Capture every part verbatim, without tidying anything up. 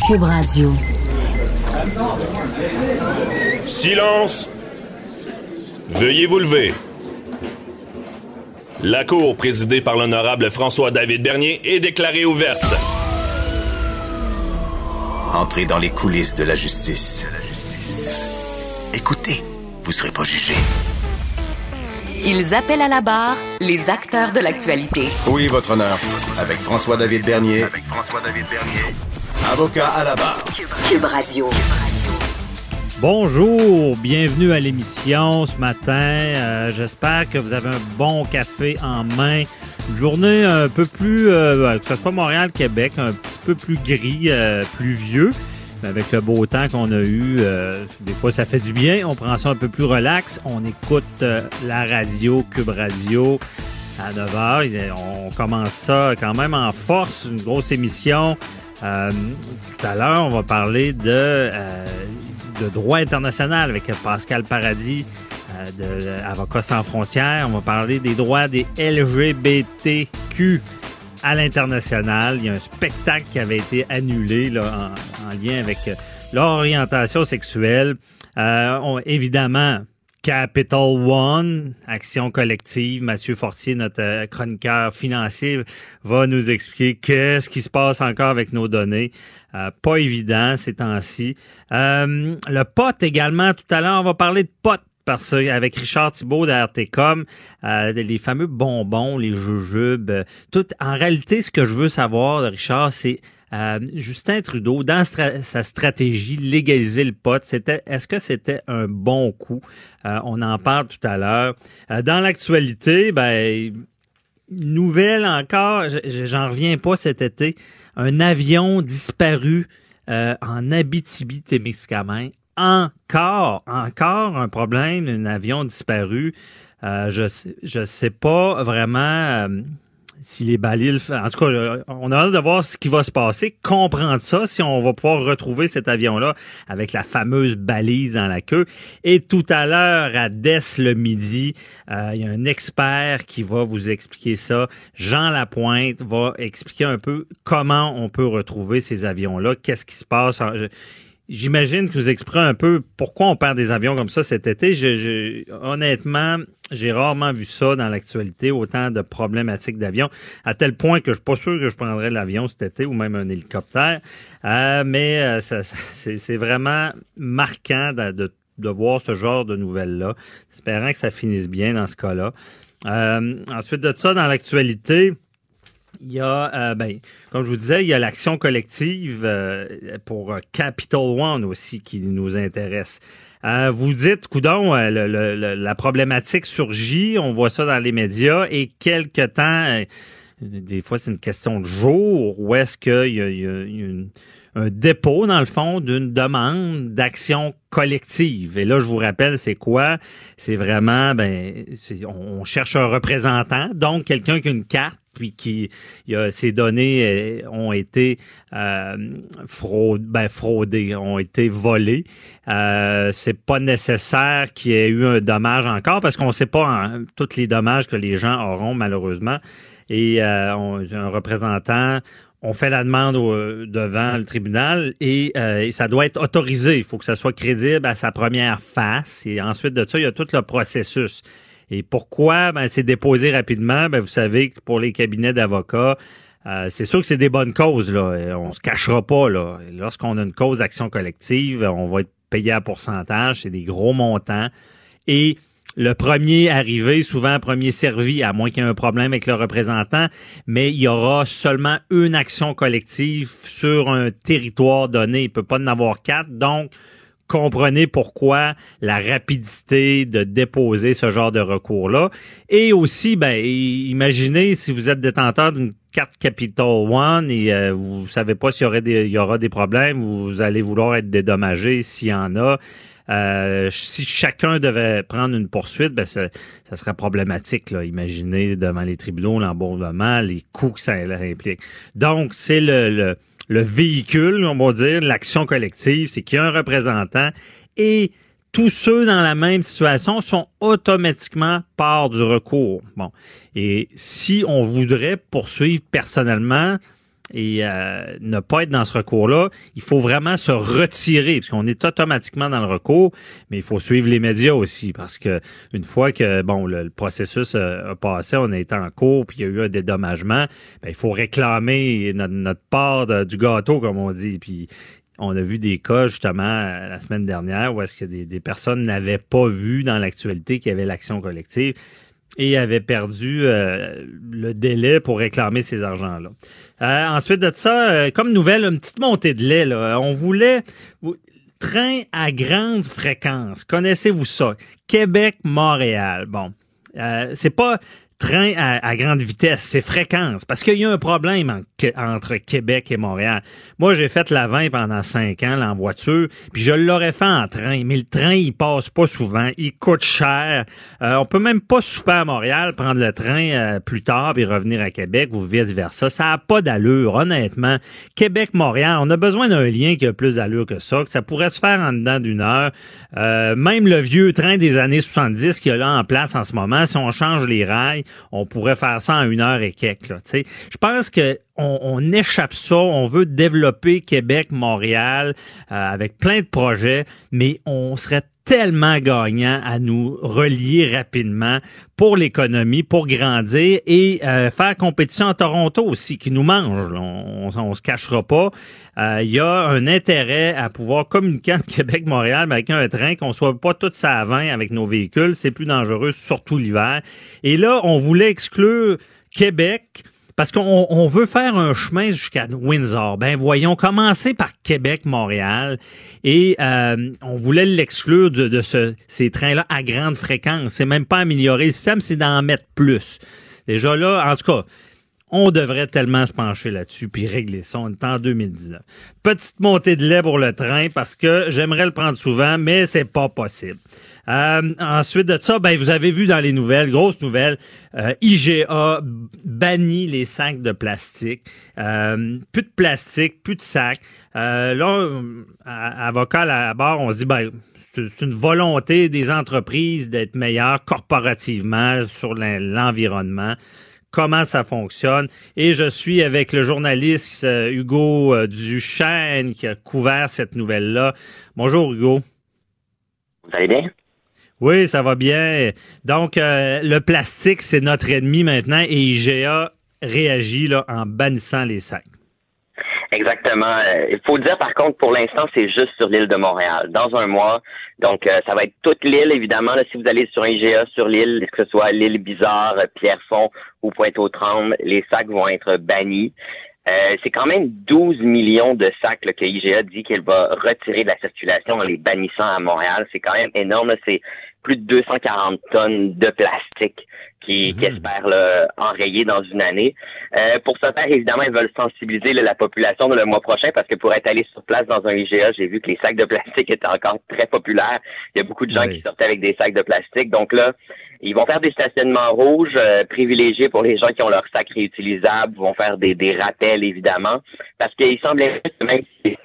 Cube Radio. Silence! Veuillez vous lever. La cour, présidée par l'honorable François-David Bernier, est déclarée ouverte. Entrez dans les coulisses de la justice. Écoutez, vous serez pas jugé. Ils appellent à la barre les acteurs de l'actualité. Oui, votre honneur. Avec François-David Bernier. Avec François-David Bernier. Avocat à la barre. Cube Radio. Bonjour, bienvenue à l'émission ce matin. Euh, j'espère que vous avez un bon café en main. Une journée un peu plus, euh, que ce soit Montréal-Québec, un petit peu plus gris, euh, pluvieux. Avec le beau temps qu'on a eu, euh, des fois ça fait du bien. On prend ça un peu plus relax. On écoute euh, la radio, Cube Radio, à neuf heures. On commence ça quand même en force, une grosse émission. Euh, tout à l'heure, on va parler de, euh, de droit international avec Pascal Paradis, euh, de, de Avocats sans frontières. On va parler des droits des L G B T Q à l'international. Il y a un spectacle qui avait été annulé là, en, en lien avec euh, leur orientation sexuelle. Euh, on, évidemment, Capital One, action collective. Mathieu Fortier, notre euh, chroniqueur financier, va nous expliquer qu'est-ce qui se passe encore avec nos données. Euh, pas évident ces temps-ci. Euh, le pot également, tout à l'heure, on va parler de pot. Parce qu'avec Richard Thibault de R T Com, euh, les fameux bonbons, les jujubes, euh, tout. En réalité, ce que je veux savoir de Richard, c'est euh, Justin Trudeau, dans stra- sa stratégie, légaliser le pot, c'était, est-ce que c'était un bon coup? Euh, on en parle tout à l'heure. Euh, dans l'actualité, ben, nouvelle encore, j'en reviens pas cet été, un avion disparu euh, en Abitibi-Témiscamingue. Encore, encore un problème, un avion disparu. Euh, je je sais pas vraiment euh, si les balises... En tout cas, on a hâte de voir ce qui va se passer, comprendre ça, si on va pouvoir retrouver cet avion-là avec la fameuse balise dans la queue. Et tout à l'heure, à Dès le midi, euh, il y a un expert qui va vous expliquer ça. Jean Lapointe va expliquer un peu comment on peut retrouver ces avions-là, qu'est-ce qui se passe. Je, J'imagine que vous expliquerez un peu pourquoi on perd des avions comme ça cet été. Je, je, honnêtement, j'ai rarement vu ça dans l'actualité, autant de problématiques d'avions, à tel point que je suis pas sûr que je prendrais l'avion cet été ou même un hélicoptère. Euh, mais euh, ça, ça, c'est, c'est vraiment marquant de, de, de voir ce genre de nouvelles-là, espérant que ça finisse bien dans ce cas-là. Euh, ensuite de ça, dans l'actualité... Il y a, euh, ben, comme je vous disais, il y a l'action collective euh, pour Capital One aussi qui nous intéresse. Euh, vous dites, coudonc, euh, le, le, la problématique surgit, on voit ça dans les médias, et quelque temps, euh, des fois c'est une question de jour, où est-ce qu'il y a, il y a une, un dépôt, dans le fond, d'une demande d'action collective. Et là, je vous rappelle, c'est quoi? C'est vraiment, ben, c'est, on cherche un représentant, donc quelqu'un qui a une carte, puis qui, il y a, ces données euh, ont été euh, fraude, ben, fraudées, ont été volées. Euh, c'est pas nécessaire qu'il y ait eu un dommage encore, parce qu'on sait pas hein, tous les dommages que les gens auront, malheureusement. Et euh, on, un représentant, on fait la demande au, devant le tribunal et, euh, et ça doit être autorisé. Il faut que ça soit crédible à sa première face. Et ensuite de ça, il y a tout le processus. Et pourquoi? Ben, c'est déposé rapidement. Ben, vous savez que pour les cabinets d'avocats, euh, c'est sûr que c'est des bonnes causes, là. Et on se cachera pas, là. Lorsqu'on a une cause d'action collective, on va être payé à pourcentage. C'est des gros montants. Et le premier arrivé, souvent premier servi, à moins qu'il y ait un problème avec le représentant, mais il y aura seulement une action collective sur un territoire donné. Il peut pas en avoir quatre. Donc, comprenez pourquoi la rapidité de déposer ce genre de recours-là. Et aussi, ben, imaginez si vous êtes détenteur d'une carte Capital One et euh, vous savez pas s'il y aurait des, il y aura des problèmes, vous allez vouloir être dédommagé s'il y en a. Euh, si chacun devait prendre une poursuite, ben ça, ça serait problématique, là. Imaginez devant les tribunaux l'embourbement, les coûts que ça implique. Donc, c'est le, le, le véhicule, on va dire, l'action collective, c'est qu'il y a un représentant et tous ceux dans la même situation sont automatiquement part du recours. Bon. Et si on voudrait poursuivre personnellement, et euh, ne pas être dans ce recours-là, il faut vraiment se retirer, parce qu'on est automatiquement dans le recours, mais il faut suivre les médias aussi, parce que une fois que bon le, le processus a, a passé, on a été en cours, puis il y a eu un dédommagement, ben, il faut réclamer notre, notre part de, du gâteau, comme on dit, puis on a vu des cas, justement, la semaine dernière, où est-ce que des, des personnes n'avaient pas vu dans l'actualité qu'il y avait l'action collective et avaient perdu euh, le délai pour réclamer ces argents-là. Euh, ensuite de ça, euh, comme nouvelle, une petite montée de lait, là. On voulait... Train à grande fréquence. Connaissez-vous ça? Québec-Montréal. Bon, euh, c'est pas... train à, à grande vitesse, c'est fréquence. Parce qu'il y a un problème en, que, entre Québec et Montréal. Moi, j'ai fait la vingt pendant cinq ans là, en voiture, puis je l'aurais fait en train. Mais le train, il passe pas souvent, il coûte cher. Euh, on peut même pas souper à Montréal, prendre le train euh, plus tard, puis revenir à Québec ou vice-versa. Ça a pas d'allure, honnêtement. Québec-Montréal, on a besoin d'un lien qui a plus d'allure que ça, que ça pourrait se faire en dedans d'une heure. Euh, même le vieux train des années soixante-dix qu'il y a là en place en ce moment, si on change les rails, on pourrait faire ça en une heure et quelques. Là, t'sais. Je pense que on, on échappe ça. On veut développer Québec, Montréal euh, avec plein de projets, mais on serait tellement gagnant à nous relier rapidement pour l'économie, pour grandir et euh, faire compétition à Toronto aussi, qui nous mange. Là. On, on, on se cachera pas. Il euh, y a un intérêt à pouvoir communiquer entre Québec-Montréal, mais avec un train, qu'on soit pas tous à vingt avec nos véhicules. C'est plus dangereux, surtout l'hiver. Et là, on voulait exclure Québec parce qu'on on veut faire un chemin jusqu'à Windsor. Ben voyons, commencer par Québec-Montréal et euh, on voulait l'exclure de, de ce, ces trains-là à grande fréquence. C'est même pas améliorer le système, c'est d'en mettre plus. Déjà là, en tout cas, on devrait tellement se pencher là-dessus puis régler ça. On est en deux mille dix-neuf. Petite montée de lait pour le train parce que j'aimerais le prendre souvent, mais c'est pas possible. Euh, ensuite de ça, ben vous avez vu dans les nouvelles, grosse nouvelle, euh, I G A bannit les sacs de plastique. Euh, plus de plastique, plus de sacs. Euh, là, à, avocat à la barre, on se dit ben c'est une volonté des entreprises d'être meilleures corporativement sur l'environnement. Comment ça fonctionne. Et je suis avec le journaliste euh, Hugo euh, Duchesne qui a couvert cette nouvelle-là. Bonjour Hugo. Vous allez bien? Oui, ça va bien. Donc, euh, le plastique, c'est notre ennemi maintenant et I G A réagit là, en bannissant les sacs. Exactement. Il faut dire, par contre, pour l'instant, c'est juste sur l'île de Montréal. Dans un mois, donc euh, ça va être toute l'île, évidemment. Là, si vous allez sur un I G A sur l'île, que ce soit l'île Bizarre, Pierrefonds ou Pointe-aux-Trembles, les sacs vont être bannis. Euh, c'est quand même douze millions de sacs là, que I G A dit qu'elle va retirer de la circulation en les bannissant à Montréal. C'est quand même énorme. Là. C'est plus de deux cent quarante tonnes de plastique qui, mmh. qui espèrent là, enrayer dans une année. Euh, pour ce faire, évidemment, ils veulent sensibiliser là, la population le mois prochain parce que pour être allé sur place dans un I G A, j'ai vu que les sacs de plastique étaient encore très populaires. Il y a beaucoup de gens oui. qui sortaient avec des sacs de plastique. Donc là, ils vont faire des stationnements rouges euh, privilégiés pour les gens qui ont leurs sacs réutilisables. Ils vont faire des, des rappels, évidemment, parce qu'il semblerait que même si...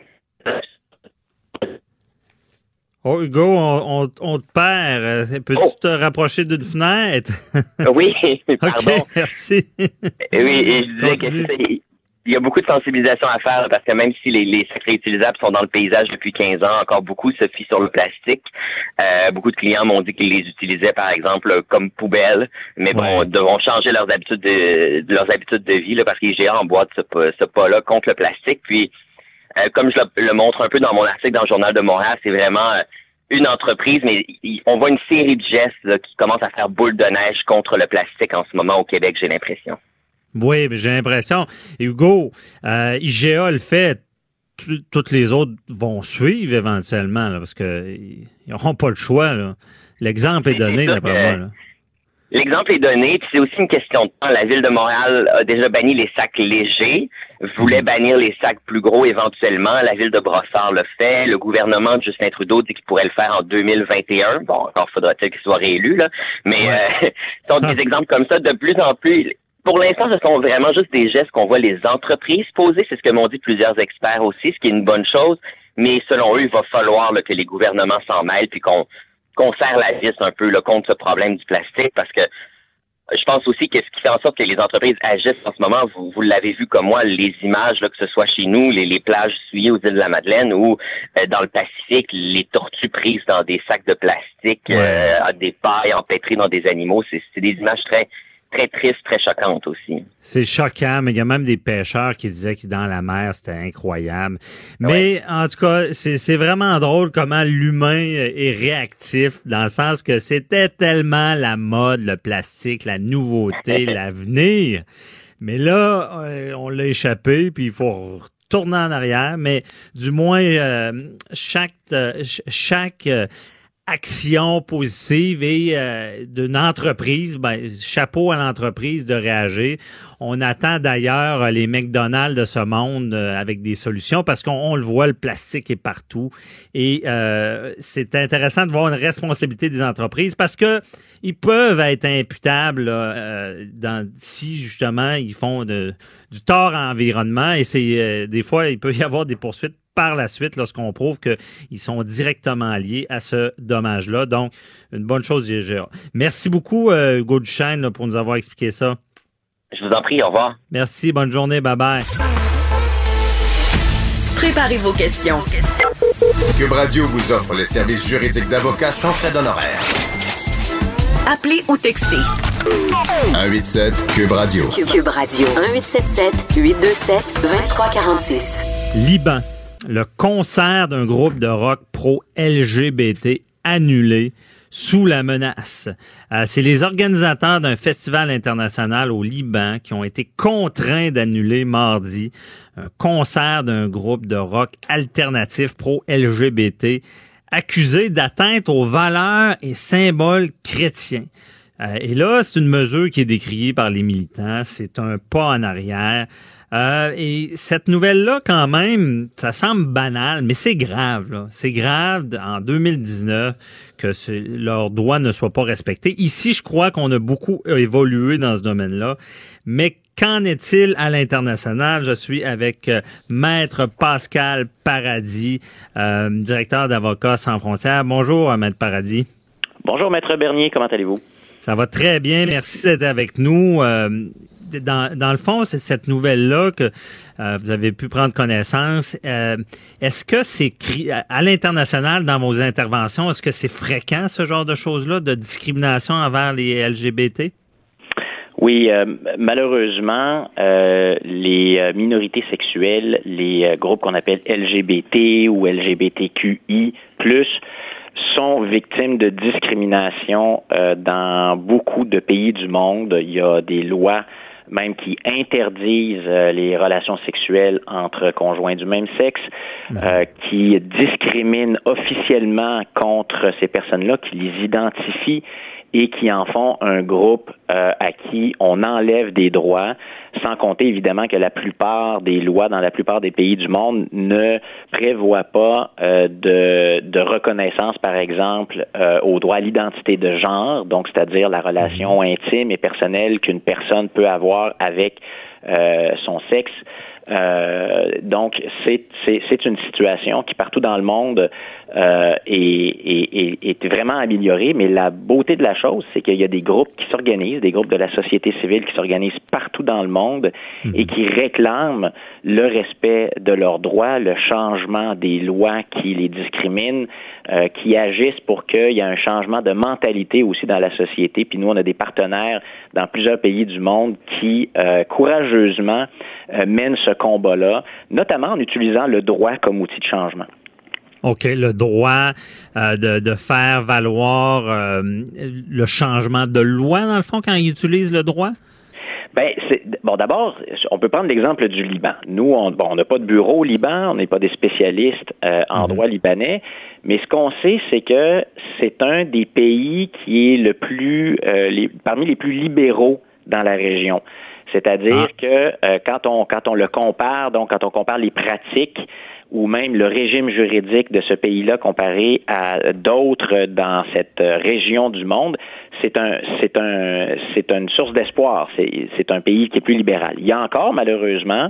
Oh, Hugo, on, on, on te perd. Peux-tu oh. te rapprocher d'une fenêtre? Oui, pardon. OK, merci. Oui, et je disais que c'est... Il y a beaucoup de sensibilisation à faire parce que même si les, les sacs réutilisables sont dans le paysage depuis quinze ans, encore beaucoup se fient sur le plastique. Euh, beaucoup de clients m'ont dit qu'ils les utilisaient, par exemple, comme poubelle, mais bon, ouais. devront changer leurs habitudes de, de leurs habitudes de vie là, parce que les géants emboîtent ce, ce pas-là contre le plastique. Puis, euh, comme je le, le montre un peu dans mon article dans le Journal de Montréal, c'est vraiment euh, une entreprise, mais y, on voit une série de gestes là, qui commencent à faire boule de neige contre le plastique en ce moment au Québec, j'ai l'impression. Oui, mais j'ai l'impression. Et Hugo, euh, I G A le fait, t- toutes les autres vont suivre éventuellement, là, parce que ils n'auront pas le choix. Là. L'exemple est donné, d'après moi. Là. L'exemple est donné, puis c'est aussi une question de temps. La Ville de Montréal a déjà banni les sacs légers, voulait bannir les sacs plus gros éventuellement. La Ville de Brossard le fait. Le gouvernement de Justin Trudeau dit qu'il pourrait le faire en deux mille vingt et un. Bon, encore faudra-t-il qu'il soit réélu, là. Mais ouais. euh, ce sont des exemples comme ça de plus en plus. Pour l'instant, ce sont vraiment juste des gestes qu'on voit les entreprises poser. C'est ce que m'ont dit plusieurs experts aussi, ce qui est une bonne chose. Mais selon eux, il va falloir là, que les gouvernements s'en mêlent puis qu'on, qu'on serre la vis un peu là, contre ce problème du plastique parce que je pense aussi que ce qui fait en sorte que les entreprises agissent en ce moment, vous, vous l'avez vu comme moi, les images, là, que ce soit chez nous, les, les plages souillées aux îles de la Madeleine ou euh, dans le Pacifique, les tortues prises dans des sacs de plastique, ouais. euh, des pailles empêtrées dans des animaux, c'est, c'est des images très très triste, très choquante aussi. C'est choquant, mais il y a même des pêcheurs qui disaient que dans la mer, c'était incroyable. Mais ouais. En tout cas, c'est, c'est vraiment drôle comment l'humain est réactif, dans le sens que c'était tellement la mode, le plastique, la nouveauté, l'avenir. Mais là, on l'a échappé, puis il faut retourner en arrière. Mais du moins, euh, chaque euh, chaque euh, action positive et euh, d'une entreprise, ben, chapeau à l'entreprise de réagir. On attend d'ailleurs les McDonald's de ce monde euh, avec des solutions parce qu'on on le voit, le plastique est partout et euh, c'est intéressant de voir une responsabilité des entreprises parce que ils peuvent être imputables euh, dans, si justement ils font de, du tort à l'environnement et c'est euh, des fois il peut y avoir des poursuites par la suite lorsqu'on prouve qu'ils sont directement liés à ce dommage-là. Donc, une bonne chose, I G A. Merci beaucoup, euh, Hugo Duchesne, là, pour nous avoir expliqué ça. Je vous en prie, au revoir. Merci, bonne journée, bye-bye. Préparez vos questions. Cube Radio vous offre les services juridiques d'avocats sans frais d'honoraires. Appelez ou textez. un huit sept Cube Radio. Cube Radio. un huit sept sept huit deux sept deux trois quatre six. Liban. Le concert d'un groupe de rock pro-L G B T annulé sous la menace. Euh, c'est les organisateurs d'un festival international au Liban qui ont été contraints d'annuler mardi un concert d'un groupe de rock alternatif pro-L G B T accusé d'atteinte aux valeurs et symboles chrétiens. Euh, et là, c'est une mesure qui est décriée par les militants. C'est un pas en arrière. Euh, et cette nouvelle-là, quand même, ça semble banal, mais c'est grave, là. C'est grave en deux mille dix-neuf que ce, leurs droits ne soient pas respectés. Ici, je crois qu'on a beaucoup évolué dans ce domaine-là. Mais qu'en est-il à l'international? Je suis avec euh, Maître Pascal Paradis, euh, directeur d'Avocats sans frontières. Bonjour, Maître Paradis. Bonjour, Maître Bernier. Comment allez-vous? Ça va très bien. Merci d'être avec nous. Euh, Dans, dans le fond, c'est cette nouvelle-là que euh, vous avez pu prendre connaissance. Euh, est-ce que c'est à l'international, dans vos interventions, est-ce que c'est fréquent, ce genre de choses-là, de discrimination envers les L G B T? Oui, euh, malheureusement, euh, les minorités sexuelles, les groupes qu'on appelle L G B T ou L G B T Q I plus, sont victimes de discrimination euh, dans beaucoup de pays du monde. Il y a des lois même qui interdisent euh, les relations sexuelles entre conjoints du même sexe, euh, qui discriminent officiellement contre ces personnes-là, qui les identifient et qui en font un groupe euh, à qui on enlève des droits, sans compter évidemment que la plupart des lois dans la plupart des pays du monde ne prévoient pas euh, de, de reconnaissance, par exemple, euh, au droit à l'identité de genre, donc c'est-à-dire la relation intime et personnelle qu'une personne peut avoir avec euh, son sexe. Euh, donc, c'est, c'est, c'est une situation qui, partout dans le monde, euh, est, est, est vraiment améliorée. Mais la beauté de la chose, c'est qu'il y a des groupes qui s'organisent, des groupes de la société civile qui s'organisent partout dans le monde mmh. et qui réclament le respect de leurs droits, le changement des lois qui les discriminent, euh, qui agissent pour qu'il y ait un changement de mentalité aussi dans la société. Puis nous, on a des partenaires dans plusieurs pays du monde qui, euh, courageusement, euh, mènent ce combat-là, notamment en utilisant le droit comme outil de changement. OK, le droit euh, de, de faire valoir euh, le changement de loi, dans le fond, quand ils utilisent le droit? Ben, c'est, bon, d'abord, on peut prendre l'exemple du Liban. Nous, on bon, on n'a pas de bureau au Liban, on n'est pas des spécialistes euh, en mm-hmm. droit libanais, mais ce qu'on sait, c'est que c'est un des pays qui est le plus, euh, les, parmi les plus libéraux dans la région. C'est-à-dire ah. que euh, quand on quand on le compare, donc quand on compare les pratiques ou même le régime juridique de ce pays-là comparé à d'autres dans cette région du monde, c'est un c'est un c'est une source d'espoir. C'est c'est un pays qui est plus libéral. Il y a encore malheureusement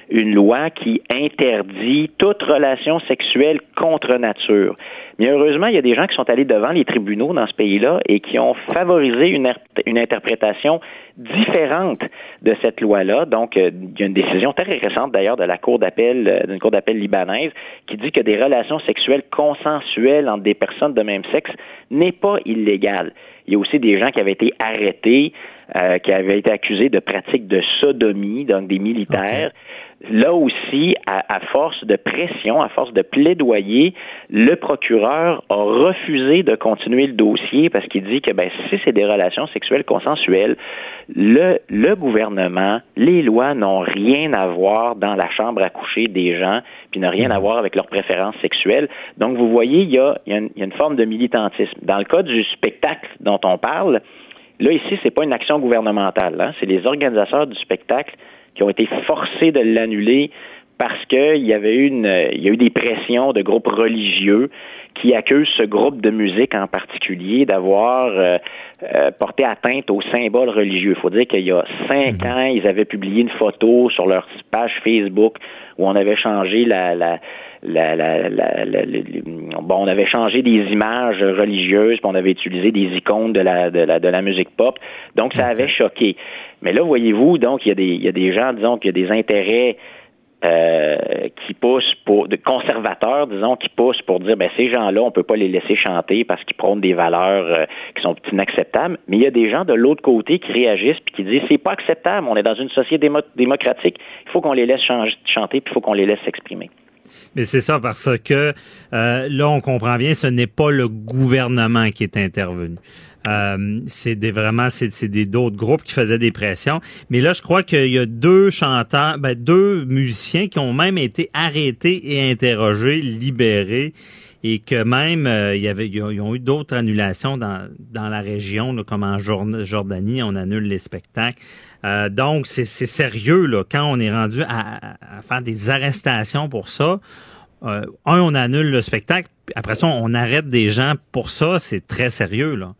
une loi qui interdit toute relation sexuelle contre nature. Mais heureusement, il y a des gens qui sont allés devant les tribunaux dans ce pays-là et qui ont favorisé une, une interprétation différente de cette loi-là. Donc, euh, il y a une décision très récente, d'ailleurs, de la Cour d'appel, euh, d'une Cour d'appel libanaise, qui dit que des relations sexuelles consensuelles entre des personnes de même sexe n'est pas illégal. Il y a aussi des gens qui avaient été arrêtés, euh, qui avaient été accusés de pratiques de sodomie, donc des militaires. Okay. Là aussi, à, à force de pression, à force de plaidoyer, le procureur a refusé de continuer le dossier parce qu'il dit que ben, si c'est des relations sexuelles consensuelles, le, le gouvernement, les lois n'ont rien à voir dans la chambre à coucher des gens, puis n'ont rien à voir avec leurs préférences sexuelles. Donc, vous voyez, il y a, il y a, une, il y a une forme de militantisme. Dans le cas du spectacle dont on parle, là, ici, c'est pas une action gouvernementale, hein, c'est les organisateurs du spectacle qui ont été forcés de l'annuler parce qu'il y avait une, il y a eu des pressions de groupes religieux qui accusent ce groupe de musique en particulier d'avoir euh, euh, porté atteinte aux symboles religieux. Il faut dire qu'il y a cinq ans, ils avaient publié une photo sur leur page Facebook où on avait changé la, la La, la, la, la, la, bon, on avait changé des images religieuses, puis on avait utilisé des icônes de la, de la, de la musique pop. Donc, ça avait choqué. Mais là, voyez-vous, donc, il y a des, il y a des gens, disons, qu'il y a des intérêts euh, qui poussent pour, de conservateurs, disons, qui poussent pour dire, ben, ces gens-là, on peut pas les laisser chanter parce qu'ils prônent des valeurs euh, qui sont inacceptables. Mais il y a des gens de l'autre côté qui réagissent puis qui disent, c'est pas acceptable. On est dans une société démo- démocratique. Il faut qu'on les laisse ch- chanter puis il faut qu'on les laisse s'exprimer. Mais c'est ça, parce que euh, là, on comprend bien, ce n'est pas le gouvernement qui est intervenu. Euh, c'est des vraiment, c'est, c'est des d'autres groupes qui faisaient des pressions. Mais là, je crois qu'il y a deux chanteurs, ben, deux musiciens qui ont même été arrêtés et interrogés, libérés, et que même euh, il y avait, ils ont, ils ont eu d'autres annulations dans dans la région, là, comme en Jordanie, on annule les spectacles. Euh, donc c'est, c'est sérieux là quand on est rendu à, à faire des arrestations pour ça. Euh, un, on annule le spectacle, après ça, on arrête des gens pour ça. C'est très sérieux là.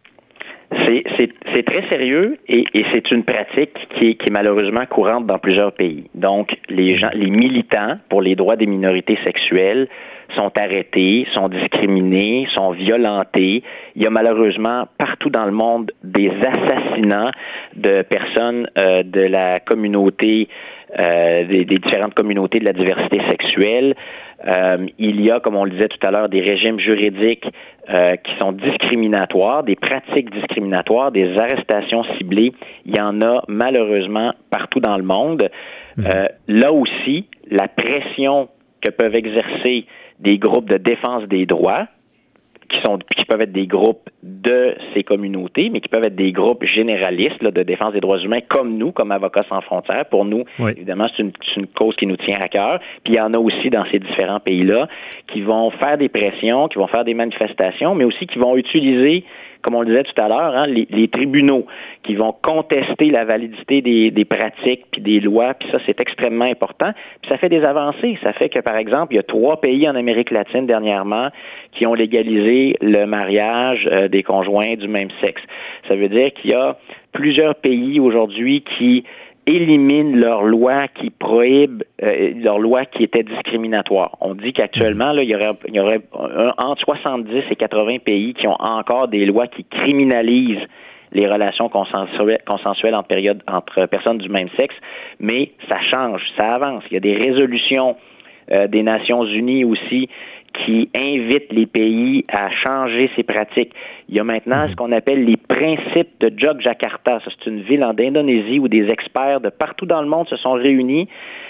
C'est, c'est, c'est très sérieux et, et c'est une pratique qui est, qui est malheureusement courante dans plusieurs pays. Donc, les gens, les militants pour les droits des minorités sexuelles sont arrêtés, sont discriminés, sont violentés. Il y a malheureusement partout dans le monde des assassinats de personnes euh, de la communauté, euh, des, des différentes communautés de la diversité sexuelle. Euh, il y a, comme on le disait tout à l'heure, des régimes juridiques euh, qui sont discriminatoires, des pratiques discriminatoires, des arrestations ciblées. Il y en a malheureusement partout dans le monde. Mmh. Euh, là aussi, la pression que peuvent exercer des groupes de défense des droits, qui sont qui peuvent être des groupes de ces communautés, mais qui peuvent être des groupes généralistes là, de défense des droits humains, comme nous, comme Avocats sans frontières. Pour nous, oui. Évidemment, c'est une, c'est une cause qui nous tient à cœur. Puis il y en a aussi dans ces différents pays-là qui vont faire des pressions, qui vont faire des manifestations, mais aussi qui vont utiliser, comme on le disait tout à l'heure, hein, les, les tribunaux qui vont contester la validité des, des pratiques puis des lois, puis ça, c'est extrêmement important. Puis ça fait des avancées. Ça fait que, par exemple, il y a trois pays en Amérique latine dernièrement qui ont légalisé le mariage euh, des conjoints du même sexe. Ça veut dire qu'il y a plusieurs pays aujourd'hui qui éliminent leurs lois qui prohibent, euh, leurs lois qui étaient discriminatoires. On dit qu'actuellement, là, il y aurait, il y aurait un, entre soixante-dix et quatre-vingts pays qui ont encore des lois qui criminalisent les relations consensuelles, consensuelles entre, périodes, entre personnes du même sexe, mais ça change, ça avance. Il y a des résolutions euh, des Nations Unies aussi qui invitent les pays à changer ces pratiques. Il y a maintenant ce qu'on appelle les principes de Jogjakarta. Ça, c'est une ville en Indonésie où des experts de partout dans le monde se sont réunis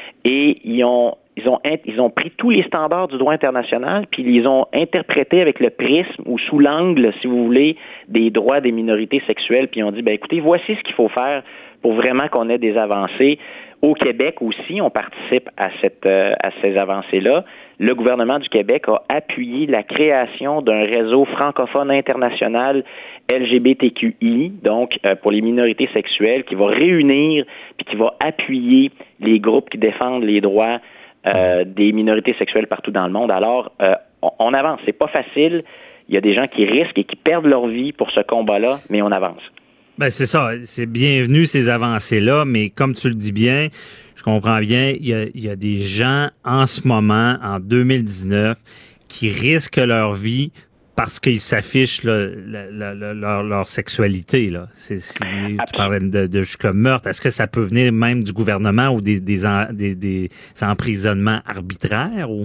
et ils ont ils ont ils ont pris tous les standards du droit international puis ils les ont interprétés avec le prisme ou sous l'angle, si vous voulez, des droits des minorités sexuelles. Puis ils ont dit, ben écoutez, voici ce qu'il faut faire pour vraiment qu'on ait des avancées. Au Québec aussi, on participe à cette euh, à ces avancées-là. Le gouvernement du Québec a appuyé la création d'un réseau francophone international L G B T Q I, donc euh, pour les minorités sexuelles, qui va réunir puis qui va appuyer les groupes qui défendent les droits euh, des minorités sexuelles partout dans le monde. Alors, euh, on, on avance. C'est pas facile. Il y a des gens qui risquent et qui perdent leur vie pour ce combat-là, mais on avance. Ben c'est ça, c'est bienvenu ces avancées-là, mais comme tu le dis bien, je comprends bien, il y a, il y a des gens en ce moment, en deux mille dix-neuf, qui risquent leur vie parce qu'ils s'affichent là, la, la, la, leur, leur sexualité. Là. C'est, c'est, tu parlais de, de jusqu'à meurtre. Est-ce que ça peut venir même du gouvernement ou des, des, en, des, des emprisonnements arbitraires? Ou?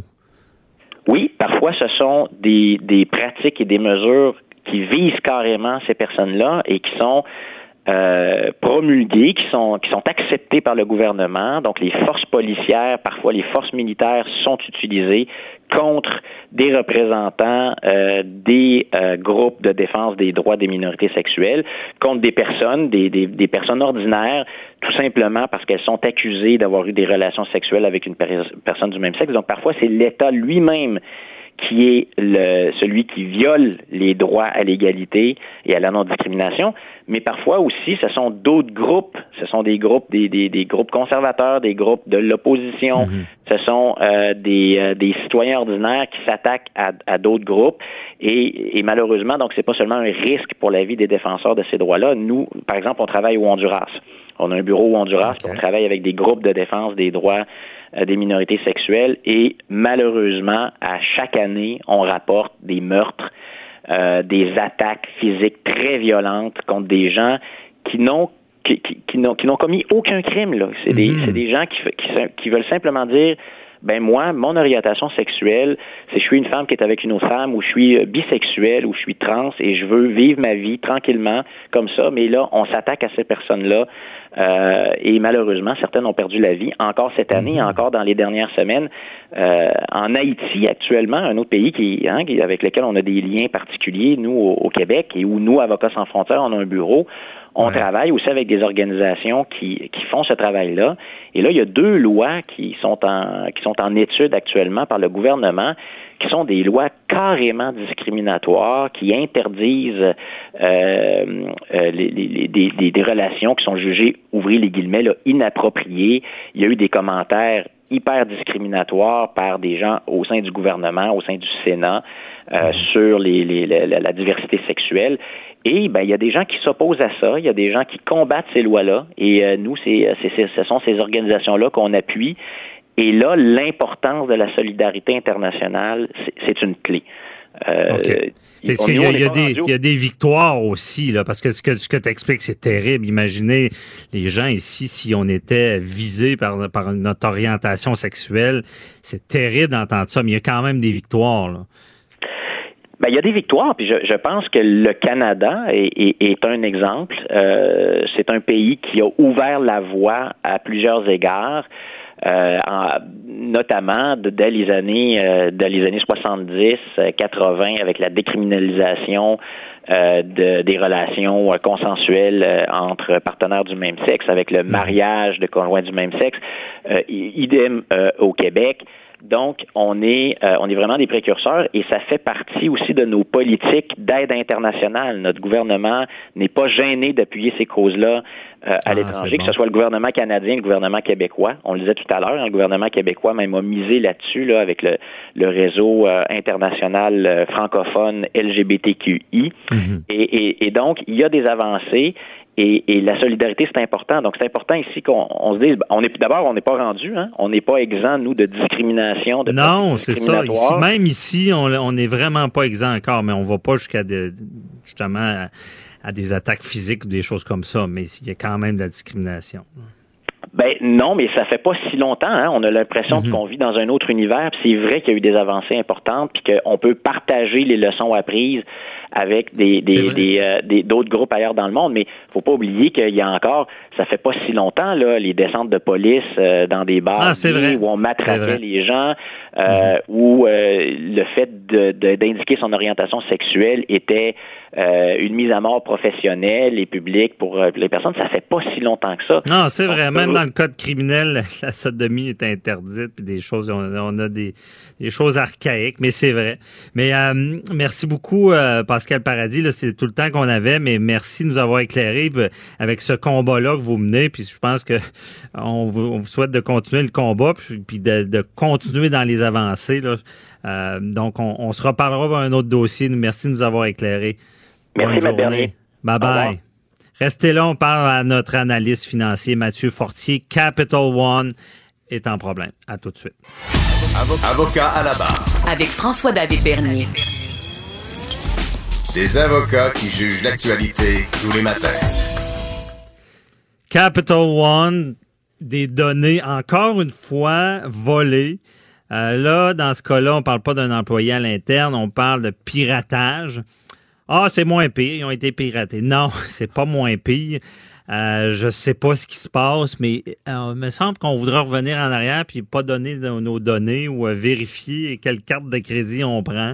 Oui, parfois ce sont des, des pratiques et des mesures qui visent carrément ces personnes-là et qui sont euh, promulguées, qui sont qui sont acceptées par le gouvernement. Donc les forces policières, parfois les forces militaires sont utilisées contre des représentants euh, des euh, groupes de défense des droits des minorités sexuelles, contre des personnes, des, des, des personnes ordinaires, tout simplement parce qu'elles sont accusées d'avoir eu des relations sexuelles avec une per- personne du même sexe. Donc parfois c'est l'État lui-même qui est le, celui qui viole les droits à l'égalité et à la non-discrimination, mais parfois aussi, ce sont d'autres groupes, ce sont des groupes, des, des, des groupes conservateurs, des groupes de l'opposition, mm-hmm. ce sont euh, des, euh, des citoyens ordinaires qui s'attaquent à, à d'autres groupes, et, et malheureusement, donc c'est pas seulement un risque pour la vie des défenseurs de ces droits-là. Nous, par exemple, on travaille au Honduras. On a un bureau au Honduras, okay. On travaille avec des groupes de défense des droits euh, des minorités sexuelles et malheureusement, à chaque année, on rapporte des meurtres, euh, des attaques physiques très violentes contre des gens qui n'ont qui, qui, qui n'ont, qui n'ont commis aucun crime. Là. C'est, des, mmh. c'est des gens qui, qui, qui veulent simplement dire ben moi, mon orientation sexuelle, c'est je suis une femme qui est avec une autre femme, ou je suis bisexuelle, ou je suis trans, et je veux vivre ma vie tranquillement comme ça. Mais là, on s'attaque à ces personnes-là, euh, et malheureusement, certaines ont perdu la vie encore cette année, mmh. encore dans les dernières semaines. Euh, en Haïti, actuellement, un autre pays qui, hein, avec lequel on a des liens particuliers, nous, au, au Québec, et où nous, Avocats sans frontières, on a un bureau. On ouais. travaille aussi avec des organisations qui, qui font ce travail-là. Et là, il y a deux lois qui sont en qui sont en étude actuellement par le gouvernement, qui sont des lois carrément discriminatoires, qui interdisent euh, euh, les, les, des, des, des relations qui sont jugées, ouvrez les guillemets, là, inappropriées. Il y a eu des commentaires hyper discriminatoires par des gens au sein du gouvernement, au sein du Sénat, euh, mmh. sur les, les, la, la diversité sexuelle. Et ben il y a des gens qui s'opposent à ça, il y a des gens qui combattent ces lois-là, et euh, nous, c'est, c'est, c'est, ce sont ces organisations-là qu'on appuie. Et là, l'importance de la solidarité internationale, c'est, c'est une clé. Euh, okay. Parce qu'il y a, il y, a des, il y a des victoires aussi, là, parce que ce que, ce que tu expliques, c'est terrible. Imaginez les gens ici, si on était visés par, par notre orientation sexuelle, c'est terrible d'entendre ça, mais il y a quand même des victoires, là. Ben, il y a des victoires, puis je, je pense que le Canada est, est, est un exemple. Euh, c'est un pays qui a ouvert la voie à plusieurs égards, euh, en, notamment de, dès les années euh, dès les années soixante-dix, quatre-vingts, avec la décriminalisation euh, de, des relations euh, consensuelles euh, entre partenaires du même sexe, avec le mariage de conjoints du même sexe, euh, idem euh, au Québec. Donc, on est euh, on est vraiment des précurseurs et ça fait partie aussi de nos politiques d'aide internationale. Notre gouvernement n'est pas gêné d'appuyer ces causes-là euh, à ah, l'étranger, bon. Que ce soit le gouvernement canadien, le gouvernement québécois. On le disait tout à l'heure, hein, le gouvernement québécois même a misé là-dessus là, avec le, le réseau euh, international euh, francophone L G B T Q I. Mm-hmm. Et, et, et donc, il y a des avancées. Et, et la solidarité, c'est important. Donc, c'est important ici qu'on on se dise, on est d'abord, on n'est pas rendu, hein, on n'est pas exempt, nous, de discrimination. De non, c'est ça. Ici, même ici, on on n'est vraiment pas exempt encore, mais on va pas jusqu'à de, justement à, à des attaques physiques ou des choses comme ça. Mais il y a quand même de la discrimination. Ben non, mais ça fait pas si longtemps. Hein. On a l'impression mm-hmm. qu'on vit dans un autre univers. Puis c'est vrai qu'il y a eu des avancées importantes, puis qu'on peut partager les leçons apprises avec des, des, des, euh, des d'autres groupes ailleurs dans le monde. Mais faut pas oublier qu'il y a encore, ça fait pas si longtemps là, les descentes de police euh, dans des bars ah, où on matraquait les gens, euh, mm-hmm. où euh, le fait de, de, d'indiquer son orientation sexuelle était euh, une mise à mort professionnelle et publique pour euh, les personnes. Ça fait pas si longtemps que ça. Non, c'est vrai. Même dans le code criminel, la sodomie est interdite, puis des choses, on, on a des, des choses archaïques, mais c'est vrai. Mais euh, merci beaucoup, euh, Pascal Paradis. Là, c'est tout le temps qu'on avait, mais merci de nous avoir éclairé avec ce combat-là que vous menez. Puis je pense que on vous, on vous souhaite de continuer le combat, puis, puis de, de continuer dans les avancées. Là. Euh, donc, on, on se reparlera pour un autre dossier. Merci de nous avoir éclairé. Merci, Matt Bernier. Bye bye. Restez là, on parle à notre analyste financier Mathieu Fortier. Capital One est en problème. À tout de suite. Avocat à la barre. Avec François-David Bernier. Des avocats qui jugent l'actualité tous les matins. Capital One, des données encore une fois volées. Euh, là, dans ce cas-là, on parle pas d'un employé à l'interne, on parle de piratage. Ah, c'est moins pire, ils ont été piratés. Non, c'est pas moins pire. Euh, je sais pas ce qui se passe, mais euh, il me semble qu'on voudrait revenir en arrière puis pas donner nos, nos données ou euh, vérifier quelle carte de crédit on prend.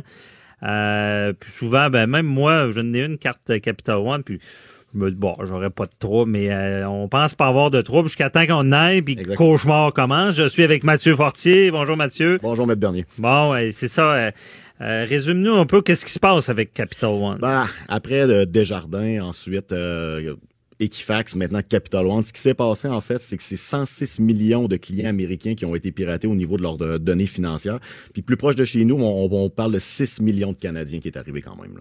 Euh, puis souvent, ben même moi, je n'ai une carte Capital One, puis je me dis, bon, j'aurais pas de trouble, mais euh, on pense pas avoir de trouble jusqu'à temps qu'on aille, puis le cauchemar commence. Je suis avec Mathieu Fortier. Bonjour, Mathieu. Bonjour, Maître Bernier. Bon, ouais, c'est ça. Euh, euh, résume-nous un peu, qu'est-ce qui se passe avec Capital One? Ben, après euh, Desjardins, ensuite euh, Equifax, maintenant Capital One, ce qui s'est passé, en fait, c'est que c'est cent six millions de clients américains qui ont été piratés au niveau de leurs de données financières. Puis plus proche de chez nous, on, on parle de six millions de Canadiens qui est arrivé quand même, là.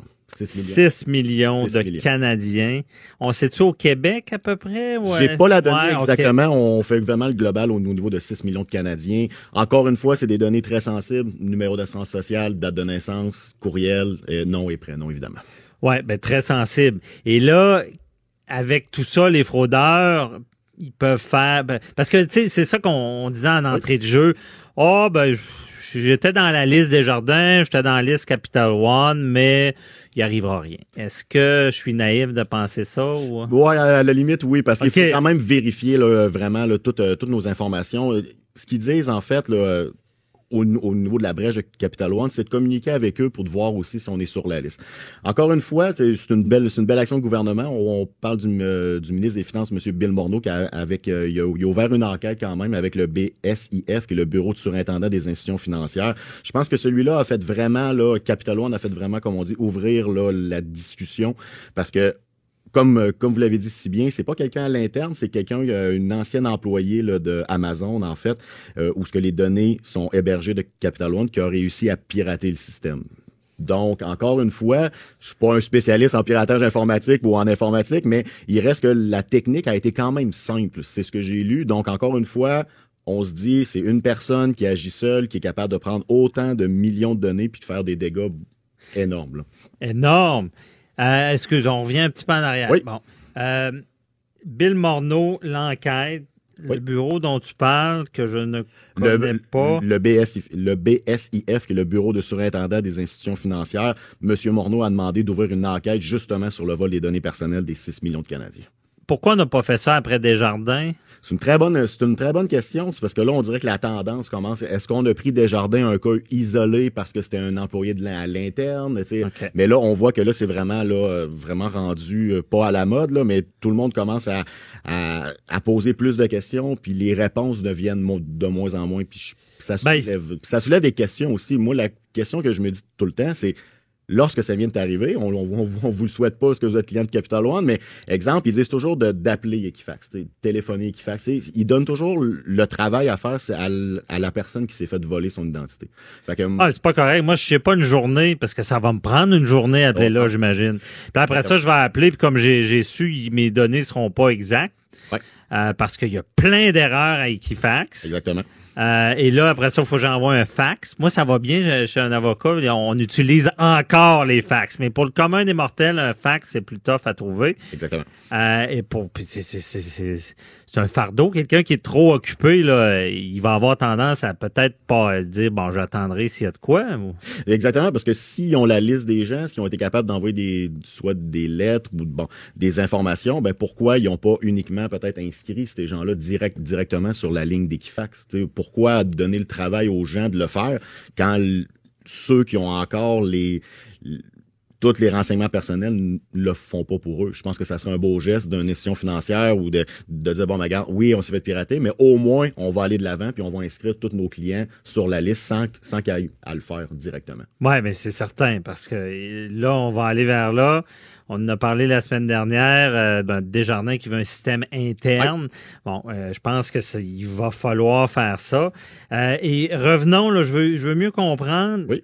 six millions de millions. Canadiens. On sait-tu au Québec à peu près? Ouais. J'ai pas la donnée ouais, exactement. Okay. On fait vraiment le global au niveau de six millions de Canadiens. Encore une fois, c'est des données très sensibles. Numéro d'assurance sociale, date de naissance, courriel, et nom et prénom, évidemment. Oui, ben très sensible. Et là, avec tout ça, les fraudeurs, ils peuvent faire... Ben, parce que, tu sais, c'est ça qu'on disait en entrée oui. de jeu. Ah, oh, ben... J'étais dans la liste Desjardins, j'étais dans la liste Capital One, mais il n'y arrivera rien. Est-ce que je suis naïf de penser ça? Ou... Oui, à la limite, oui, parce okay. qu'il faut quand même vérifier là, vraiment là, toutes, euh, toutes nos informations. Ce qu'ils disent, en fait, là, au, au niveau de la brèche de Capital One, c'est de communiquer avec eux pour de voir aussi si on est sur la liste. Encore une fois, c'est une belle, c'est une belle action de gouvernement. On, on parle du, euh, du ministre des Finances, M. Bill Morneau, qui a, avec, euh, il, a, il a ouvert une enquête quand même avec le B S I F, qui est le Bureau de surintendant des institutions financières. Je pense que celui-là a fait vraiment, là, Capital One a fait vraiment, comme on dit, ouvrir là, la discussion, parce que Comme, comme vous l'avez dit si bien, c'est pas quelqu'un à l'interne, c'est quelqu'un, une ancienne employée là, de Amazon, en fait, euh, où ce que les données sont hébergées de Capital One, qui a réussi à pirater le système. Donc, encore une fois, je suis pas un spécialiste en piratage informatique ou en informatique, mais il reste que la technique a été quand même simple. C'est ce que j'ai lu. Donc, encore une fois, on se dit, c'est une personne qui agit seule, qui est capable de prendre autant de millions de données puis de faire des dégâts énormes. Là. Énorme! Euh, excuse, on revient un petit peu en arrière. Oui. Bon. Euh, Bill Morneau, l'enquête, oui. le bureau dont tu parles, que je ne connais le, pas. Le B S I F, le B S I F, qui est le bureau de surintendant des institutions financières. M. Morneau a demandé d'ouvrir une enquête justement sur le vol des données personnelles des six millions de Canadiens. Pourquoi on n'a pas fait ça après Desjardins? C'est une très bonne, c'est une très bonne question. C'est parce que là, on dirait que la tendance commence. Est-ce qu'on a pris Desjardins un cas isolé parce que c'était un employé de à l'interne? Okay. Mais là, on voit que là, c'est vraiment là, vraiment rendu pas à la mode, là, mais tout le monde commence à, à, à poser plus de questions, puis les réponses deviennent de moins en moins. Puis ça soulève, ben, ça soulève des questions aussi. Moi, la question que je me dis tout le temps, c'est lorsque ça vient de t'arriver, on, on, on, on vous le souhaite pas parce que vous êtes client de Capital One, mais exemple, ils disent toujours de, d'appeler Equifax, téléphoner Equifax. Ils donnent toujours le travail à faire à, à la personne qui s'est fait voler son identité. Fait que, ah, c'est pas correct. Moi, je sais pas une journée parce que ça va me prendre une journée à appeler oh, là, j'imagine. Puis après ça, je vais appeler, puis comme j'ai, j'ai su, mes données seront pas exactes. Ouais. Euh, parce qu'il y a plein d'erreurs à Equifax. Exactement. Euh, et là, après ça, il faut que j'envoie un fax. Moi, ça va bien chez un avocat. On utilise encore les fax. Mais pour le commun des mortels, un fax, c'est plus tough à trouver. Exactement. Euh, et pour, c'est, c'est, c'est, c'est, c'est un fardeau. Quelqu'un qui est trop occupé, là, il va avoir tendance à peut-être pas dire, bon, j'attendrai s'il y a de quoi. Ou... Exactement, parce que s'ils ont la liste des gens, s'ils ont été capables d'envoyer des, soit des lettres ou bon, des informations, ben pourquoi ils n'ont pas uniquement peut-être inscrit ces gens-là direct, directement sur la ligne d'Equifax? T'sais, pourquoi donner le travail aux gens de le faire quand l- ceux qui ont encore les... les tous les renseignements personnels ne le font pas pour eux. Je pense que ça serait un beau geste d'une institution financière ou de, de dire, bon, ben, regarde, oui, on s'est fait pirater, mais au moins, on va aller de l'avant puis on va inscrire tous nos clients sur la liste sans, sans qu'il y ait à le faire directement. Oui, mais c'est certain parce que là, on va aller vers là. On en a parlé la semaine dernière, euh, ben, Desjardins qui veut un système interne. Ouais. Bon, euh, je pense que c'est, il va falloir faire ça. Euh, et revenons, là, je veux, je veux mieux comprendre. Oui.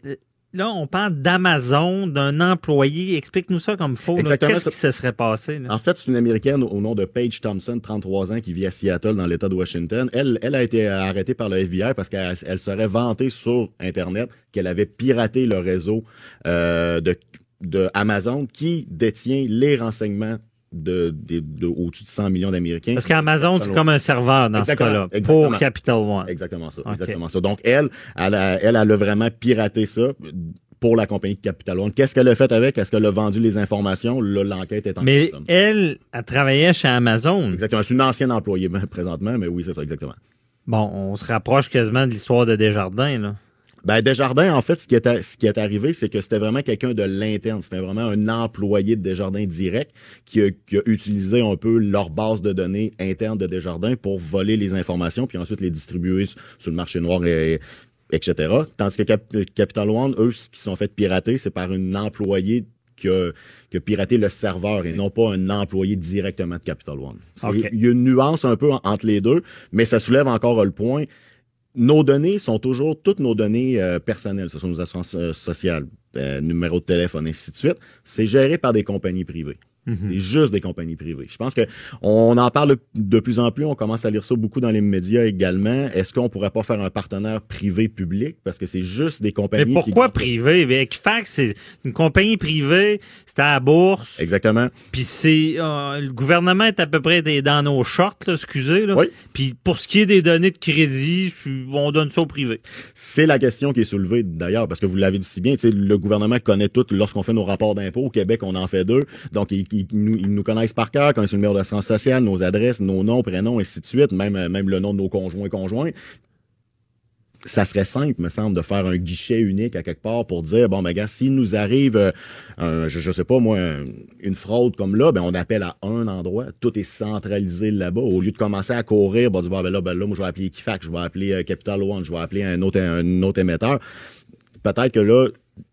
là, on parle d'Amazon, d'un employé. Explique-nous ça comme faux. Là. Qu'est-ce ça... qui se serait passé? Là? En fait, c'est une Américaine au nom de Paige Thompson, trente-trois ans, qui vit à Seattle, dans l'État de Washington. Elle, elle a été arrêtée par le F B I parce qu'elle elle serait vantée sur Internet qu'elle avait piraté le réseau euh, de, de Amazon qui détient les renseignements de, de, de au-dessus de cent millions d'Américains. Parce qu'Amazon, c'est comme un serveur dans exactement, ce cas-là, exactement. pour Capital One. Exactement ça, okay. exactement ça. Donc, elle, elle a, elle, elle a vraiment piraté ça pour la compagnie de Capital One. Qu'est-ce qu'elle a fait avec? Est-ce qu'elle a vendu les informations? Là, l'enquête est en cours. Mais elle, elle travaillait chez Amazon. Exactement. C'est une ancienne employée présentement, mais oui, c'est ça, exactement. Bon, on se rapproche quasiment de l'histoire de Desjardins, là. Ben, Desjardins, en fait, ce qui est, à, ce qui est arrivé, c'est que c'était vraiment quelqu'un de l'interne. C'était vraiment un employé de Desjardins direct qui a, qui a utilisé un peu leur base de données interne de Desjardins pour voler les informations puis ensuite les distribuer sur le marché noir et, et cetera. Tandis que Cap, Capital One, eux, ce qui sont fait pirater, c'est par une employée qui a, qui a piraté le serveur et non pas un employé directement de Capital One. Okay. Il y a une nuance un peu entre les deux, mais ça soulève encore le point. Nos données sont toujours, toutes nos données euh, personnelles, ce sont nos assurances euh, sociales, euh, numéro de téléphone, ainsi de suite, c'est géré par des compagnies privées. Mm-hmm. C'est juste des compagnies privées. Je pense que on en parle de plus en plus, on commence à lire ça beaucoup dans les médias également. Est-ce qu'on pourrait pas faire un partenaire privé-public? Parce que c'est juste des compagnies... Mais pourquoi qui... privé? Equifax, c'est une compagnie privée, c'est à la bourse. Exactement. Puis c'est... Euh, le gouvernement est à peu près dans nos shorts, là, excusez. Là. Oui. Puis pour ce qui est des données de crédit, on donne ça au privé. C'est la question qui est soulevée d'ailleurs, parce que vous l'avez dit si bien, le gouvernement connaît tout. Lorsqu'on fait nos rapports d'impôts au Québec, on en fait deux. Donc, il Ils nous, ils nous connaissent par cœur, connaissent le numéro d'assurance sociale, nos adresses, nos noms, prénoms, ainsi de suite, même, même le nom de nos conjoints et conjointes. Ça serait simple, me semble, de faire un guichet unique à quelque part pour dire, bon, ben, gars, s'il nous arrive, euh, un, je, je sais pas, moi, un, une fraude comme là, ben, on appelle à un endroit. Tout est centralisé là-bas. Au lieu de commencer à courir, ben, dire, bon, ben là, ben là, moi, je vais appeler Equifax, je vais appeler euh, Capital One, je vais appeler un autre, un autre émetteur. Peut-être que là,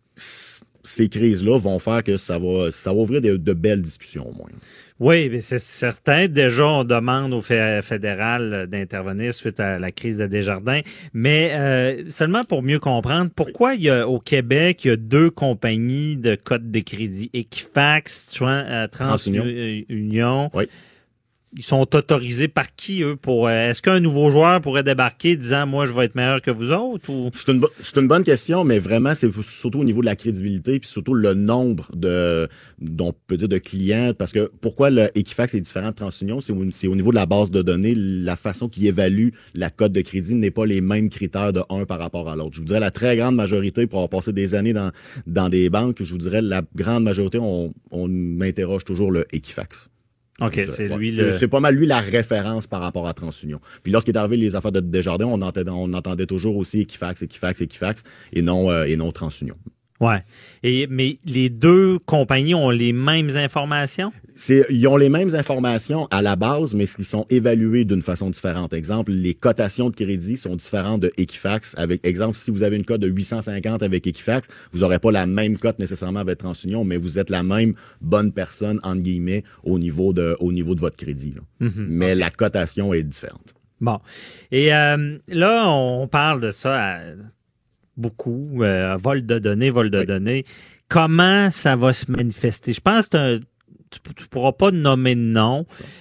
ces crises-là vont faire que ça va, ça va ouvrir de, de belles discussions, au moins. Oui, mais c'est certain. Déjà, on demande au fédéral d'intervenir suite à la crise de Desjardins. Mais euh, seulement pour mieux comprendre, pourquoi oui. il y a, au Québec, il y a deux compagnies de codes de crédit, Equifax, euh, TransUnion. Trans oui. Ils sont autorisés par qui, eux, pour... Euh, est-ce qu'un nouveau joueur pourrait débarquer disant « Moi, je vais être meilleur que vous autres » ou... C'est une, c'est une bonne question, mais vraiment, c'est surtout au niveau de la crédibilité puis surtout le nombre de, on peut dire, de clients. Parce que pourquoi le Equifax est différent de TransUnion, c'est au, c'est au niveau de la base de données, la façon qui évalue la cote de crédit n'est pas les mêmes critères de un par rapport à l'autre. Je vous dirais la très grande majorité, pour avoir passé des années dans, dans des banques, je vous dirais la grande majorité, on, on interroge toujours le Equifax. OK, donc, c'est ouais, lui c'est, le... c'est pas mal lui la référence par rapport à TransUnion. Puis lorsqu'il est arrivé les affaires de Desjardins, on entendait, on entendait toujours aussi Equifax, Equifax, Equifax, et non, euh, et non TransUnion. Ouais. Et, mais les deux compagnies ont les mêmes informations? C'est, ils ont les mêmes informations à la base, mais ils sont évalués d'une façon différente. Exemple, les cotations de crédit sont différentes de Equifax. Avec, exemple, si vous avez une cote de huit cent cinquante avec Equifax, vous n'aurez pas la même cote nécessairement avec TransUnion, mais vous êtes la même bonne personne, entre guillemets, au niveau de, au niveau de votre crédit. Là. Mm-hmm. Mais okay. La cotation est différente. Bon. Et euh, là, on parle de ça à... beaucoup, euh, vol de données, vol de oui. données. Comment ça va se manifester? Je pense que tu ne pourras pas nommer de nom,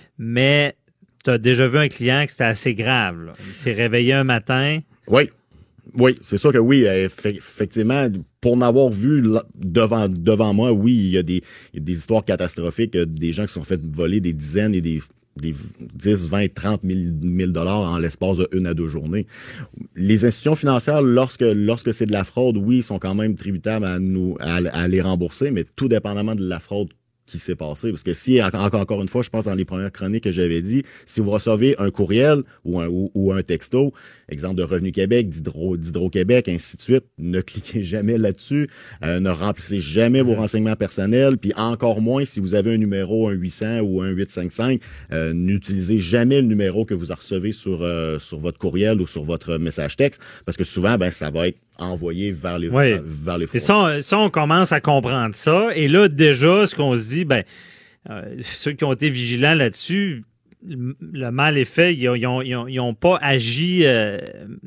mais tu as déjà vu un client que c'était assez grave. Là. Il s'est réveillé un matin. Oui, oui, c'est sûr que oui, effectivement, pour en avoir vu devant, devant moi, oui, il y a des, il y a des histoires catastrophiques, des gens qui se sont fait voler des dizaines et des des dix, vingt, trente mille dollars en l'espace de une à deux journées. Les institutions financières, lorsque lorsque c'est de la fraude, oui, ils sont quand même tributables à nous à, à les rembourser, mais tout dépendamment de la fraude qui s'est passé. Parce que si, encore, encore une fois, je pense dans les premières chroniques que j'avais dit, si vous recevez un courriel ou un, ou, ou un texto, exemple de Revenu Québec, d'Hydro, d'Hydro-Québec, ainsi de suite, ne cliquez jamais là-dessus, euh, ne remplissez jamais vos renseignements personnels, puis encore moins si vous avez un numéro, un huit cents ou un huit cent cinquante-cinq, euh, n'utilisez jamais le numéro que vous recevez sur, euh, sur votre courriel ou sur votre message texte, parce que souvent, ben, ça va être envoyé vers les, oui. vers les fraudes. Et ça, ça, on commence à comprendre ça. Et là, déjà, ce qu'on se dit, ben, euh, ceux qui ont été vigilants là-dessus, le mal est fait. Ils n'ont ils ont, ils ont pas agi euh,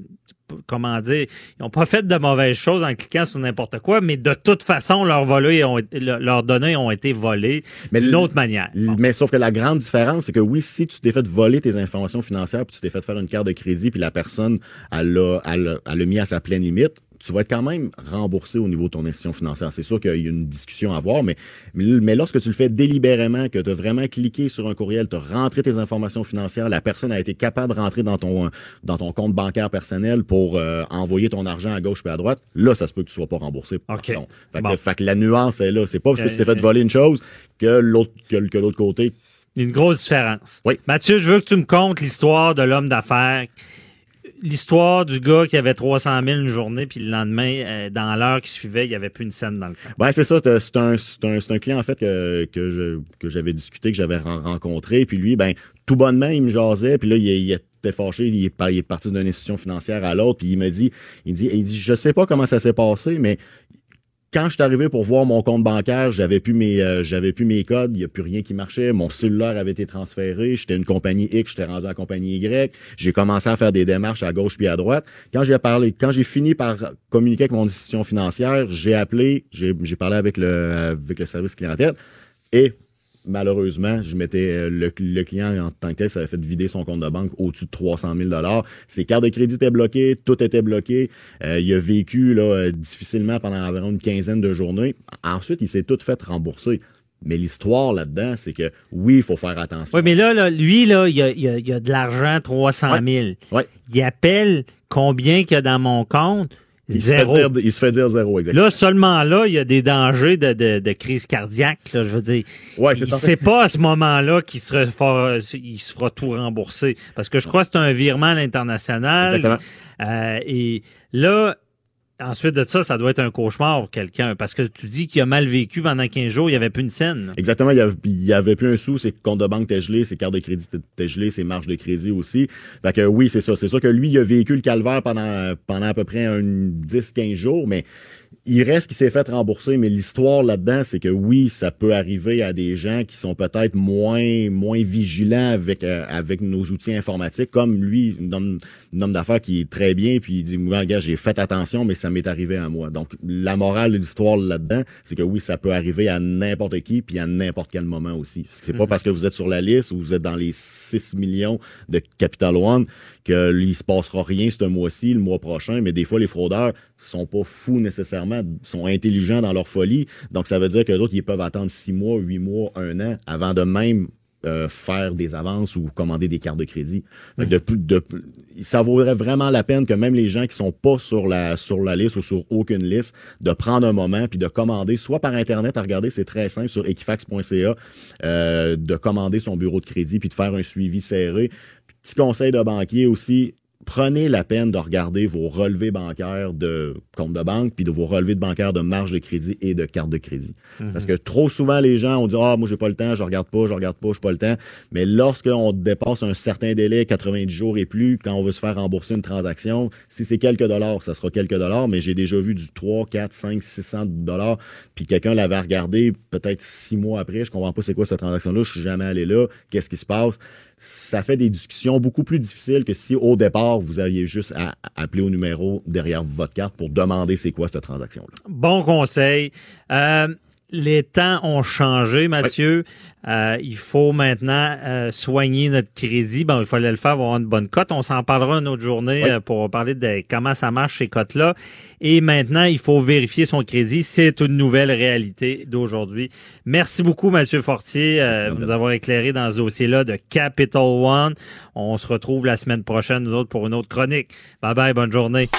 comment dire, ils n'ont pas fait de mauvaises choses en cliquant sur n'importe quoi, mais de toute façon, leurs volets ont, leurs données ont été volées d'une autre manière. Bon. Mais sauf que la grande différence, c'est que oui, si tu t'es fait voler tes informations financières, puis tu t'es fait faire une carte de crédit, puis la personne, elle l'a, elle l'a, elle l'a mis à sa pleine limite, tu vas être quand même remboursé au niveau de ton institution financière. C'est sûr qu'il y a une discussion à avoir, mais, mais lorsque tu le fais délibérément, que tu as vraiment cliqué sur un courriel, tu as rentré tes informations financières, la personne a été capable de rentrer dans ton, dans ton compte bancaire personnel pour euh, envoyer ton argent à gauche puis à droite, là, ça se peut que tu sois pas remboursé. Okay. Fait, bon. que, fait que la nuance est là. C'est pas parce que tu t'es fait voler une chose que l'autre, que, que l'autre côté. Une grosse différence. Oui. Mathieu, je veux que tu me contes l'histoire de l'homme d'affaires. L'histoire du gars qui avait trois cent mille une journée, puis le lendemain, euh, dans l'heure qui suivait, il n'y avait plus une scène dans le compte. Ben, c'est ça. C'est, c'est, un, c'est, un, c'est un client, en fait, que, que, je, que j'avais discuté, que j'avais rencontré. Puis lui, ben, tout bonnement, il me jasait. Puis là, il, il était fâché. Il est, il est parti d'une institution financière à l'autre. Puis il me dit, il dit, il dit, je sais pas comment ça s'est passé, mais quand je suis arrivé pour voir mon compte bancaire, j'avais plus mes euh, j'avais plus mes codes, il y a plus rien qui marchait, mon cellulaire avait été transféré, j'étais une compagnie X, j'étais rendu à la compagnie Y, j'ai commencé à faire des démarches à gauche puis à droite. Quand j'ai parlé quand j'ai fini par communiquer avec mon institution financière, j'ai appelé, j'ai j'ai parlé avec le avec le service clientèle et malheureusement, je m'étais le, le client en tant que tel, ça avait fait vider son compte de banque au-dessus de trois cent mille dollars. Ses cartes de crédit étaient bloquées, tout était bloqué. Euh, il a vécu là difficilement pendant environ une quinzaine de journées. Ensuite, il s'est tout fait rembourser. Mais l'histoire là-dedans, c'est que oui, il faut faire attention. Oui, mais là, là lui, là, il y a, il y a, il y a de l'argent, trois cent mille. Ouais. Ouais. Il appelle combien qu'il y a dans mon compte? Il zéro. Se fait dire, il se fait dire zéro, exactement. Là, seulement là, il y a des dangers de, de, de crise cardiaque, là, je veux dire. Ouais, c'est il ne sait pas à ce moment-là qu'il se fera, il se fera tout rembourser. Parce que je crois que c'est un virement à l'international. Exactement. Euh, et là, ensuite de ça, ça doit être un cauchemar pour quelqu'un. Parce que tu dis qu'il a mal vécu pendant quinze jours, il n'y avait plus une scène. Là. Exactement, il y avait, il y avait plus un sou, ses comptes de banque étaient gelés, ses cartes de crédit étaient gelées, ses marges de crédit aussi. Fait que oui, c'est ça. C'est sûr que lui, il a vécu le calvaire pendant, pendant à peu près un dix à quinze jours, mais il reste qu'il s'est fait rembourser, mais l'histoire là-dedans, c'est que oui, ça peut arriver à des gens qui sont peut-être moins moins vigilants avec euh, avec nos outils informatiques, comme lui, un homme, un homme d'affaires qui est très bien, puis il dit, moi, gars, j'ai fait attention, mais ça m'est arrivé à moi. Donc, la morale de l'histoire là-dedans, c'est que oui, ça peut arriver à n'importe qui, puis à n'importe quel moment aussi. Parce que c'est mm-hmm. pas parce que vous êtes sur la liste ou vous êtes dans les six millions de Capital One que il se passera rien ce mois-ci, le mois prochain, mais des fois, les fraudeurs sont pas fous nécessairement, sont intelligents dans leur folie. Donc, ça veut dire que d'autres, ils peuvent attendre six mois, huit mois, un an avant de même euh, faire des avances ou commander des cartes de crédit. Mmh. De, de, ça vaudrait vraiment la peine que même les gens qui sont pas sur la sur la liste ou sur aucune liste, de prendre un moment puis de commander, soit par Internet, à regarder, c'est très simple, sur equifax point c a, euh, de commander son bureau de crédit puis de faire un suivi serré. Petit conseil de banquier aussi, prenez la peine de regarder vos relevés bancaires de compte de banque puis de vos relevés de bancaires de marge de crédit et de carte de crédit. Mm-hmm. Parce que trop souvent, les gens ont dit « Ah, moi, j'ai pas le temps, je regarde pas, je regarde pas, j'ai pas le temps. » Mais lorsqu'on dépasse un certain délai, quatre-vingt-dix jours et plus, quand on veut se faire rembourser une transaction, si c'est quelques dollars, ça sera quelques dollars, mais j'ai déjà vu du trois, quatre, cinq, six cents dollars, puis quelqu'un l'avait regardé peut-être six mois après, je comprends pas c'est quoi cette transaction-là, je suis jamais allé là, qu'est-ce qui se passe? Ça fait des discussions beaucoup plus difficiles que si, au départ, vous aviez juste à appeler au numéro derrière votre carte pour demander c'est quoi cette transaction-là. Bon conseil. Euh, les temps ont changé, Mathieu. Oui. Euh, il faut maintenant euh, soigner notre crédit. Bon, il fallait le faire pour avoir une bonne cote. On s'en parlera une autre journée oui. euh, pour parler de comment ça marche ces cotes-là. Et maintenant, il faut vérifier son crédit. C'est une nouvelle réalité d'aujourd'hui. Merci beaucoup, Mathieu Fortier, euh, de nous avoir éclairé dans ce dossier-là de Capital One. On se retrouve la semaine prochaine, nous autres, pour une autre chronique. Bye bye, bonne journée.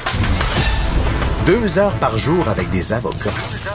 Deux heures par jour avec des avocats.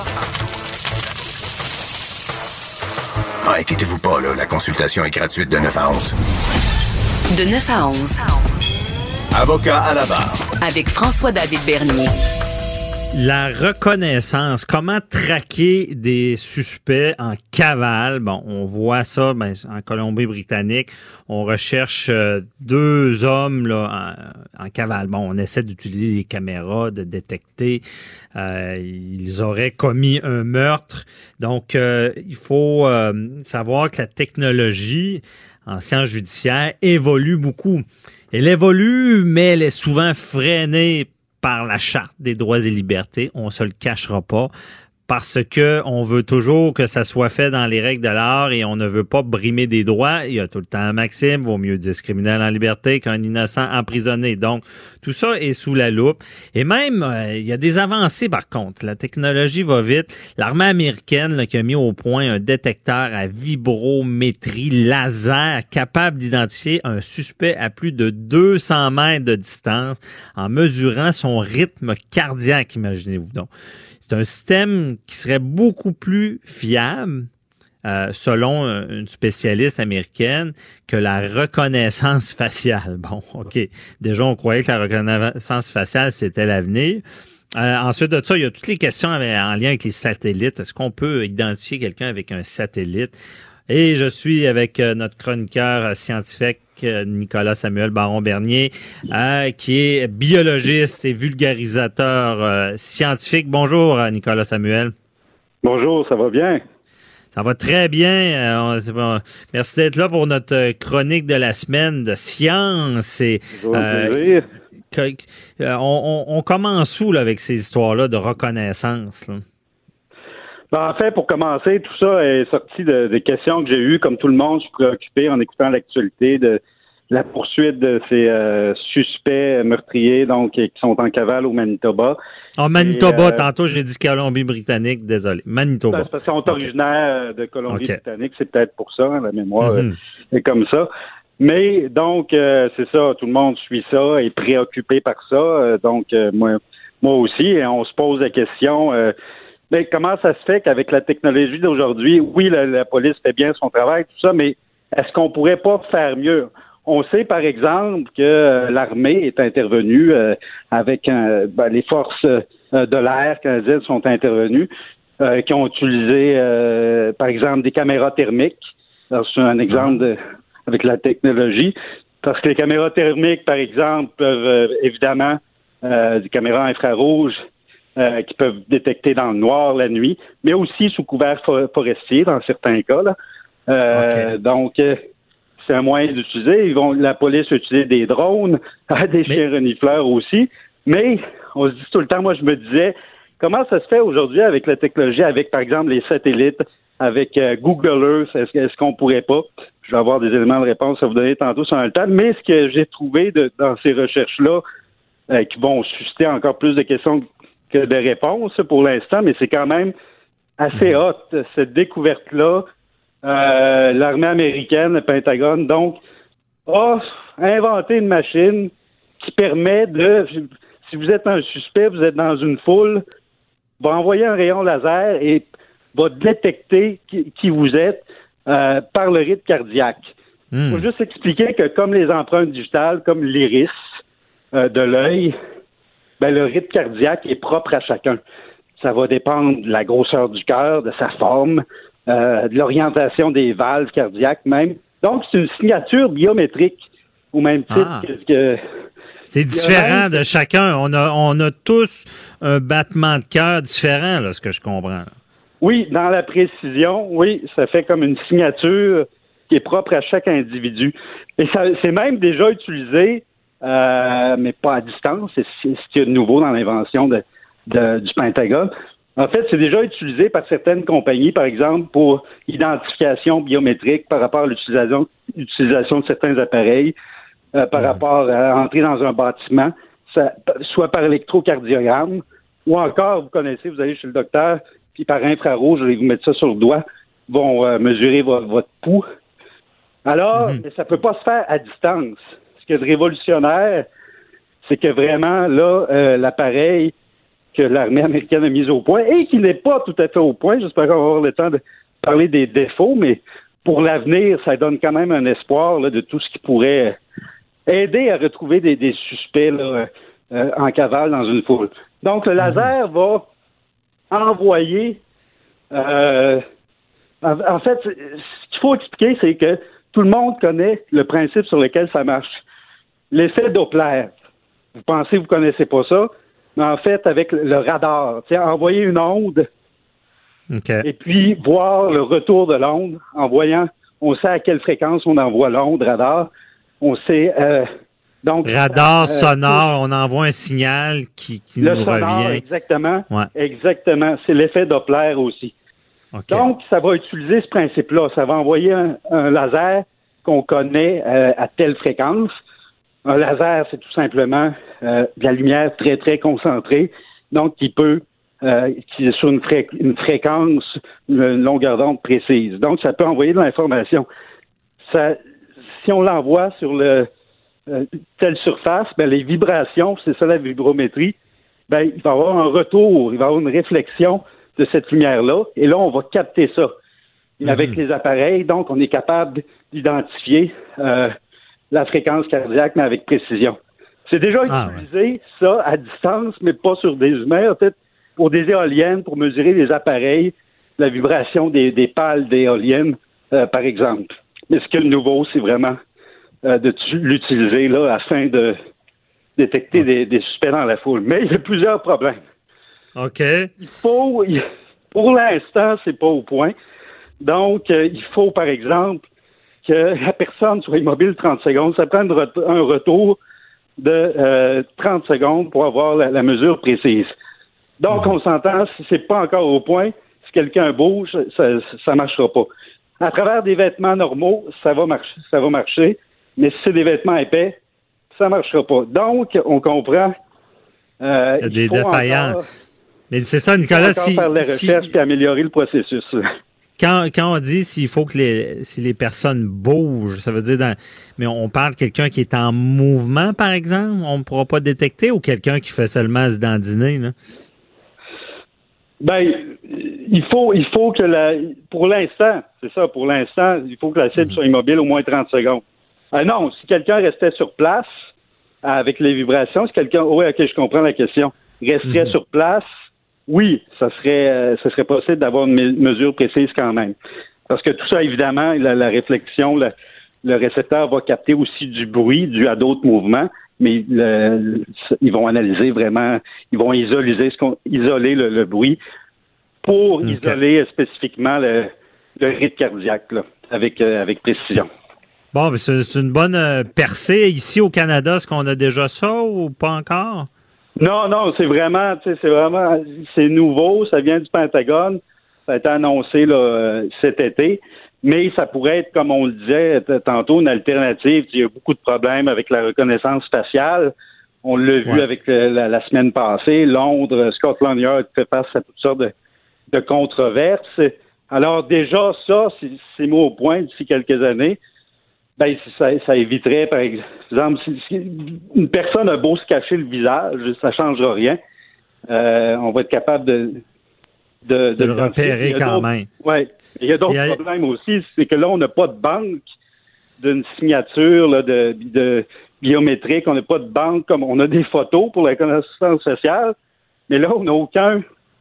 Ah, inquiétez-vous pas, là, la consultation est gratuite de neuf à onze. De neuf à onze. Avocat à la barre. Avec François-David Bernier. La reconnaissance, comment traquer des suspects en cavale. Bon, on voit ça ben, en Colombie-Britannique. On recherche euh, deux hommes là en, en cavale. Bon, on essaie d'utiliser les caméras, de détecter. Euh, ils auraient commis un meurtre. Donc, euh, il faut euh, savoir que la technologie en sciences judiciaires évolue beaucoup. Elle évolue, mais elle est souvent freinée par la Charte des droits et libertés. On se le cachera pas. Parce que on veut toujours que ça soit fait dans les règles de l'art et on ne veut pas brimer des droits. Il y a tout le temps un maxime, vaut mieux dix criminels en liberté qu'un innocent emprisonné. Donc, tout ça est sous la loupe. Et même, euh, il y a des avancées par contre. La technologie va vite. L'armée américaine là, qui a mis au point un détecteur à vibrométrie laser capable d'identifier un suspect à plus de deux cents mètres de distance en mesurant son rythme cardiaque, imaginez-vous donc. C'est un système qui serait beaucoup plus fiable, euh, selon une spécialiste américaine, que la reconnaissance faciale. Bon, OK. Déjà, on croyait que la reconnaissance faciale, c'était l'avenir. Euh, ensuite de ça, il y a toutes les questions en lien avec les satellites. Est-ce qu'on peut identifier quelqu'un avec un satellite? Et je suis avec euh, notre chroniqueur scientifique, Nicolas Samuel Baron-Bernier, euh, qui est biologiste et vulgarisateur euh, scientifique. Bonjour, Nicolas Samuel. Bonjour, ça va bien? Ça va très bien. Euh, bon. Merci d'être là pour notre chronique de la semaine de science. Et, euh, que, euh, on, on, on commence où là, avec ces histoires-là de reconnaissance? Là? Ben, en fait, pour commencer, tout ça est sorti de, des questions que j'ai eues, comme tout le monde, je suis préoccupé en écoutant l'actualité de la poursuite de ces euh, suspects meurtriers, donc qui sont en cavale au Manitoba. En Manitoba, Et, euh, tantôt j'ai dit Colombie-Britannique, désolé. Manitoba. C'est parce qu'ils sont okay. originaires de Colombie-Britannique, okay. C'est peut-être pour ça, hein, la mémoire mm-hmm. est comme ça. Mais donc, euh, c'est ça, tout le monde suit ça, est préoccupé par ça. Euh, donc, euh, moi, moi aussi, et on se pose la question... Euh, Mais comment ça se fait qu'avec la technologie d'aujourd'hui, oui, la, la police fait bien son travail, tout ça, mais est-ce qu'on pourrait pas faire mieux? On sait, par exemple, que euh, l'armée est intervenue euh, avec euh, ben, les forces euh, de l'air canadiennes sont intervenues, euh, qui ont utilisé, euh, par exemple, des caméras thermiques. Alors, c'est un exemple de, avec la technologie. Parce que les caméras thermiques, par exemple, peuvent euh, évidemment, euh, des caméras infrarouges, Euh, qui peuvent détecter dans le noir la nuit, mais aussi sous couvert forestier dans certains cas. Là. Euh, okay. Donc, euh, c'est un moyen d'utiliser. Ils vont, la police va utiliser des drones, des mais... chiens renifleurs aussi. Mais on se dit tout le temps, moi je me disais, comment ça se fait aujourd'hui avec la technologie, avec par exemple les satellites, avec euh, Google Earth, est-ce, est-ce qu'on pourrait pas? Je vais avoir des éléments de réponse à vous donner tantôt sur un temps. Mais ce que j'ai trouvé de, dans ces recherches-là, euh, qui vont susciter encore plus de questions que de réponses pour l'instant, mais c'est quand même assez hot, cette découverte-là. Euh, l'armée américaine, le Pentagone, donc, a inventé une machine qui permet de, si vous êtes un suspect, vous êtes dans une foule, va envoyer un rayon laser et va détecter qui, qui vous êtes euh, par le rythme cardiaque. Il mmh. faut juste expliquer que comme les empreintes digitales, comme l'iris euh, de l'œil, ben, le rythme cardiaque est propre à chacun. Ça va dépendre de la grosseur du cœur, de sa forme, euh, de l'orientation des valves cardiaques même. Donc, c'est une signature biométrique au même titre ah. que... que c'est différent même... de chacun. On a, on a tous un battement de cœur différent, là, ce que je comprends. Là. Oui, dans la précision, oui, ça fait comme une signature qui est propre à chaque individu. Et ça, c'est même déjà utilisé Euh, mais pas à distance. C'est, c'est ce qu'il y a de nouveau dans l'invention de, de, du Pentagone. En fait, c'est déjà utilisé par certaines compagnies, par exemple, pour identification biométrique par rapport à l'utilisation, l'utilisation de certains appareils, euh, par mmh. rapport à entrer dans un bâtiment, ça, soit par électrocardiogramme, ou encore, vous connaissez, vous allez chez le docteur, puis par infrarouge, je vais vous mettre ça sur le doigt, vont euh, mesurer vo- votre pouls. Alors, mmh. ça peut pas se faire à distance. Ce qui est révolutionnaire, c'est que vraiment, là, euh, l'appareil que l'armée américaine a mis au point, et qui n'est pas tout à fait au point, j'espère qu'on va avoir le temps de parler des défauts, mais pour l'avenir, ça donne quand même un espoir là, de tout ce qui pourrait aider à retrouver des, des suspects là, euh, en cavale dans une foule. Donc, le laser va envoyer... Euh, en, en fait, ce qu'il faut expliquer, c'est que tout le monde connaît le principe sur lequel ça marche. L'effet Doppler. Vous pensez que vous ne connaissez pas ça, mais en fait, avec le radar, envoyer une onde okay. et puis voir le retour de l'onde en voyant, On sait à quelle fréquence on envoie l'onde radar. On sait... Euh, donc radar euh, sonore, on envoie un signal qui, qui le nous sonore, revient. Exactement. Ouais. Exactement. C'est l'effet Doppler aussi. Okay. Donc, ça va utiliser ce principe-là. Ça va envoyer un, un laser qu'on connaît euh, à telle fréquence. Un laser, c'est tout simplement euh, de la lumière très, très concentrée, donc qui peut, euh, qui est sur une, fré- une fréquence, une longueur d'onde précise. Donc, ça peut envoyer de l'information. Ça, si on l'envoie sur le euh, telle surface, ben, les vibrations, c'est ça la vibrométrie, ben, il va y avoir un retour, il va y avoir une réflexion de cette lumière-là, et là, on va capter ça. Et avec mm-hmm. les appareils, donc, on est capable d'identifier euh, la fréquence cardiaque, mais avec précision. C'est déjà ah, utilisé, ouais. ça, à distance, mais pas sur des humains, peut-être pour des éoliennes, pour mesurer les appareils, la vibration des, des pales d'éoliennes, euh, par exemple. Mais ce qui est le nouveau, c'est vraiment euh, de t- l'utiliser là afin de détecter ah. des, des suspects dans la foule. Mais il y a plusieurs problèmes. OK. Il faut, il, pour l'instant, c'est pas au point. Donc, euh, il faut, par exemple, que la personne soit immobile trente secondes. Ça prend un retour de euh, trente secondes pour avoir la, la mesure précise. Donc, mmh. on s'entend, si c'est pas encore au point, si quelqu'un bouge, ça ça marchera pas. À travers des vêtements normaux, ça va marcher, ça va marcher, mais si c'est des vêtements épais, ça marchera pas. Donc, on comprend. Euh, il y a des il faut défaillances. Encore, mais c'est ça, Nicolas. Il faut encore si, faire les recherches si... et améliorer le processus. Quand, quand on dit s'il faut que les si les personnes bougent, ça veut dire dans, mais on parle de quelqu'un qui est en mouvement, par exemple, on ne pourra pas détecter, ou quelqu'un qui fait seulement se dandiner, là? Ben, il faut il faut que la pour l'instant, c'est ça, pour l'instant, il faut que la cible soit immobile au moins trente secondes. Ah non, si quelqu'un restait sur place avec les vibrations, si quelqu'un oh, oui, ok, je comprends la question, resterait mm-hmm. sur place. Oui, ça serait euh, ça serait possible d'avoir une me- mesure précise quand même. Parce que tout ça, évidemment, la, la réflexion, la, le récepteur va capter aussi du bruit dû à d'autres mouvements, mais le, le, ils vont analyser vraiment, ils vont isoler, ce qu'on, isoler le, le bruit pour okay. isoler spécifiquement le, le rythme cardiaque là, avec, euh, avec précision. Bon, mais c'est, c'est une bonne euh, percée. Ici au Canada, est-ce qu'on a déjà ça ou pas encore? Non, non, c'est vraiment, tu sais, c'est vraiment, c'est nouveau, ça vient du Pentagone, ça a été annoncé là, cet été, mais ça pourrait être, comme on le disait t- tantôt, une alternative. Il y a beaucoup de problèmes avec la reconnaissance faciale. On l'a vu ouais. avec le, la, la semaine passée, Londres, Scotland Yard fait face à toutes sortes de, de controverses. Alors déjà, ça, c'est, c'est mis au point d'ici quelques années. Ben, ça, ça éviterait, par exemple, si, si une personne a beau se cacher le visage, ça ne changera rien. Euh, on va être capable de... De, de, de le repérer quand même. Oui. Il y a d'autres a... problèmes aussi, c'est que là, on n'a pas de banque d'une signature là, de, de biométrique, on n'a pas de banque comme on a des photos pour la reconnaissance faciale, mais là, on n'a aucun,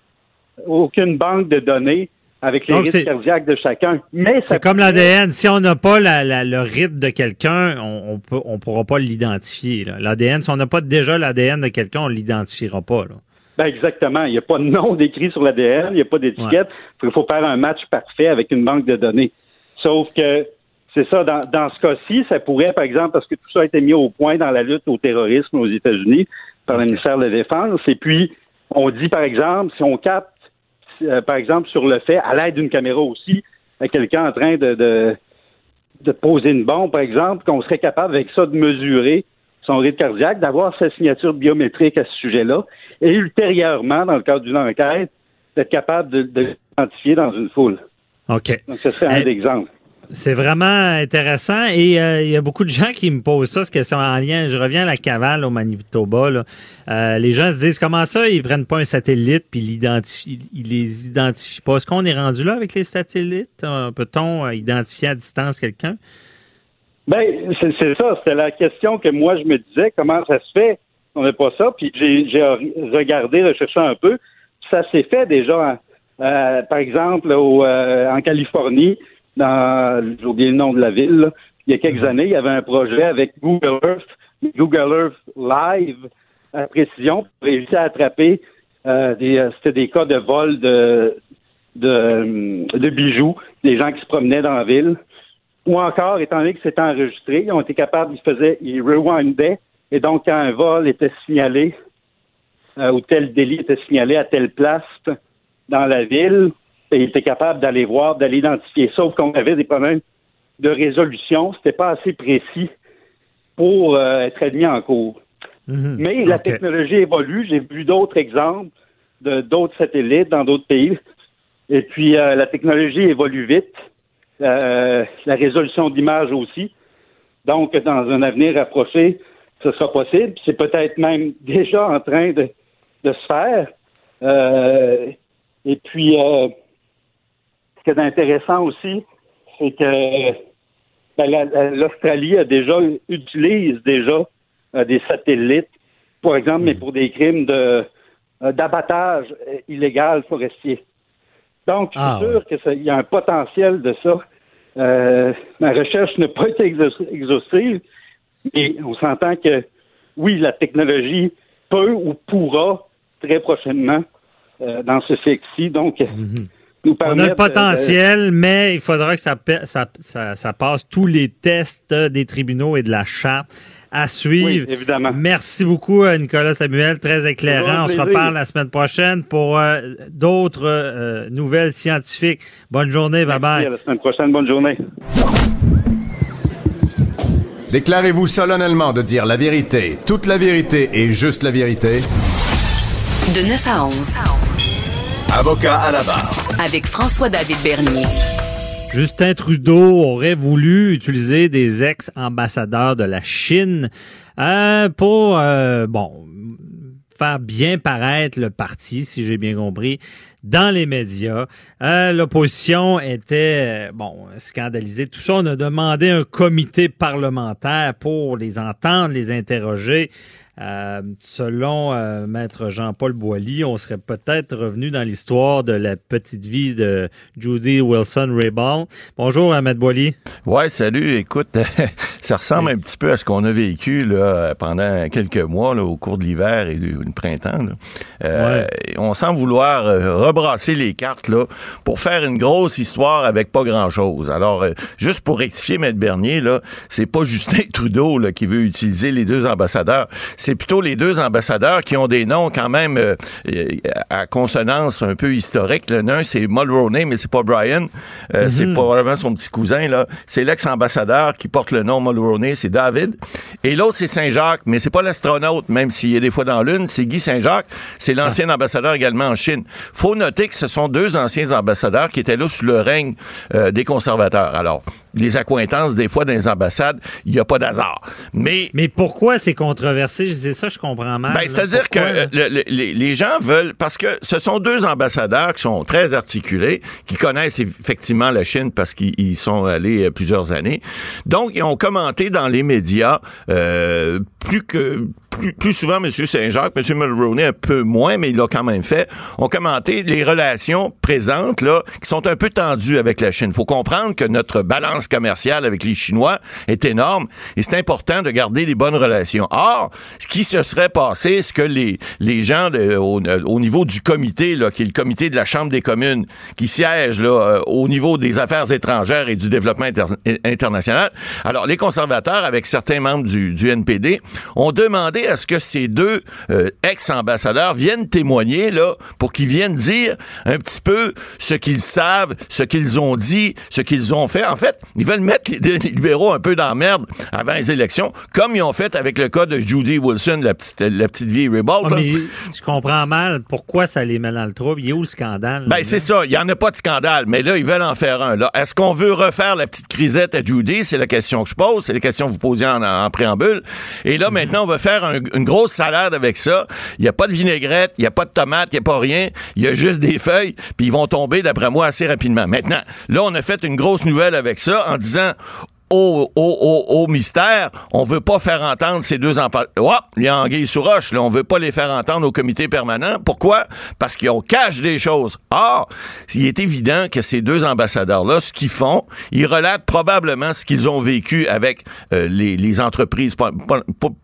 aucune banque de données avec les Donc, rythmes c'est... cardiaques de chacun. Mais ça c'est comme l'A D N. Si on n'a pas la, la, le rythme de quelqu'un, on ne on pourra pas l'identifier. Là. L'A D N, si on n'a pas déjà l'A D N de quelqu'un, on ne l'identifiera pas. Là. Ben exactement. Il n'y a pas de nom décrit sur l'A D N, il n'y a pas d'étiquette. Ouais. Il faut faire un match parfait avec une banque de données. Sauf que, c'est ça, dans, dans ce cas-ci, ça pourrait, par exemple, parce que tout ça a été mis au point dans la lutte au terrorisme aux États-Unis par le ministère de la Défense, et puis on dit, par exemple, si on capte Euh, par exemple, sur le fait, à l'aide d'une caméra aussi, à quelqu'un en train de, de, de poser une bombe, par exemple, qu'on serait capable avec ça de mesurer son rythme cardiaque, d'avoir sa signature biométrique à ce sujet-là, et ultérieurement, dans le cadre d'une enquête, d'être capable de, de l'identifier dans une foule. OK. Donc, ce serait un euh, exemple. C'est vraiment intéressant et euh, il y a beaucoup de gens qui me posent ça, cette question en lien. Je reviens à la cavale au Manitoba. Là. Euh, les gens se disent comment ça, ils prennent pas un satellite puis ils l'identifient, ils les identifient pas. Est-ce qu'on est rendu là avec les satellites? Euh, peut-on euh, identifier à distance quelqu'un? Ben, c'est, c'est ça. C'était la question que moi je me disais. Comment ça se fait? On n'a pas ça. Puis j'ai, j'ai regardé, recherché un peu. Ça s'est fait déjà, euh, par exemple, au, euh, en Californie. Dans, j'ai oublié le nom de la ville, là. Il y a quelques années, il y avait un projet avec Google Earth, Google Earth Live à précision pour réussir à attraper euh, des, euh, c'était des cas de vol de, de, de bijoux, des gens qui se promenaient dans la ville. ou encore, étant donné que c'était enregistré, ils ont été capables, ils faisaient, ils rewindaient, et donc quand un vol était signalé, euh, ou tel délit était signalé à telle place dans la ville, et ils étaient capables d'aller voir, d'aller identifier. Sauf qu'on avait des problèmes de résolution, c'était pas assez précis pour euh, être admis en cours. Mm-hmm. Mais la okay. technologie évolue. J'ai vu d'autres exemples de d'autres satellites dans d'autres pays. Et puis, euh, la technologie évolue vite. Euh, la résolution d'image aussi. Donc, dans un avenir rapproché, ce sera possible. C'est peut-être même déjà en train de, de se faire. Euh, et puis, euh, ce qui est intéressant aussi, c'est que ben, la, la, l'Australie a déjà utilise déjà euh, des satellites, par exemple, mmh. mais pour des crimes de euh, d'abattage illégal forestier. Donc, je suis ah, sûr ouais. qu'il y a un potentiel de ça. Euh, ma recherche n'a pas été exhaustive, mais on s'entend que, oui, la technologie peut ou pourra très prochainement euh, dans ce siècle-ci. Donc, mmh. nous on a le potentiel, euh, mais il faudra que ça, ça, ça, ça passe tous les tests des tribunaux et de la charte à suivre. Oui, évidemment. Merci beaucoup, Nicolas Samuel. Très éclairant. On se reparle la semaine prochaine pour euh, d'autres euh, nouvelles scientifiques. Bonne journée. Bye bye. Merci, à la semaine prochaine. Bonne journée. Déclarez-vous solennellement de dire la vérité, toute la vérité et juste la vérité. De neuf à onze. Avocat à la barre. Avec François-David Bernier. Justin Trudeau aurait voulu utiliser des ex-ambassadeurs de la Chine euh, pour, euh, bon, faire bien paraître le parti, si j'ai bien compris, dans les médias. Euh, l'opposition était, bon, scandalisée. Tout ça, on a demandé un comité parlementaire pour les entendre, les interroger. Euh, selon euh, Maître Jean-Paul Boilly, on serait peut-être revenu dans l'histoire de la petite vie de Judy Wilson-Raybould. Bonjour, Maître Boilly. Ouais, salut. Écoute, ça ressemble oui. un petit peu à ce qu'on a vécu là, pendant quelques mois là, au cours de l'hiver et du, du printemps. Là. Euh, ouais. On semble vouloir euh, rebrasser les cartes là, pour faire une grosse histoire avec pas grand-chose. Alors, euh, juste pour rectifier, Maître Bernier, là, c'est pas Justin Trudeau là, qui veut utiliser les deux ambassadeurs. C'est plutôt les deux ambassadeurs qui ont des noms quand même euh, à consonance un peu historique. L'un, c'est Mulroney, mais c'est pas Brian. Euh, mm-hmm. C'est probablement son petit cousin. Là. C'est l'ex-ambassadeur qui porte le nom Mulroney, c'est David. Et l'autre, c'est Saint-Jacques, mais c'est pas l'astronaute, même s'il est des fois dans l'une. C'est Guy Saint-Jacques. C'est l'ancien ah. ambassadeur également en Chine. Faut noter que ce sont deux anciens ambassadeurs qui étaient là sous le règne euh, des conservateurs. Alors, les accointances, des fois, dans les ambassades, il n'y a pas d'hasard. Mais, mais pourquoi c'est controversé? C'est ça, je comprends mal. Ben, c'est-à-dire que euh, le, le, les, les gens veulent, parce que ce sont deux ambassadeurs qui sont très articulés, qui connaissent effectivement la Chine parce qu'ils sont allés plusieurs années. Donc, ils ont commenté dans les médias euh, plus que Plus, plus souvent, M. Saint-Jacques, M. Mulroney un peu moins, mais il l'a quand même fait, ont commenté les relations présentes, là, qui sont un peu tendues avec la Chine. Il faut comprendre que notre balance commerciale avec les Chinois est énorme et c'est important de garder des bonnes relations. Or, ce qui se serait passé, c'est que les, les gens de, au, au niveau du comité, là, qui est le comité de la Chambre des communes, qui siège là, au niveau des affaires étrangères et du développement inter- international, alors les conservateurs, avec certains membres du, du N P D, ont demandé à ce que ces deux euh, ex-ambassadeurs viennent témoigner là pour qu'ils viennent dire un petit peu ce qu'ils savent, ce qu'ils ont dit, ce qu'ils ont fait. En fait, ils veulent mettre les, les libéraux un peu dans la merde avant les élections, comme ils ont fait avec le cas de Judy Wilson, la petite, la petite vieille Raybould. Oh, mais je comprends mal pourquoi ça les met dans le trouble. Il y a où le scandale? Ben, là? C'est ça. Il n'y en a pas de scandale, mais là, ils veulent en faire un. Là. Est-ce qu'on veut refaire la petite crisette à Judy? C'est la question que je pose. C'est la question que vous posiez en, en préambule. Et là, mm-hmm. maintenant, on va faire un une grosse salade avec ça. Il n'y a pas de vinaigrette, il n'y a pas de tomate, il n'y a pas rien. Il y a juste des feuilles, puis ils vont tomber, d'après moi, assez rapidement. Maintenant, là, on a fait une grosse nouvelle avec ça en disant... Au, au, au, au mystère, on veut pas faire entendre ces deux ambassadeurs. Oh, il y a anguille sous roche, là, on veut pas les faire entendre au comité permanent. Pourquoi? Parce qu'on cache des choses. Or, il est évident que ces deux ambassadeurs-là, ce qu'ils font, ils relatent probablement ce qu'ils ont vécu avec euh, les, les entreprises, pas, pas,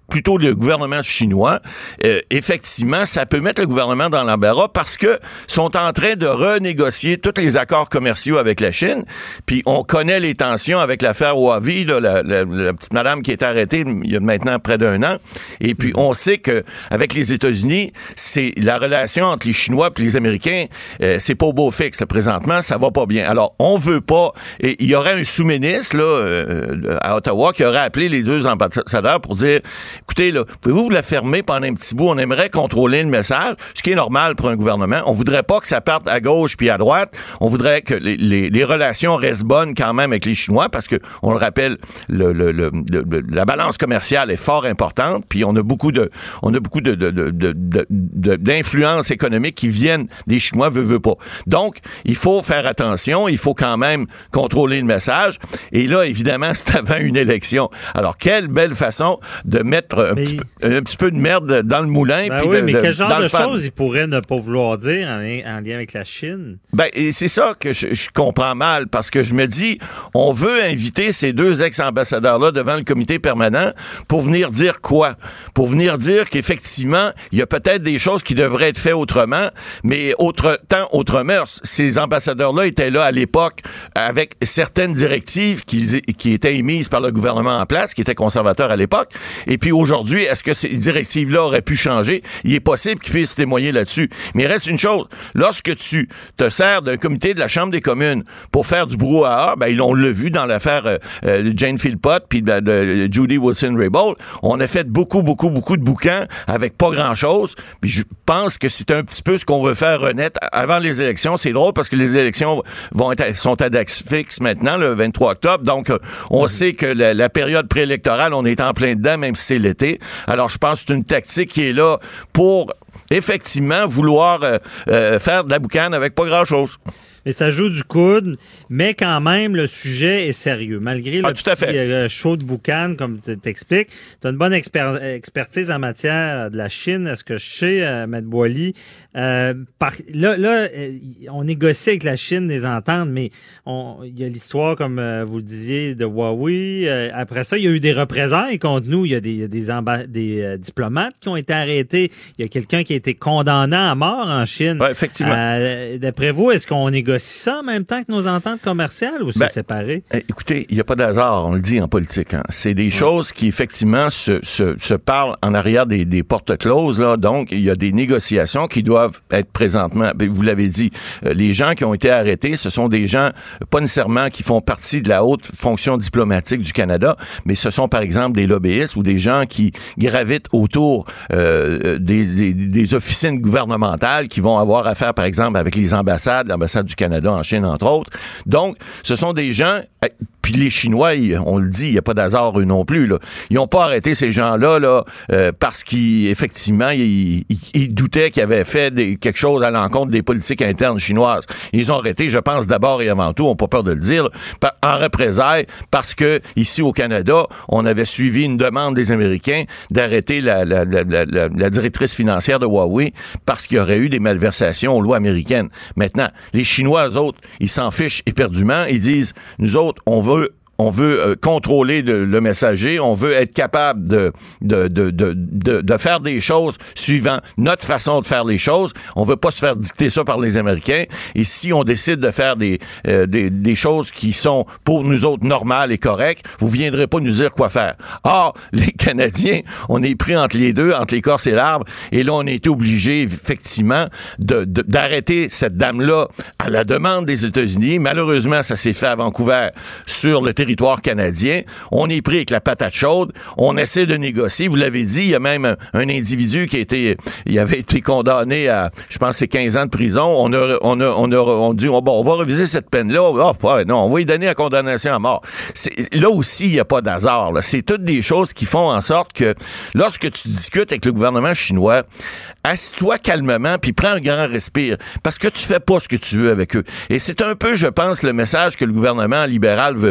plutôt le gouvernement chinois, euh, effectivement, ça peut mettre le gouvernement dans l'embarras parce que sont en train de renégocier tous les accords commerciaux avec la Chine. Puis on connaît les tensions avec l'affaire Huawei, là, la, la, la petite madame qui est arrêtée il y a maintenant près d'un an. Et puis on sait que avec les États-Unis, c'est la relation entre les Chinois et les Américains, euh, c'est pas au beau fixe. Là, présentement, ça va pas bien. Alors on veut pas. Et il y aurait un sous-ministre là euh, à Ottawa qui aurait appelé les deux ambassadeurs pour dire, écoutez, là, pouvez-vous vous la fermer pendant un petit bout? On aimerait contrôler le message, ce qui est normal pour un gouvernement. On voudrait pas que ça parte à gauche puis à droite. On voudrait que les, les, les relations restent bonnes quand même avec les Chinois parce que, on le rappelle, le, le, le, le, la balance commerciale est fort importante puis on a beaucoup de, on a beaucoup de, de, de, de, de, de, d'influences économiques qui viennent des Chinois, veut, veut pas. Donc, il faut faire attention, il faut quand même contrôler le message. Et là, évidemment, c'est avant une élection. Alors, quelle belle façon de mettre un, petit peu, un petit peu de merde dans le moulin. Ben puis oui, de, mais de, quel genre de fan. choses il pourrait ne pas vouloir dire en, en lien avec la Chine? Ben, et c'est ça que je, je comprends mal, parce que je me dis, on veut inviter ces deux ex-ambassadeurs-là devant le comité permanent pour venir dire quoi? Pour venir dire qu'effectivement, il y a peut-être des choses qui devraient être faites autrement, mais autre temps, autre mœurs. Ces ambassadeurs-là étaient là à l'époque avec certaines directives qui, qui étaient émises par le gouvernement en place, qui était conservateur à l'époque. Et puis aujourd'hui, est-ce que ces directives-là auraient pu changer? Il est possible qu'ils puissent témoigner là-dessus. Mais il reste une chose. Lorsque tu te sers d'un comité de la Chambre des communes pour faire du brouhaha, ben, ils on l'a vu dans l'affaire euh, euh, Jane Philpott puis de, de Judy Wilson-Raybould. On a fait beaucoup, beaucoup, beaucoup de boucans avec pas grand-chose. Puis je pense que c'est un petit peu ce qu'on veut faire renaître avant les élections. C'est drôle parce que les élections vont être, sont à date fixe maintenant, le vingt-trois octobre. Donc, on mmh. sait que la, la période préélectorale, on est en plein dedans, même si c'est l'été. Alors, je pense que c'est une tactique qui est là pour effectivement vouloir euh, euh, faire de la boucane avec pas grand-chose. Et ça joue du coude, mais quand même, le sujet est sérieux. Malgré ah, le petit euh, show de boucan, comme tu t'expliques, tu as une bonne exper- expertise en matière de la Chine, à ce que je sais, euh, M. Boily. Euh, par, là, là euh, on négocie avec la Chine des ententes, mais il y a l'histoire, comme euh, vous le disiez, de Huawei. Euh, après ça, il y a eu des représailles contre nous. Il y a des, des, amba- des euh, diplomates qui ont été arrêtés. Il y a quelqu'un qui a été condamné à mort en Chine. Oui, effectivement. Euh, d'après vous, est-ce qu'on négocie ça en même temps que nos ententes commerciales ou c'est ben, séparé? Écoutez, il n'y a pas d'hasard, on le dit en politique. Hein. C'est des ouais. choses qui, effectivement, se, se, se parlent en arrière des, des portes closes. Là. Donc, il y a des négociations qui doivent être présentement, vous l'avez dit, euh, les gens qui ont été arrêtés, ce sont des gens, pas nécessairement qui font partie de la haute fonction diplomatique du Canada, mais ce sont, par exemple, des lobbyistes ou des gens qui gravitent autour euh, des, des, des officines gouvernementales qui vont avoir affaire, par exemple, avec les ambassades, l'ambassade du Canada en Chine, entre autres. Donc, ce sont des gens... Puis les Chinois, on le dit, il n'y a pas d'hasard eux non plus. Là. Ils n'ont pas arrêté ces gens-là là, euh, parce qu'effectivement, ils, ils, ils doutaient qu'ils avaient fait des, quelque chose à l'encontre des politiques internes chinoises. Ils ont arrêté, je pense, d'abord et avant tout, on n'a pas peur de le dire, là, en représailles, parce que ici au Canada, on avait suivi une demande des Américains d'arrêter la, la, la, la, la, la directrice financière de Huawei parce qu'il y aurait eu des malversations aux lois américaines. Maintenant, les Chinois, eux autres, ils s'en fichent éperdument. Ils disent, nous autres, on veut On veut euh, contrôler le, le messager, on veut être capable de, de, de, de, de, de faire des choses suivant notre façon de faire les choses. On veut pas se faire dicter ça par les Américains. Et si on décide de faire des, euh, des, des choses qui sont pour nous autres normales et correctes, vous viendrez pas nous dire quoi faire. Or, les Canadiens, on est pris entre les deux, entre l'écorce et l'arbre, et là, on a été obligé, effectivement, de, de, d'arrêter cette dame-là à la demande des États-Unis. Malheureusement, ça s'est fait à Vancouver sur le territoire territoire canadien. On est pris avec la patate chaude. On essaie de négocier. Vous l'avez dit, il y a même un, un individu qui a été, il avait été condamné à, je pense, c'est quinze ans de prison. On a, on a, on a, on dit, oh, bon, on va reviser cette peine-là. Oh, ouais, non, on va lui donner la condamnation à mort. C'est, là aussi, il n'y a pas d'hasard, là. C'est toutes des choses qui font en sorte que lorsque tu discutes avec le gouvernement chinois, assis-toi calmement puis prends un grand respire parce que tu fais pas ce que tu veux avec eux. Et c'est un peu, je pense, le message que le gouvernement libéral veut faire.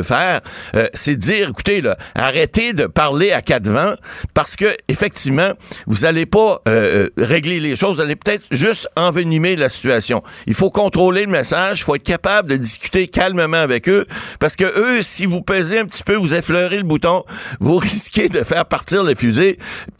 euh, c'est de dire, écoutez, là, arrêtez de parler à quatre vents parce que, effectivement, vous allez pas euh, régler les choses, vous allez peut-être juste envenimer la situation. Il faut contrôler le message, il faut être capable de discuter calmement avec eux parce que eux, si vous pesez un petit peu, vous effleurez le bouton, vous risquez de faire partir les fusées,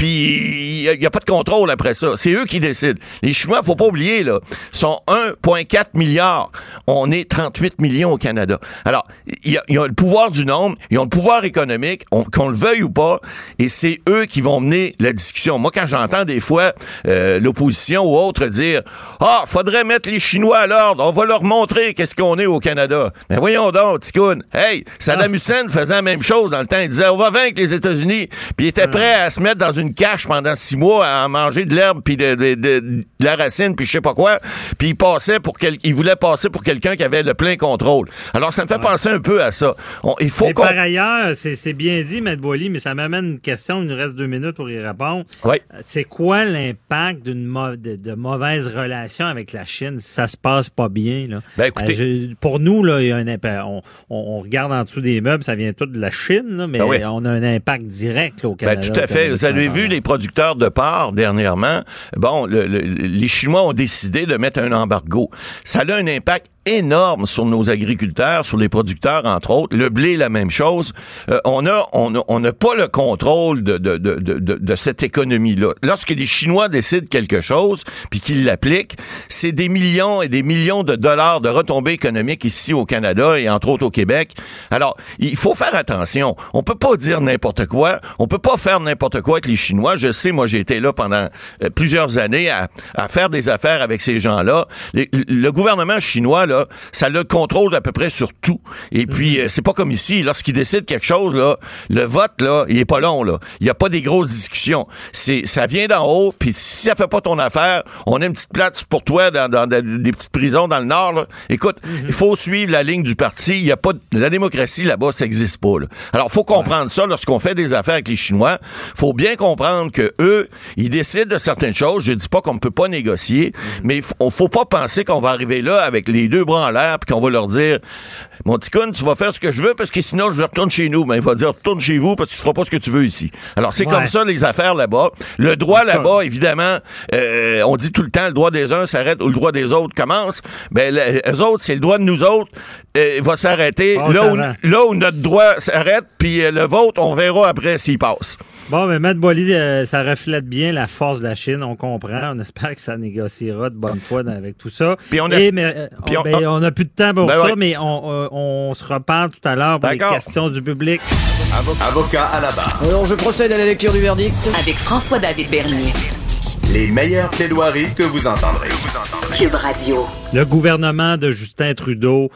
puis il n'y a, a pas de contrôle après ça. C'est eux qui décident. Les Chinois, faut pas oublier, là, sont un virgule quatre milliard. On est trente-huit millions au Canada. Alors, ils ont le pouvoir du nombre, ils ont le pouvoir économique, on, qu'on le veuille ou pas, et c'est eux qui vont mener la discussion. Moi, quand j'entends des fois euh, l'opposition ou autre dire « Ah, faudrait mettre les Chinois à l'ordre, on va leur montrer qu'est-ce qu'on est au Canada. » Mais voyons donc, Ticoun. Hey, Saddam Hussein faisait la même chose dans le temps. Il disait « On va vaincre les États-Unis. » Puis il était prêt à se mettre dans une cache pendant six mois à manger de l'herbe puis de, de, de, de la racine puis je sais pas quoi. Puis il passait pour quel, il voulait passer pour quelqu'un qui avait le plein contrôle. Alors ça me fait ouais. penser un peu à ça. On, il faut mais qu'on... Par ailleurs, c'est, c'est bien dit, M. Boily, mais ça m'amène une question. Il nous reste deux minutes pour y répondre. Oui. C'est quoi l'impact d'une mo- de, de mauvaises relations avec la Chine si ça se passe pas bien là? Ben écoutez, euh, je, pour nous là, il y a un impact. On, on, on regarde en dessous des meubles, ça vient tout de la Chine, là, mais ben oui. on a un impact direct là, au Canada. Ben, tout à fait. Vous avez vu les producteurs de porc dernièrement. Bon, le, le, les Chinois ont décidé de mettre un embargo. Ça a un impact énorme sur nos agriculteurs, sur les producteurs, entre autres. Le blé, la même chose. Euh, on a, on a, on n'a pas le contrôle de, de, de, de, de cette économie-là. Lorsque les Chinois décident quelque chose, puis qu'ils l'appliquent, c'est des millions et des millions de dollars de retombées économiques ici au Canada et entre autres au Québec. Alors, il faut faire attention. On peut pas dire n'importe quoi. On peut pas faire n'importe quoi avec les Chinois. Je sais, moi, j'ai été là pendant euh, plusieurs années à, à faire des affaires avec ces gens-là. Les, le gouvernement chinois, là, ça a le contrôle d'à peu près sur tout. Et puis, euh, c'est pas comme ici. Lorsqu'ils décident quelque chose, là, le vote, là, il est pas long, là. Il y a pas des grosses discussions. C'est, ça vient d'en haut, puis si ça fait pas ton affaire, on a une petite place pour toi dans, dans, dans des petites prisons dans le Nord, là. Écoute, il mm-hmm. faut suivre la ligne du parti. Il y a pas de, la démocratie là-bas, ça existe pas, là. Alors, faut comprendre ouais. ça lorsqu'on fait des affaires avec les Chinois. Faut bien comprendre que eux, ils décident de certaines choses. Je dis pas qu'on ne peut pas négocier, mm-hmm. mais il faut, faut pas penser qu'on va arriver là avec les deux bras en l'air puis qu'on va leur dire « Mon ticoun, tu vas faire ce que je veux parce que sinon, je retourne chez nous. » Mais il va dire « Retourne chez vous parce que tu feras pas ce que tu veux ici. » Alors, c'est ouais. comme ça, les affaires là-bas. Le droit là-bas, évidemment, euh, on dit tout le temps, le droit des uns s'arrête ou le droit des autres commence. Ben, les autres, c'est le droit de nous autres, euh, va s'arrêter oh, là, où, là où notre droit s'arrête, puis euh, le vôtre, on verra après s'il passe. Bon, mais M. Boily, euh, ça reflète bien la force de la Chine, on comprend. On espère que ça négociera de bonne foi avec tout ça. Puis on, Et, mais, euh, puis on, ben, on a plus de temps pour ben ça, ouais. mais on, on, on se reparle tout à l'heure pour D'accord. les questions du public. Avocat à la barre. Alors, je procède à la lecture du verdict. Avec François-David Bernier. Les meilleures plaidoiries que vous entendrez. Cube Radio. Le gouvernement de Justin Trudeau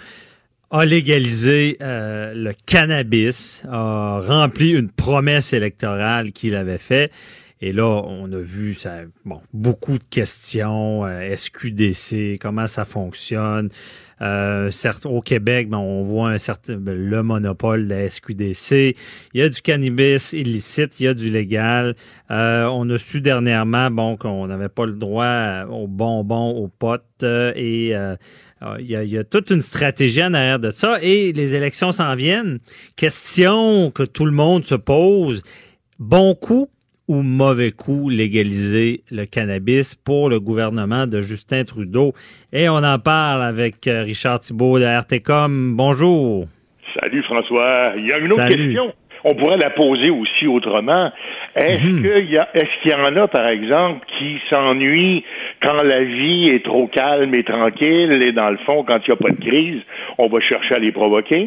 a légalisé euh, le cannabis, a rempli une promesse électorale qu'il avait faite. Et là, on a vu ça, bon, beaucoup de questions, euh, S Q D C, comment ça fonctionne. Euh, certes, au Québec, ben, on voit un certain, ben, le monopole de la S Q D C. Il y a du cannabis illicite, il y a du légal. Euh, on a su dernièrement, bon, qu'on n'avait pas le droit aux bonbons, aux potes euh, et euh, il y, a, il y a toute une stratégie en arrière de ça. Et les élections s'en viennent. Question que tout le monde se pose. Bon coup ou mauvais coup légaliser le cannabis pour le gouvernement de Justin Trudeau? Et on en parle avec Richard Thibault de R T C O M. Bonjour. Salut François. Il y a une autre Salut. question. On pourrait la poser aussi autrement. Est-ce mmh. qu'il y a, est-ce qu'il y en a, par exemple, qui s'ennuient quand la vie est trop calme et tranquille et dans le fond, quand il n'y a pas de crise, on va chercher à les provoquer?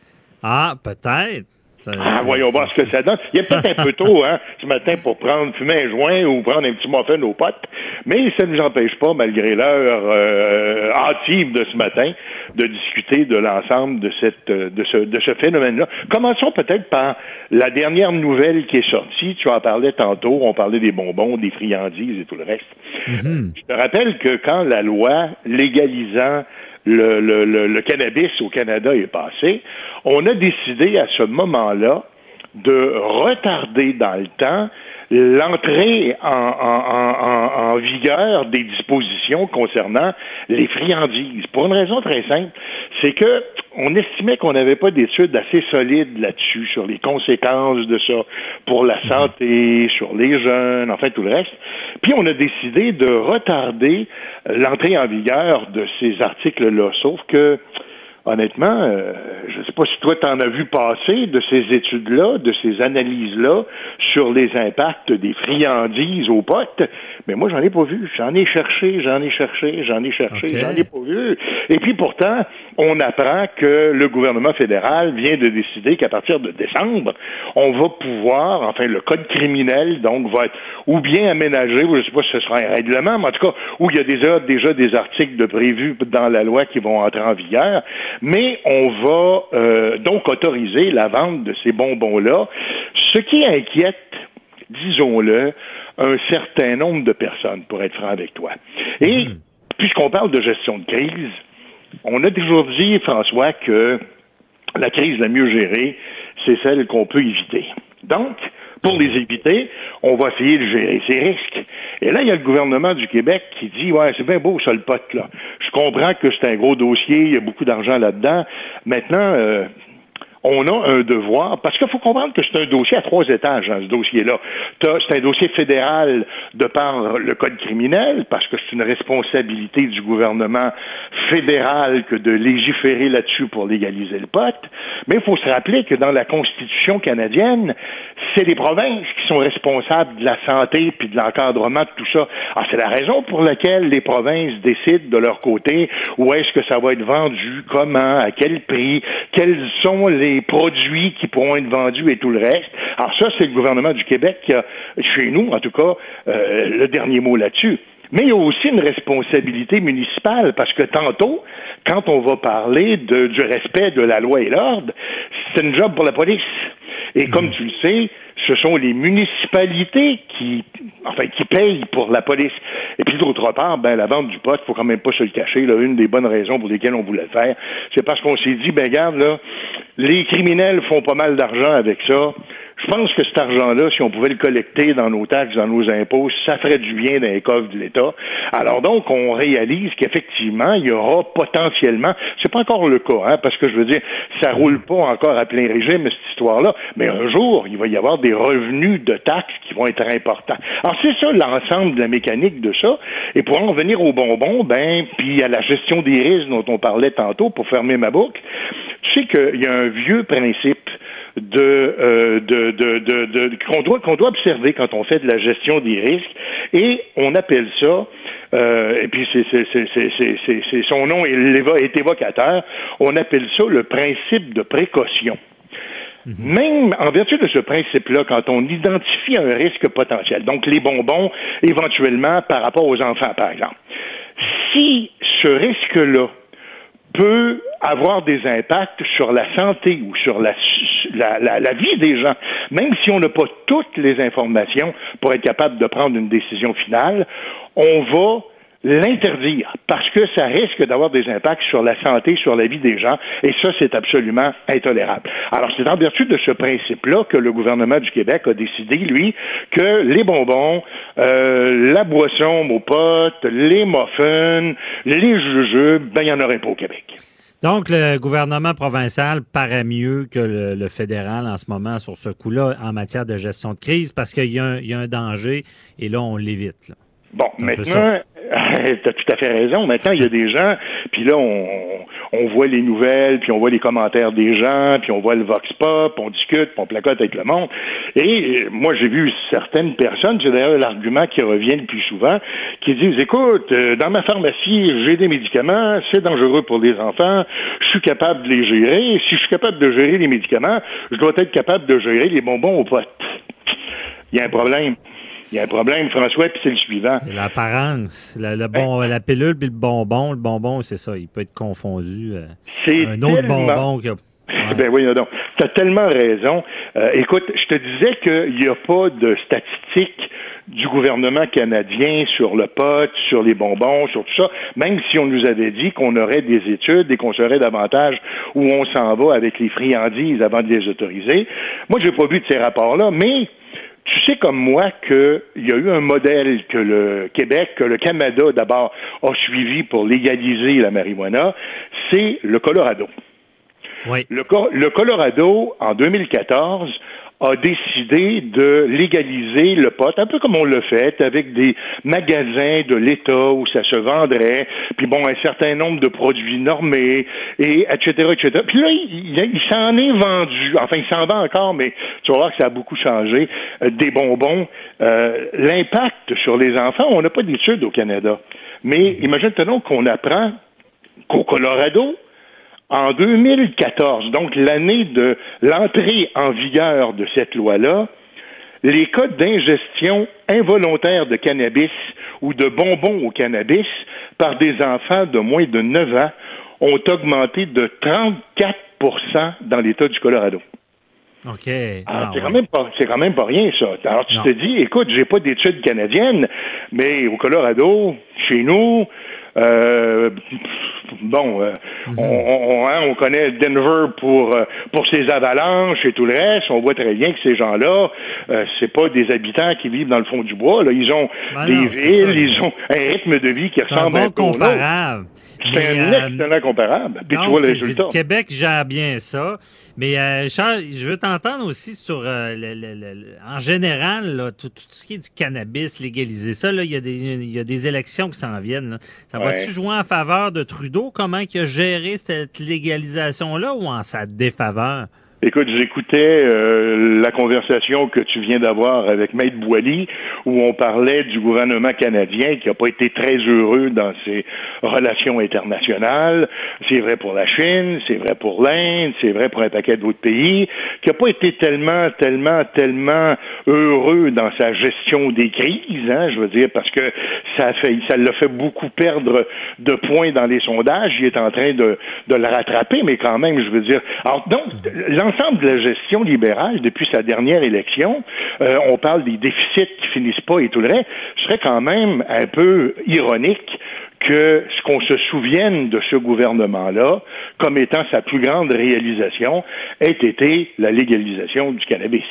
Ah, peut-être. Ça, ah, voyons voir ce que ça donne. Il y a peut-être un peu tôt, hein, ce matin, pour prendre, fumer un joint ou prendre un petit muffin aux potes, mais ça ne nous empêche pas, malgré l'heure euh, hâtive de ce matin, de discuter de l'ensemble de cette, de ce, de ce phénomène-là. Commençons peut-être par la dernière nouvelle qui est sortie. Tu en parlais tantôt, on parlait des bonbons, des friandises et tout le reste. Mm-hmm. Je te rappelle que quand la loi légalisant Le, le, le, le cannabis au Canada est passé, on a décidé à ce moment-là de retarder dans le temps l'entrée en, en, en, en vigueur des dispositions concernant les friandises. Pour une raison très simple, c'est que on estimait qu'on n'avait pas d'études assez solides là-dessus, sur les conséquences de ça pour la santé, sur les jeunes, enfin tout le reste. Puis on a décidé de retarder l'entrée en vigueur de ces articles-là. Sauf que, honnêtement, euh, je ne sais pas si toi t'en as vu passer de ces études-là, de ces analyses-là sur les impacts des friandises aux potes, mais moi j'en ai pas vu. J'en ai cherché, j'en ai cherché, j'en ai cherché, okay. j'en ai pas vu. Et puis pourtant, on apprend que le gouvernement fédéral vient de décider qu'à partir de décembre, on va pouvoir, enfin le code criminel, donc, va être ou bien aménagé, ou je ne sais pas si ce sera un règlement, mais en tout cas, où il y a déjà, déjà des articles de prévus dans la loi qui vont entrer en vigueur. Mais on va euh, donc autoriser la vente de ces bonbons-là, ce qui inquiète, disons-le, un certain nombre de personnes, pour être franc avec toi. Et mmh. puisqu'on parle de gestion de crise, on a toujours dit, François, que la crise la mieux gérée, c'est celle qu'on peut éviter. Donc, pour les éviter, on va essayer de gérer ces risques. Et là, il y a le gouvernement du Québec qui dit « Ouais, c'est bien beau ça, le pote, là. Je comprends que c'est un gros dossier, il y a beaucoup d'argent là-dedans. Maintenant, euh, on a un devoir, parce qu'il faut comprendre que c'est un dossier à trois étages, hein, ce dossier-là. T'as, c'est un dossier fédéral de par le code criminel, parce que c'est une responsabilité du gouvernement fédéral que de légiférer là-dessus pour légaliser le pot. Mais il faut se rappeler que dans la Constitution canadienne, c'est les provinces qui sont responsables de la santé puis de l'encadrement de tout ça. Alors, c'est la raison pour laquelle les provinces décident de leur côté où est-ce que ça va être vendu, comment, à quel prix, quels sont les produits qui pourront être vendus et tout le reste. Alors ça, c'est le gouvernement du Québec qui a, chez nous, en tout cas, euh, le dernier mot là-dessus. Mais il y a aussi une responsabilité municipale, parce que tantôt, quand on va parler de, du respect de la loi et l'ordre, c'est une job pour la police. Et mmh. comme tu le sais, ce sont les municipalités qui, enfin, qui payent pour la police. Et puis d'autre part, ben la vente du pot, faut quand même pas se le cacher. Là, une des bonnes raisons pour lesquelles on voulait le faire, c'est parce qu'on s'est dit, ben regarde là, les criminels font pas mal d'argent avec ça. Je pense que cet argent-là, si on pouvait le collecter dans nos taxes, dans nos impôts, ça ferait du bien dans les coffres de l'État. Alors donc, on réalise qu'effectivement, il y aura potentiellement, c'est pas encore le cas, hein, parce que je veux dire, ça roule pas encore à plein régime, cette histoire-là, mais un jour, il va y avoir des revenus de taxes qui vont être importants. Alors c'est ça l'ensemble de la mécanique de ça. Et pour en revenir aux bonbons, ben, puis à la gestion des risques dont on parlait tantôt, pour fermer ma boucle, tu sais qu'il y a un vieux principe de, euh, de, de, de, de qu'on doit qu'on doit observer quand on fait de la gestion des risques, et on appelle ça euh, et puis c'est, c'est, c'est, c'est, c'est, c'est, c'est son nom est évocateur, on appelle ça le principe de précaution. Mm-hmm. Même en vertu de ce principe-là, quand on identifie un risque potentiel, donc les bonbons éventuellement par rapport aux enfants par exemple, si ce risque-là peut avoir des impacts sur la santé ou sur la, la, la, la vie des gens, même si on n'a pas toutes les informations pour être capable de prendre une décision finale, on va l'interdire parce que ça risque d'avoir des impacts sur la santé, sur la vie des gens, et ça, c'est absolument intolérable. Alors, c'est en vertu de ce principe-là que le gouvernement du Québec a décidé, lui, que les bonbons, euh, la boisson aux potes, les muffins, les jujubes, ben, il n'y en aurait pas au Québec. Donc, le gouvernement provincial paraît mieux que le, le fédéral en ce moment sur ce coup-là en matière de gestion de crise parce qu'il y a un, il y a un danger et là, on l'évite, là. Bon, maintenant, tu as tout à fait raison. Maintenant, il y a des gens, puis là, on, on voit les nouvelles, puis on voit les commentaires des gens, puis on voit le vox pop, on discute, puis on placote avec le monde. Et moi, j'ai vu certaines personnes, c'est d'ailleurs l'argument qui revient le plus souvent, qui disent, écoute, dans ma pharmacie, j'ai des médicaments, c'est dangereux pour les enfants, je suis capable de les gérer. Si je suis capable de gérer les médicaments, je dois être capable de gérer les bonbons aux potes. Il y a un problème. Il y a un problème, François, puis c'est le suivant. C'est l'apparence. Le, le bon, la pilule puis le bonbon. Le bonbon, c'est ça. Il peut être confondu. Euh, c'est un autre tellement... bonbon. Que... Ouais. Ben oui, non. Tu as tellement raison. Euh, écoute, je te disais qu'il n'y a pas de statistiques du gouvernement canadien sur le pot, sur les bonbons, sur tout ça, même si on nous avait dit qu'on aurait des études et qu'on saurait davantage où on s'en va avec les friandises avant de les autoriser. Moi, j'ai pas vu de ces rapports-là, mais tu sais comme moi qu'il y a eu un modèle que le Québec, que le Canada d'abord a suivi pour légaliser la marijuana, c'est le Colorado. Oui. Le, le Colorado, en deux mille quatorze, a décidé de légaliser le pot, un peu comme on l'a fait, avec des magasins de l'État où ça se vendrait, puis bon, un certain nombre de produits normés, et et cetera, et cetera. Puis là, il, il, il s'en est vendu, enfin, il s'en vend encore, mais tu vas voir que ça a beaucoup changé, euh, des bonbons. Euh, l'impact sur les enfants, on n'a pas d'études au Canada, mais imagine-toi qu'on apprend qu'au Colorado, en deux mille quatorze, donc l'année de l'entrée en vigueur de cette loi-là, les cas d'ingestion involontaire de cannabis ou de bonbons au cannabis par des enfants de moins de neuf ans ont augmenté de trente-quatre pour cent dans l'État du Colorado. OK. Alors, ah, c'est, ouais. quand même pas, c'est quand même pas rien, ça. Alors, tu non. te dis, écoute, j'ai pas d'études canadiennes, mais au Colorado, chez nous, euh, bon, euh, mm-hmm. on, on, hein, on connaît Denver pour euh, pour ses avalanches et tout le reste. On voit très bien que ces gens-là, euh, c'est pas des habitants qui vivent dans le fond du bois. Là, ils ont ben des non, villes, ils ont un rythme de vie qui ressemble un bon un peu au comparable. C'est mais, un euh, excellent comparable. Puis non, tu vois le résultat. Le Québec gère bien ça. Mais euh, Charles, je veux t'entendre aussi sur, euh, le, le, le, en général, là, tout, tout ce qui est du cannabis légalisé. Ça, là, il y a des, il y a des élections qui s'en viennent. Là. Ça ouais. va-tu jouer en faveur de Trudeau? Comment il a géré cette légalisation-là ou en sa défaveur? Écoute, j'écoutais euh, la conversation que tu viens d'avoir avec Maître Boily, où on parlait du gouvernement canadien qui n'a pas été très heureux dans ses relations internationales. C'est vrai pour la Chine, c'est vrai pour l'Inde, c'est vrai pour un paquet d'autres pays, qui n'a pas été tellement, tellement, tellement heureux dans sa gestion des crises, hein, je veux dire, parce que ça a fait, ça l'a fait beaucoup perdre de points dans les sondages. Il est en train de, de le rattraper, mais quand même, je veux dire. Alors donc, l'ensemble de la gestion libérale depuis sa dernière élection, euh, on parle des déficits qui finissent pas et tout le reste, ce serait quand même un peu ironique que ce qu'on se souvienne de ce gouvernement-là comme étant sa plus grande réalisation ait été la légalisation du cannabis.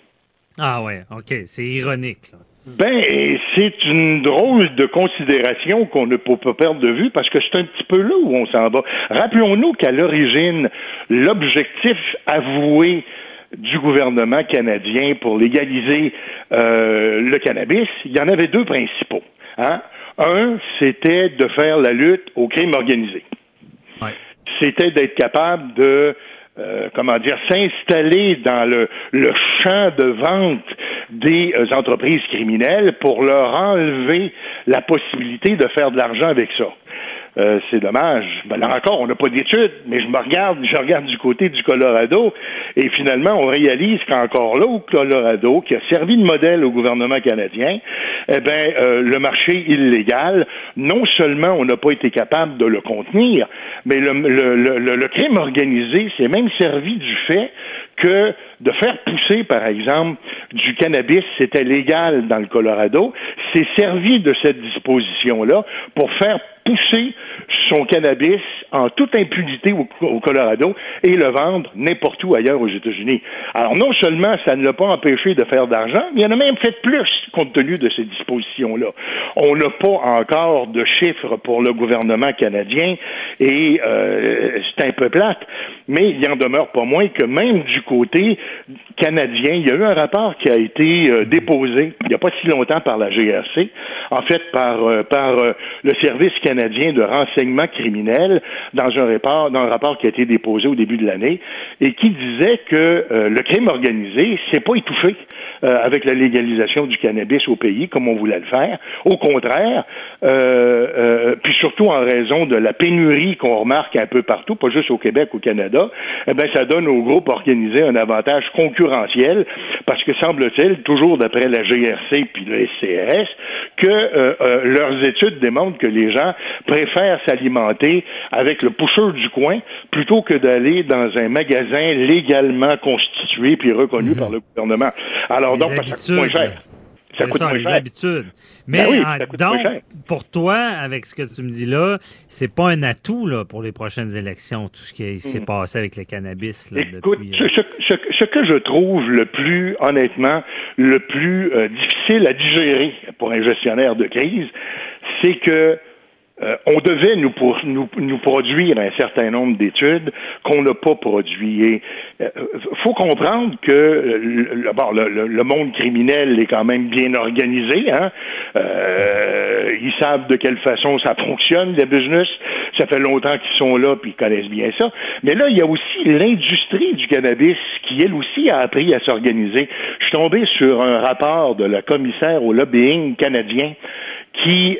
Ah ouais, OK, c'est ironique, là. Ben, c'est une drôle de considération qu'on ne peut pas perdre de vue parce que c'est un petit peu là où on s'en va. Rappelons-nous qu'à l'origine, l'objectif avoué du gouvernement canadien pour légaliser euh, le cannabis, il y en avait deux principaux. Hein? Un, c'était de faire la lutte au crime organisé. Ouais. C'était d'être capable de Euh, comment dire, s'installer dans le, le champ de vente des euh, entreprises criminelles pour leur enlever la possibilité de faire de l'argent avec ça. Euh, c'est dommage. Ben, là encore, on n'a pas d'études, mais je me regarde, je regarde du côté du Colorado, et finalement, on réalise qu'encore là, au Colorado, qui a servi de modèle au gouvernement canadien, eh ben, euh, le marché illégal, non seulement on n'a pas été capable de le contenir, mais le, le, le, le crime organisé s'est même servi du fait que de faire pousser, par exemple, du cannabis, c'était légal dans le Colorado, s'est servi de cette disposition-là pour faire pousser son cannabis en toute impunité au, au Colorado et le vendre n'importe où ailleurs aux États-Unis. Alors, non seulement ça ne l'a pas empêché de faire d'argent, mais il en a même fait plus compte tenu de ces dispositions-là. On n'a pas encore de chiffres pour le gouvernement canadien et euh, c'est un peu plate, mais il en demeure pas moins que même du côté canadien, il y a eu un rapport qui a été euh, déposé il n'y a pas si longtemps par la G R C, en fait par, euh, par euh, le service canadien de renseignement criminel dans un rapport, dans un rapport qui a été déposé au début de l'année et qui disait que euh, le crime organisé s'est pas étouffé euh, avec la légalisation du cannabis au pays comme on voulait le faire. Au contraire, euh, euh, puis surtout en raison de la pénurie qu'on remarque un peu partout, pas juste au Québec, au Canada, eh ben ça donne aux groupes organisés un avantage concurrentiel parce que semble-t-il, toujours d'après la G R C puis le S C R S, que euh, euh, leurs études démontrent que les gens préfèrent s'alimenter avec le pusher du coin plutôt que d'aller dans un magasin légalement constitué puis reconnu mmh. par le gouvernement. Alors les donc, habitudes. Ça coûte moins cher. Ça coûte ça, moins les cher. habitudes. Mais ben oui, en, donc, pour toi, avec ce que tu me dis là, c'est pas un atout là, pour les prochaines élections, tout ce qui s'est mmh. passé avec le cannabis. Là, Écoute, depuis, ce, euh... ce, ce, ce que je trouve le plus, honnêtement, le plus euh, difficile à digérer pour un gestionnaire de crise, c'est que Euh, on devait nous, pour, nous, nous produire un certain nombre d'études qu'on n'a pas produit. Et euh, faut comprendre que le, bon, le, le, le monde criminel est quand même bien organisé. Hein? Euh, ils savent de quelle façon ça fonctionne, les business. Ça fait longtemps qu'ils sont là puis ils connaissent bien ça. Mais là, il y a aussi l'industrie du cannabis qui, elle aussi, a appris à s'organiser. Je suis tombé sur un rapport de la commissaire au lobbying canadien qui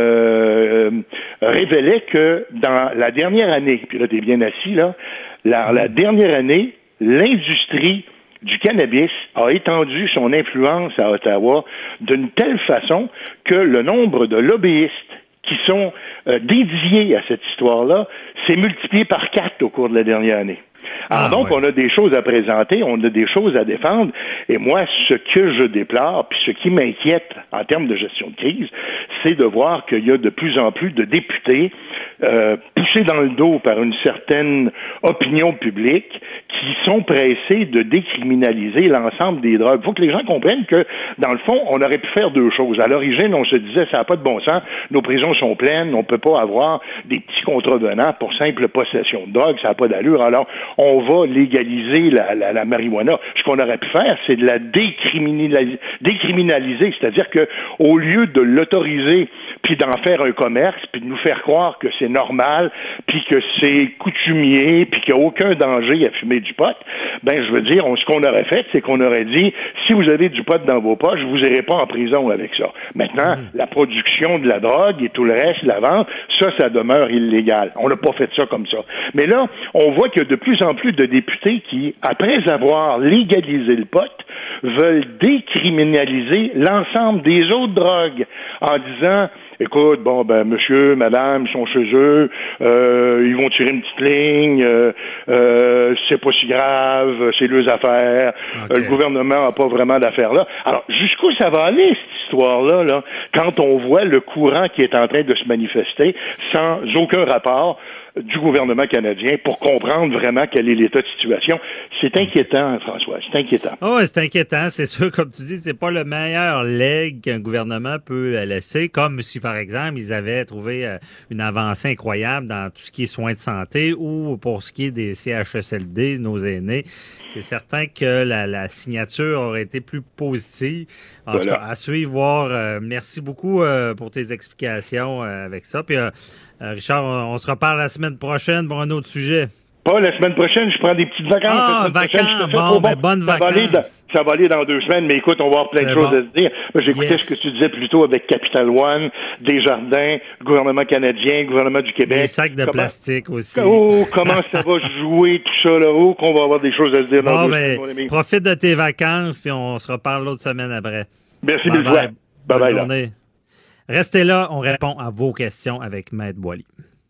euh, révélait que dans la dernière année, puis là, t'es bien assis, là, la, la dernière année, l'industrie du cannabis a étendu son influence à Ottawa d'une telle façon que le nombre de lobbyistes qui sont euh, dédiés à cette histoire-là s'est multiplié par quatre au cours de la dernière année. Alors ah, donc, ouais. on a des choses à présenter, on a des choses à défendre, et moi, ce que je déplore, puis ce qui m'inquiète en termes de gestion de crise, c'est de voir qu'il y a de plus en plus de députés euh, poussés dans le dos par une certaine opinion publique qui sont pressés de décriminaliser l'ensemble des drogues. Il faut que les gens comprennent que, dans le fond, on aurait pu faire deux choses. À l'origine, on se disait, ça n'a pas de bon sens, nos prisons sont pleines, on ne peut pas avoir des petits contrevenants pour simple possession de drogue, ça n'a pas d'allure, alors on va légaliser la, la, la marijuana. Ce qu'on aurait pu faire, c'est de la décriminaliser, décriminaliser, c'est-à-dire que au lieu de l'autoriser, puis d'en faire un commerce, puis de nous faire croire que c'est normal, puis que c'est coutumier, puis qu'il n'y a aucun danger à fumer du pot, ben je veux dire, on, ce qu'on aurait fait, c'est qu'on aurait dit, si vous avez du pot dans vos poches, vous n'irez pas en prison avec ça. Maintenant, mmh. la production de la drogue et tout le reste, la vente, ça, ça demeure illégal. On n'a pas fait ça comme ça. Mais là, on voit qu'il y a de plus en plus de députés qui, après avoir légalisé le pot, veulent décriminaliser l'ensemble des autres drogues en disant, écoute, bon, ben, monsieur, madame, ils sont chez eux, euh, ils vont tirer une petite ligne, euh, euh, c'est pas si grave, c'est leurs affaires, okay. euh, le gouvernement n'a pas vraiment d'affaires là. Alors, jusqu'où ça va aller, cette histoire-là, là, quand on voit le courant qui est en train de se manifester sans aucun rapport du gouvernement canadien pour comprendre vraiment quel est l'état de situation. C'est inquiétant, François, c'est inquiétant. Oh, c'est inquiétant, c'est sûr, comme tu dis, c'est pas le meilleur leg qu'un gouvernement peut laisser, comme si, par exemple, ils avaient trouvé une avancée incroyable dans tout ce qui est soins de santé ou pour ce qui est des C H S L D, nos aînés. C'est certain que la, la signature aurait été plus positive. En voilà. tout cas, à suivre, voir. Euh, merci beaucoup euh, pour tes explications euh, avec ça. Puis, euh, Richard, on, on se reparle la semaine prochaine pour un autre sujet. Pas la semaine prochaine, je prends des petites vacances. Ah, la vacances, prochaine, bon, ben, bon. bonnes ça vacances. Va aller dans, ça va aller dans deux semaines, mais écoute, on va avoir plein de choses bon. à se dire. Moi, j'écoutais yes. ce que tu disais plus tôt avec Capital One, Desjardins, gouvernement canadien, gouvernement du Québec. Les sacs de comment, plastique aussi. Oh, comment ça va jouer tout ça là-haut, qu'on va avoir des choses à se dire dans bon, deux ben, semaines, mon ami. Profite de tes vacances, puis on se reparle l'autre semaine après. Merci, bye mille fois. Bonne bye journée. Là. Restez là, on répond à vos questions avec Maître Boily.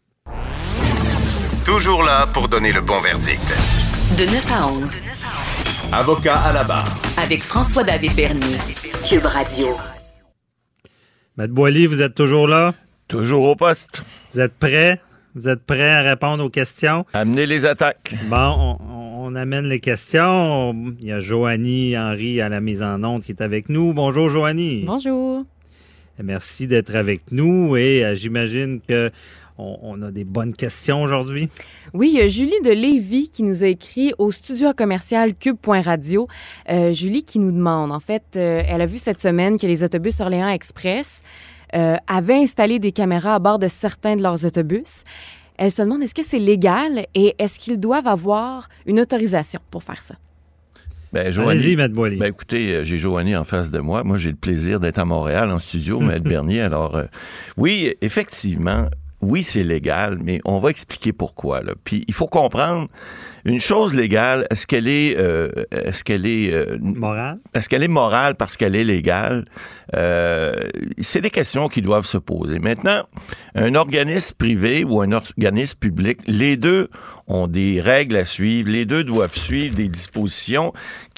Toujours là pour donner le bon verdict. De neuf à onze. Avocat à la barre. Avec François-David Bernier. Cube Radio. Maître Boily, vous êtes toujours là? Toujours au poste. Vous êtes prêts? Vous êtes prêts à répondre aux questions? Amenez les attaques. Bon, on, on amène les questions. Il y a Joanie Henry à la mise en onde qui est avec nous. Bonjour, Joanie. Bonjour. Merci d'être avec nous et euh, j'imagine que On, on a des bonnes questions aujourd'hui. Oui, il y a Julie de Lévis qui nous a écrit au studio commercial cube point radio. Euh, Julie qui nous demande, en fait, euh, elle a vu cette semaine que les autobus Orléans Express euh, avaient installé des caméras à bord de certains de leurs autobus. Elle se demande, est-ce que c'est légal et est-ce qu'ils doivent avoir une autorisation pour faire ça? Ben, Joanie, Allez-y, Maître Boily. Ben, écoutez, j'ai Joanie en face de moi. Moi, j'ai le plaisir d'être à Montréal en studio, Maître Bernier. Alors, euh, oui, effectivement, oui, c'est légal, mais on va expliquer pourquoi. Là. Puis il faut comprendre une chose légale. Est-ce qu'elle est, euh, est-ce qu'elle est euh, morale Est-ce qu'elle est morale parce qu'elle est légale euh, C'est des questions qui doivent se poser. Maintenant, un organisme privé ou un organisme public, les deux ont des règles à suivre. Les deux doivent suivre des dispositions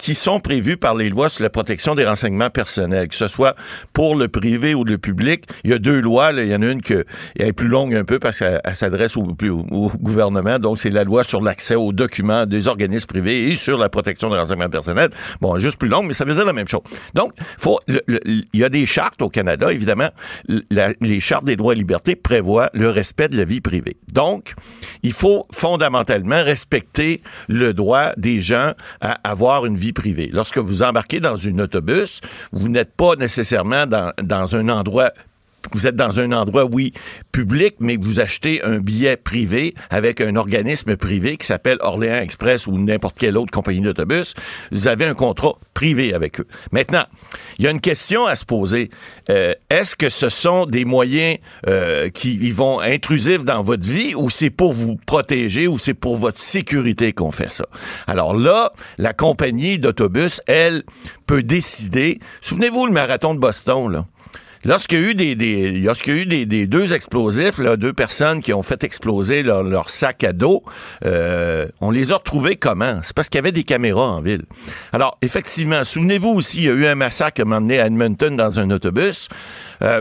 qui sont prévus par les lois sur la protection des renseignements personnels, que ce soit pour le privé ou le public. Il y a deux lois, là. Il y en a une qui est plus longue un peu parce qu'elle s'adresse au, au, au gouvernement, donc c'est la loi sur l'accès aux documents des organismes privés et sur la protection des renseignements personnels. Bon, juste plus longue, mais ça veut dire la même chose. Donc, faut, le, le, il y a des chartes au Canada, évidemment. La, les chartes des droits et libertés prévoient le respect de la vie privée. Donc, il faut fondamentalement respecter le droit des gens à avoir une vie privée. Lorsque vous embarquez dans un autobus, vous n'êtes pas nécessairement dans, dans un endroit Vous êtes dans un endroit, oui, public, mais vous achetez un billet privé avec un organisme privé qui s'appelle Orléans Express ou n'importe quelle autre compagnie d'autobus. Vous avez un contrat privé avec eux. Maintenant, il y a une question à se poser. Euh, est-ce que ce sont des moyens euh, qui vont intrusifs dans votre vie ou c'est pour vous protéger ou c'est pour votre sécurité qu'on fait ça? Alors là, la compagnie d'autobus, elle, peut décider. Souvenez-vous le marathon de Boston, là. Lorsqu'il y a eu des, des lorsqu'il y a eu des, des deux explosifs, là, deux personnes qui ont fait exploser leur, leur sac à dos, euh, on les a retrouvés comment? C'est parce qu'il y avait des caméras en ville. Alors, effectivement, souvenez-vous aussi, il y a eu un massacre à un moment donné à Edmonton dans un autobus. Euh,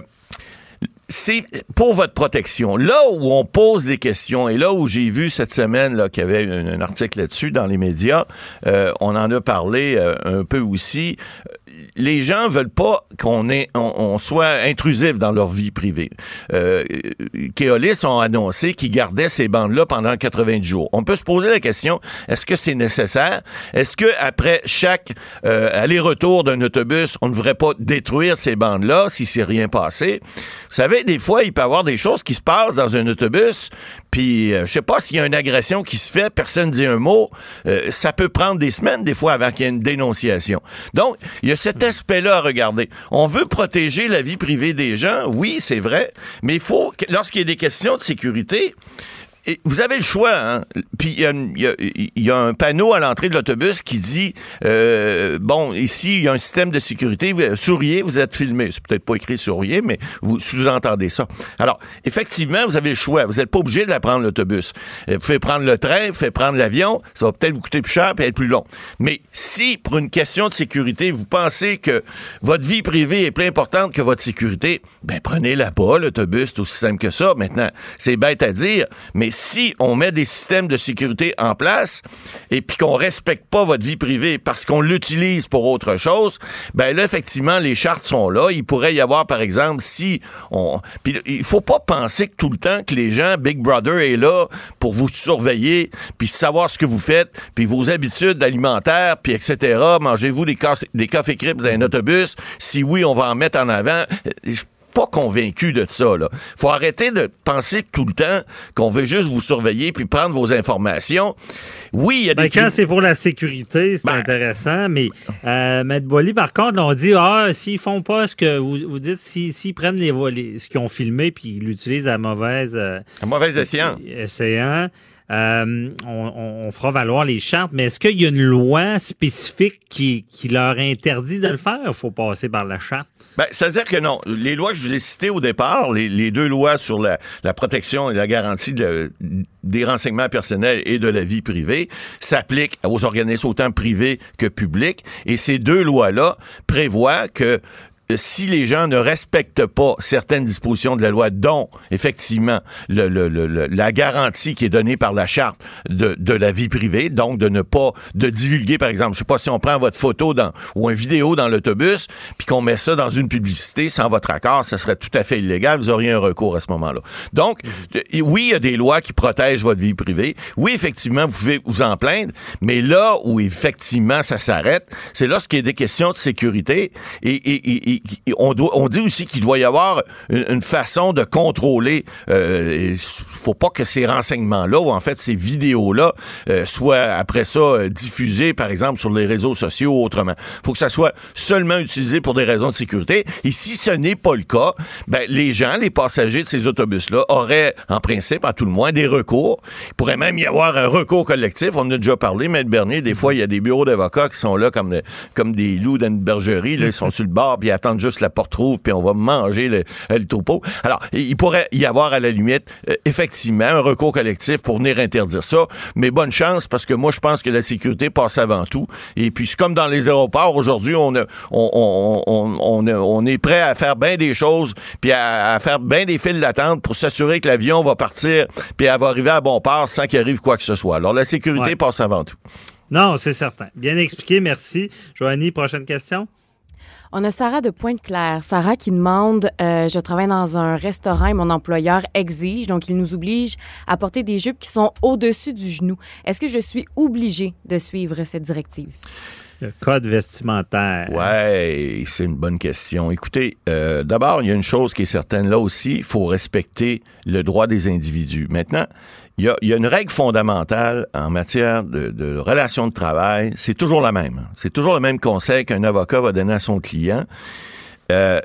c'est pour votre protection. Là où on pose des questions, et là où j'ai vu cette semaine là, qu'il y avait un, un article là-dessus dans les médias, euh, on en a parlé euh, un peu aussi, les gens veulent pas qu'on ait, on, on soit intrusif dans leur vie privée. Euh, Keolis ont annoncé qu'ils gardaient ces bandes-là pendant quatre-vingt-dix jours. On peut se poser la question, est-ce que c'est nécessaire? Est-ce que après chaque euh, aller-retour d'un autobus, on ne devrait pas détruire ces bandes-là si c'est rien passé? Vous savez, des fois, il peut y avoir des choses qui se passent dans un autobus, puis euh, je sais pas s'il y a une agression qui se fait, personne dit un mot, euh, ça peut prendre des semaines, des fois, avant qu'il y ait une dénonciation. Donc, il y a cet aspect-là à regarder. On veut protéger la vie privée des gens, oui, c'est vrai, mais il faut, lorsqu'il y a des questions de sécurité, et vous avez le choix, hein? Puis il y, y, y a un panneau à l'entrée de l'autobus qui dit euh, bon, ici, il y a un système de sécurité, souriez, vous êtes filmé. C'est peut-être pas écrit souriez, mais vous sous-entendez ça. Alors, effectivement, vous avez le choix. Vous n'êtes pas obligé de la prendre l'autobus. Vous pouvez prendre le train, vous pouvez prendre l'avion, ça va peut-être vous coûter plus cher et être plus long. Mais si, pour une question de sécurité, vous pensez que votre vie privée est plus importante que votre sécurité, ben prenez-la pas, l'autobus, c'est aussi simple que ça. Maintenant, c'est bête à dire, mais si on met des systèmes de sécurité en place et puis qu'on respecte pas votre vie privée parce qu'on l'utilise pour autre chose, ben là, effectivement, les chartes sont là. Il pourrait y avoir, par exemple, si on... Puis il faut pas penser que tout le temps que les gens, Big Brother est là pour vous surveiller puis savoir ce que vous faites puis vos habitudes alimentaires puis et cetera. Mangez-vous des, ca- des cafés crêpes dans un autobus? Si oui, on va en mettre en avant. Je pas convaincu de ça, là. Faut arrêter de penser tout le temps qu'on veut juste vous surveiller puis prendre vos informations. Oui, il y a des... Ben, quand c'est pour la sécurité, c'est ben... intéressant, mais euh, Maître Boily, par contre, on dit, ah, s'ils font pas ce que vous, vous dites, s'ils, s'ils prennent les, les, ce qu'ils ont filmé puis ils l'utilisent à mauvaise... Euh, à mauvaise escient. Essayant. Euh, on, on fera valoir les chartes, mais est-ce qu'il y a une loi spécifique qui, qui leur interdit de le faire? Il faut passer par la charte. Ben, c'est-à-dire que non. Les lois que je vous ai citées au départ, les, les deux lois sur la, la protection et la garantie de, des renseignements personnels et de la vie privée s'appliquent aux organismes autant privés que publics. Et ces deux lois-là prévoient que si les gens ne respectent pas certaines dispositions de la loi, dont, effectivement, le, le, le, la garantie qui est donnée par la charte de, de la vie privée, donc de ne pas de divulguer, par exemple, je sais pas si on prend votre photo dans, ou une vidéo dans l'autobus, puis qu'on met ça dans une publicité sans votre accord, ça serait tout à fait illégal, vous auriez un recours à ce moment-là. Donc, oui, il y a des lois qui protègent votre vie privée. Oui, effectivement, vous pouvez vous en plaindre, mais là où, effectivement, ça s'arrête, c'est lorsqu'il y a des questions de sécurité et, et, et On, doit, on dit aussi qu'il doit y avoir une, une façon de contrôler. Euh, il faut pas que ces renseignements-là, ou en fait ces vidéos-là, euh, soient après ça euh, diffusées, par exemple, sur les réseaux sociaux ou autrement. Il faut que ça soit seulement utilisé pour des raisons de sécurité. Et si ce n'est pas le cas, ben, les gens, les passagers de ces autobus-là auraient, en principe, à tout le moins, des recours. Il pourrait même y avoir un recours collectif. On en a déjà parlé, Maître Bernier. Des fois, il y a des bureaux d'avocats qui sont là comme, comme des loups dans une bergerie. Là, ils sont sur le bord, puis ils attendent attendre juste la porte rouvre, puis on va manger le, le troupeau. Alors, il pourrait y avoir à la limite, euh, effectivement, un recours collectif pour venir interdire ça, mais bonne chance, parce que moi, je pense que la sécurité passe avant tout. Et puis, c'est comme dans les aéroports, aujourd'hui, on, a, on, on, on, on, a, on est prêt à faire bien des choses, puis à, à faire bien des files d'attente pour s'assurer que l'avion va partir, puis elle va arriver à bon port sans qu'il arrive quoi que ce soit. Alors, la sécurité ouais. passe avant tout. Non, c'est certain. Bien expliqué, merci. Joanie, prochaine question? On a Sarah de Pointe-Claire. Sarah qui demande euh, « Je travaille dans un restaurant et mon employeur exige, donc il nous oblige à porter des jupes qui sont au-dessus du genou. Est-ce que je suis obligée de suivre cette directive? » Le code vestimentaire. Oui, c'est une bonne question. Écoutez, euh, d'abord, il y a une chose qui est certaine. Là aussi, il faut respecter le droit des individus. Maintenant, il y a, il y a une règle fondamentale en matière de, de relations de travail. C'est toujours la même. C'est toujours le même conseil qu'un avocat va donner à son client. Euh,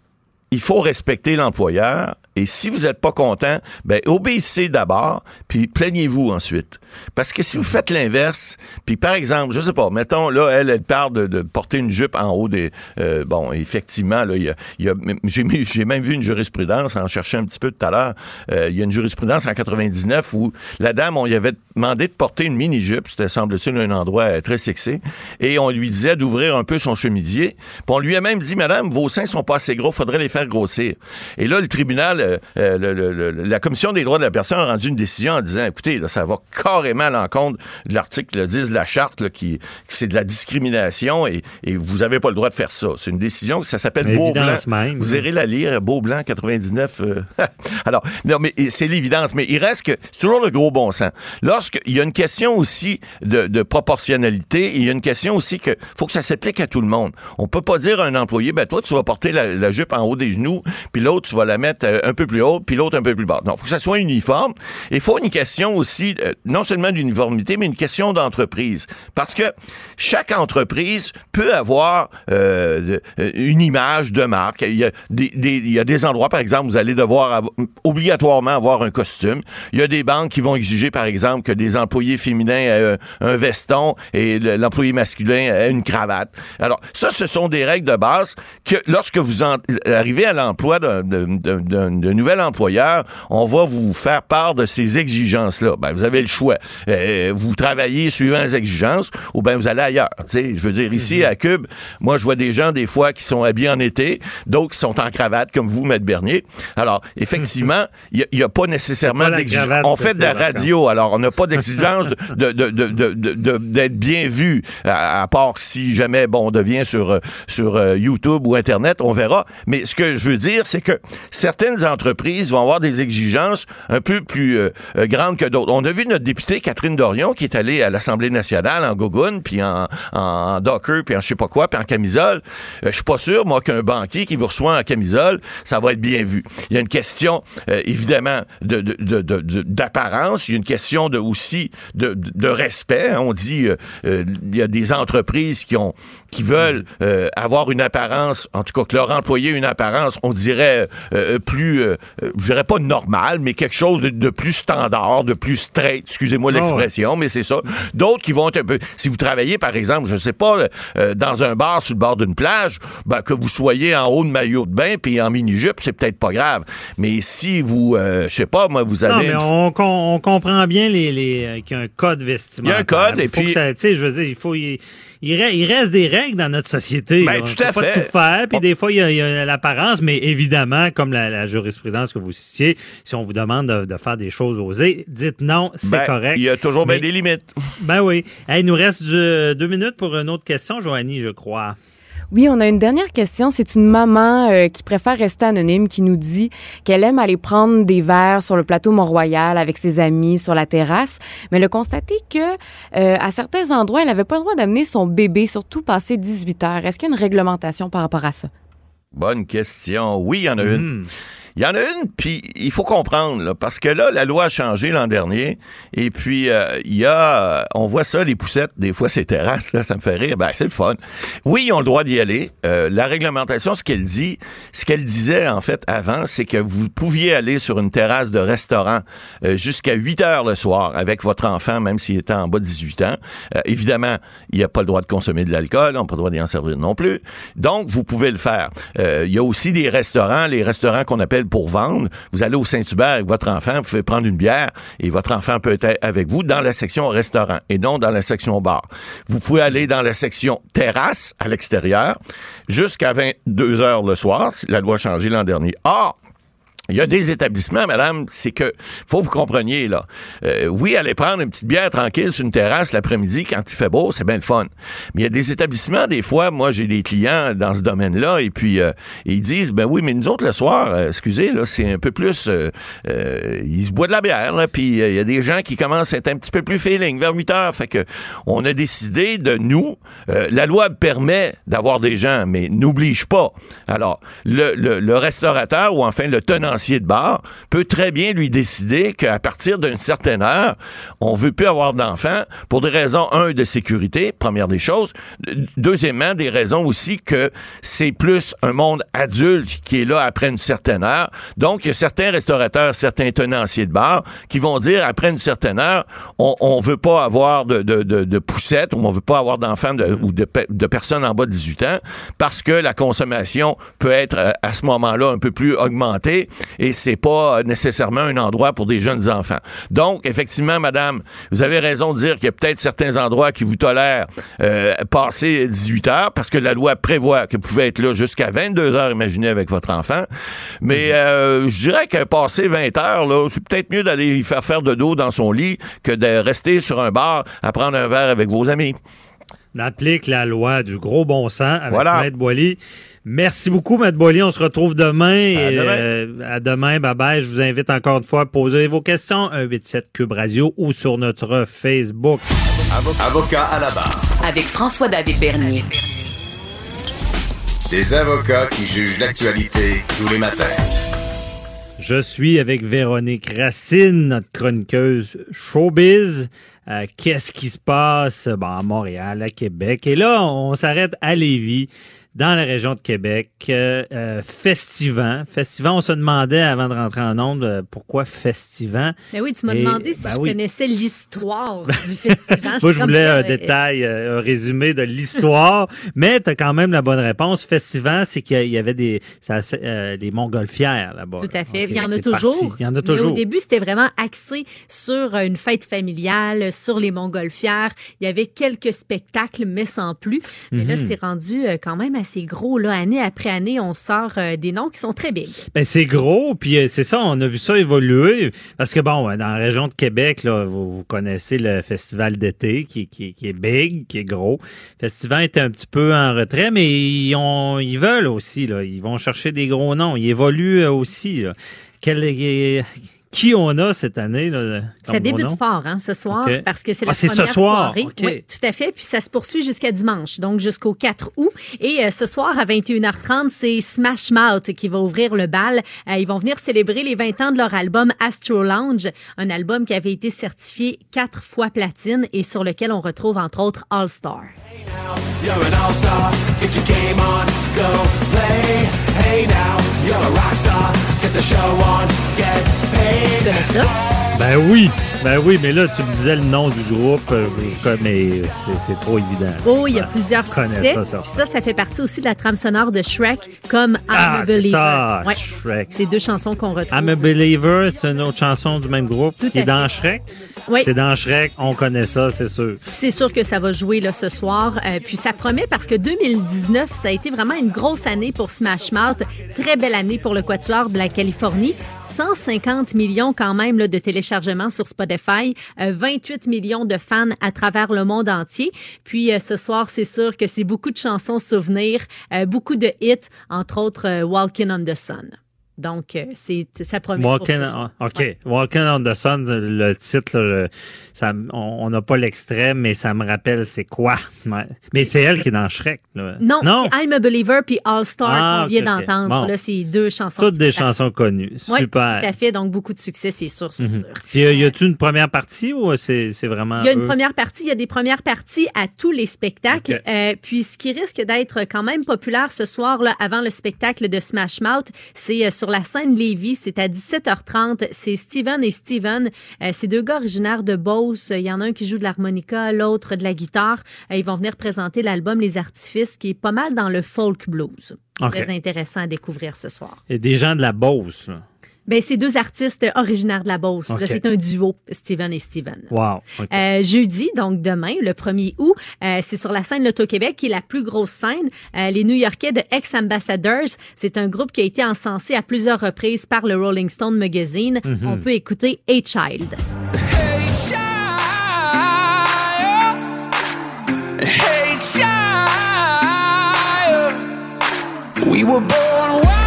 il faut respecter l'employeur. Et si vous n'êtes pas content, ben obéissez d'abord, puis plaignez-vous ensuite. Parce que si vous faites l'inverse, puis par exemple, je sais pas, mettons, là, elle, elle parle de, de porter une jupe en haut des... Euh, bon, effectivement, là, il y a, y a, j'ai, mis, j'ai même vu une jurisprudence, en cherchant un petit peu tout à l'heure, euh, il y a une jurisprudence en quatre-vingt-dix-neuf où la dame, on lui avait demandé de porter une mini-jupe, c'était, semble-t-il, un endroit très sexy, et on lui disait d'ouvrir un peu son chemisier, puis on lui a même dit, madame, vos seins sont pas assez gros, faudrait les faire grossir. Et là, le tribunal... Euh, le, le, le, la Commission des droits de la personne a rendu une décision en disant, écoutez, là, ça va carrément à l'encontre de l'article dix de la charte, là, qui, qui c'est de la discrimination et, et vous n'avez pas le droit de faire ça. C'est une décision, ça s'appelle Beaublanc. Même, vous irez la lire, Beaublanc quatre-vingt-dix-neuf. Euh, Alors, non, mais c'est l'évidence, mais il reste que c'est toujours le gros bon sens. Lorsqu'il y a une question aussi de, de proportionnalité, il y a une question aussi que faut que ça s'applique à tout le monde. On peut pas dire à un employé, ben toi, tu vas porter la, la jupe en haut des genoux, puis l'autre, tu vas la mettre un peu plus haute, puis l'autre un peu plus bas. Non, il faut que ça soit uniforme. Il faut une question aussi, euh, non seulement d'uniformité, mais une question d'entreprise. Parce que chaque entreprise peut avoir euh, une image de marque. Il y a des, des, il y a des endroits, par exemple, vous allez devoir avoir, obligatoirement avoir un costume. Il y a des banques qui vont exiger, par exemple, que des employés féminins aient un, un veston et l'employé masculin ait une cravate. Alors, ça, ce sont des règles de base que lorsque vous en, arrivez à l'emploi d'un, d'un, d'un, d'un nouvel employeur, on va vous faire part de ces exigences-là. Ben, vous avez le choix. Euh, vous travaillez suivant les exigences ou ben vous allez ailleurs. T'sais, je veux dire, ici, à Cube, moi, je vois des gens, des fois, qui sont habillés en été, d'autres qui sont en cravate, comme vous, Maître Bernier. Alors, effectivement, il n'y a, a pas nécessairement d'exigence. On fait de la radio, alors on n'a pas d'exigence de, de, de, de, de, de, d'être bien vu, à, à part si jamais, bon, on devient sur, sur uh, YouTube ou Internet, on verra. Mais ce que je veux dire, c'est que certaines entreprises vont avoir des exigences un peu plus euh, grandes que d'autres. On a vu notre députée Catherine Dorion qui est allée à l'Assemblée nationale en gogoune, puis en, en docker, puis en je sais pas quoi, puis en camisole. Euh, je suis pas sûr, moi, qu'un banquier qui vous reçoit en camisole, ça va être bien vu. Il y a une question, euh, évidemment, de, de, de, de, de, d'apparence. Il y a une question de, aussi de, de, de respect. On dit, euh, euh, il y a des entreprises qui ont qui veulent euh, avoir une apparence, en tout cas que leur employé ait une apparence, on dirait, euh, plus, euh, je dirais pas normal, mais quelque chose de, de plus standard, de plus straight, excusez-moi l'expression, oh ouais. mais c'est ça. D'autres qui vont être un peu... Si vous travaillez, par exemple, je sais pas, euh, dans un bar sur le bord d'une plage, ben, que vous soyez en haut de maillot de bain puis en mini-jupe, c'est peut-être pas grave. Mais si vous, euh, je sais pas, moi, vous avez... Non, mais on, on comprend bien les, les, euh, qu'il y a un code vestimentaire. Il y a un code, et puis... Tu sais, je veux dire, il faut... Il... Il reste des règles dans notre société. Ben, tout à fait. Pas tout faire, puis des fois, il y, a, il y a l'apparence, mais évidemment, comme la, la jurisprudence que vous citiez, si on vous demande de, de faire des choses osées, dites non, c'est ben, correct. Il y a toujours mais, bien des limites. Ben oui. Hey, il nous reste du, deux minutes pour une autre question, Joanie, je crois. Oui, on a une dernière question. C'est une maman euh, qui préfère rester anonyme qui nous dit qu'elle aime aller prendre des verres sur le plateau Mont-Royal avec ses amis sur la terrasse, mais elle a constaté que euh, à certains endroits, elle n'avait pas le droit d'amener son bébé, surtout passé dix-huit heures. Est-ce qu'il y a une réglementation par rapport à ça? Bonne question. Oui, il y en a mmh. une. Il y en a une, puis il faut comprendre, là, parce que là, la loi a changé l'an dernier, et puis euh, il y a, on voit ça, les poussettes, des fois, ces terrasses, là, ça me fait rire, ben c'est le fun. Oui, ils ont le droit d'y aller. Euh, la réglementation, ce qu'elle dit, ce qu'elle disait, en fait, avant, c'est que vous pouviez aller sur une terrasse de restaurant euh, jusqu'à huit heures le soir avec votre enfant, même s'il était en bas de dix-huit ans. Euh, évidemment, il n'y a pas le droit de consommer de l'alcool, on n'a pas le droit d'y en servir non plus. Donc, vous pouvez le faire. Euh, il y a aussi des restaurants, les restaurants qu'on appelle pour vendre. Vous allez au Saint-Hubert avec votre enfant, vous pouvez prendre une bière et votre enfant peut être avec vous dans la section restaurant et non dans la section bar. Vous pouvez aller dans la section terrasse à l'extérieur jusqu'à vingt-deux heures le soir. La loi a changé l'an dernier. Or, il y a des établissements, madame, c'est que, faut que vous compreniez, là. Euh, oui, aller prendre une petite bière tranquille sur une terrasse l'après-midi quand il fait beau, c'est bien le fun. Mais il y a des établissements, des fois, moi, j'ai des clients dans ce domaine-là, et puis, euh, ils disent, ben oui, mais nous autres, le soir, euh, excusez, là, c'est un peu plus, euh, euh, ils se boivent de la bière, là, puis il euh, y a des gens qui commencent à être un petit peu plus feeling, vers huit heures, fait que, on a décidé de nous, euh, la loi permet d'avoir des gens, mais n'oblige pas. Alors, le, le, le restaurateur, ou enfin, le tenant de bar peut très bien lui décider qu'à partir d'une certaine heure, on veut plus avoir d'enfants pour des raisons, un, de sécurité, première des choses. Deuxièmement, des raisons aussi que c'est plus un monde adulte qui est là après une certaine heure. Donc, il y a certains restaurateurs, certains tenanciers de bar qui vont dire, après une certaine heure, on, on veut pas avoir de, de, de, de poussettes ou on veut pas avoir d'enfants de, ou de, de personnes en bas de dix-huit ans parce que la consommation peut être à ce moment-là un peu plus augmentée et c'est pas nécessairement un endroit pour des jeunes enfants. Donc, effectivement, madame, vous avez raison de dire qu'il y a peut-être certains endroits qui vous tolèrent euh, passer dix-huit heures, parce que la loi prévoit que vous pouvez être là jusqu'à vingt-deux heures, imaginez, avec votre enfant. Mais euh, je dirais que passer vingt heures, là, c'est peut-être mieux d'aller y faire faire de dos dans son lit que de rester sur un bar à prendre un verre avec vos amis. On applique la loi du gros bon sens avec voilà. Maître Boily. Merci beaucoup, Maître Boily. On se retrouve demain. À et, demain. Euh, à demain. Bye-bye. Je vous invite encore une fois à poser vos questions. un huit sept Cube Radio ou sur notre Facebook. Avocat à la barre. Avec François-David Bernier. Des avocats qui jugent l'actualité tous les matins. Je suis avec Véronique Racine, notre chroniqueuse showbiz. Euh, qu'est-ce qui se passe bon, à Montréal, à Québec? Et là, on s'arrête à Lévis, dans la région de Québec. Euh, euh, Festivant. Festivant, on se demandait avant de rentrer en ondes euh, pourquoi Festivant. Ben oui, tu m'as Et, demandé si ben je oui. connaissais l'histoire du Festivant. Moi, je voulais un euh, détail, euh, un résumé de l'histoire, mais tu as quand même la bonne réponse. Festivant, c'est qu'il y avait des ça, euh, des montgolfières là-bas. Tout à fait. Okay, Il y en a c'est toujours. parti. Il y en a Mais toujours. au début, c'était vraiment axé sur une fête familiale, sur les montgolfières. Il y avait quelques spectacles, mais sans plus. Mais Mm-hmm. là, c'est rendu euh, quand même assez gros. Là, année après année, on sort euh, des noms qui sont très big. Ben c'est gros, puis euh, c'est ça, on a vu ça évoluer. Parce que bon, dans la région de Québec, là, vous, vous connaissez le festival d'été qui, qui, qui est big, qui est gros. Le festival était un petit peu en retrait, mais ils, ont, ils veulent aussi, là, ils vont chercher des gros noms. Ils évoluent aussi. Là. Quel est... Qui on a cette année? Là, ça débute fort, hein, ce soir, okay. parce que c'est la ah, c'est première ce soir. soirée. Okay. Oui, tout à fait. Puis ça se poursuit jusqu'à dimanche, donc jusqu'au quatre août. Et euh, ce soir, à vingt et une heures trente, c'est Smash Mouth qui va ouvrir le bal. Euh, ils vont venir célébrer les vingt ans de leur album Astro Lounge, un album qui avait été certifié quatre fois platine et sur lequel on retrouve entre autres All Star. Hey now, you're an all-star. Get your game on, go play. Hey now, you're a rock star. Get the show on, get paid. Tu connais ça? Ben oui, ben oui, mais là, tu me disais le nom du groupe, je, je connais, c'est, c'est trop évident. Oh, il y a plusieurs succès. Ça, ça. Puis ça, ça fait partie aussi de la trame sonore de Shrek, comme I'm ah, a Believer. C'est ça, ouais. Shrek. C'est deux chansons qu'on retrouve. I'm a Believer, c'est une autre chanson du même groupe Tout qui est fait. dans Shrek. Oui. C'est dans Shrek, on connaît ça, c'est sûr. Puis c'est sûr que ça va jouer là, ce soir. Euh, puis ça promet parce que deux mille dix-neuf, ça a été vraiment une grosse année pour Smash Mouth. Très belle année pour le Quatuor de la Californie. cent cinquante millions quand même là, de téléchargements sur Spotify, euh, vingt-huit millions de fans à travers le monde entier. Puis euh, ce soir, c'est sûr que c'est beaucoup de chansons souvenirs, euh, beaucoup de hits, entre autres euh, Walking on the Sun. Donc, euh, c'est sa première Walking, OK. Ouais. Walking on the Sun, le titre, là, ça, on n'a pas l'extrait, mais ça me rappelle c'est quoi. Mais c'est elle qui est dans Shrek. Là. Non, non, c'est I'm a Believer puis All Star ah, qu'on vient okay, d'entendre. Okay. Bon. Là, c'est deux chansons. Toutes des chansons connues. Oui, super. Tout à fait. Donc, beaucoup de succès, c'est sûr, c'est mm-hmm. sûr. Puis, euh, y a-t-il une première partie ou c'est, c'est vraiment... Il y a une eux? première partie. Il y a des premières parties à tous les spectacles. Okay. Euh, puis, ce qui risque d'être quand même populaire ce soir, là, avant le spectacle de Smash Mouth, c'est euh, sur la scène Lévis. C'est à dix-sept heures trente. C'est Steven et Steven. Euh, c'est deux gars originaires de Beauce. Il y en a un qui joue de l'harmonica, l'autre de la guitare. Euh, ils vont venir présenter l'album Les Artifices, qui est pas mal dans le folk blues. Okay. Très intéressant à découvrir ce soir. Et des gens de la Beauce, là. Ben, c'est deux artistes originaires de la Beauce. Okay. Là, c'est un duo, Steven et Steven. Wow. Okay. Euh, jeudi, donc demain, le premier août, euh, c'est sur la scène L'Auto-Québec, qui est la plus grosse scène. Euh, les New-Yorkais de Ex-Ambassadors, c'est un groupe qui a été encensé à plusieurs reprises par le Rolling Stone Magazine. Mm-hmm. On peut écouter Hey Child. Hey child, hey child, we were born wild.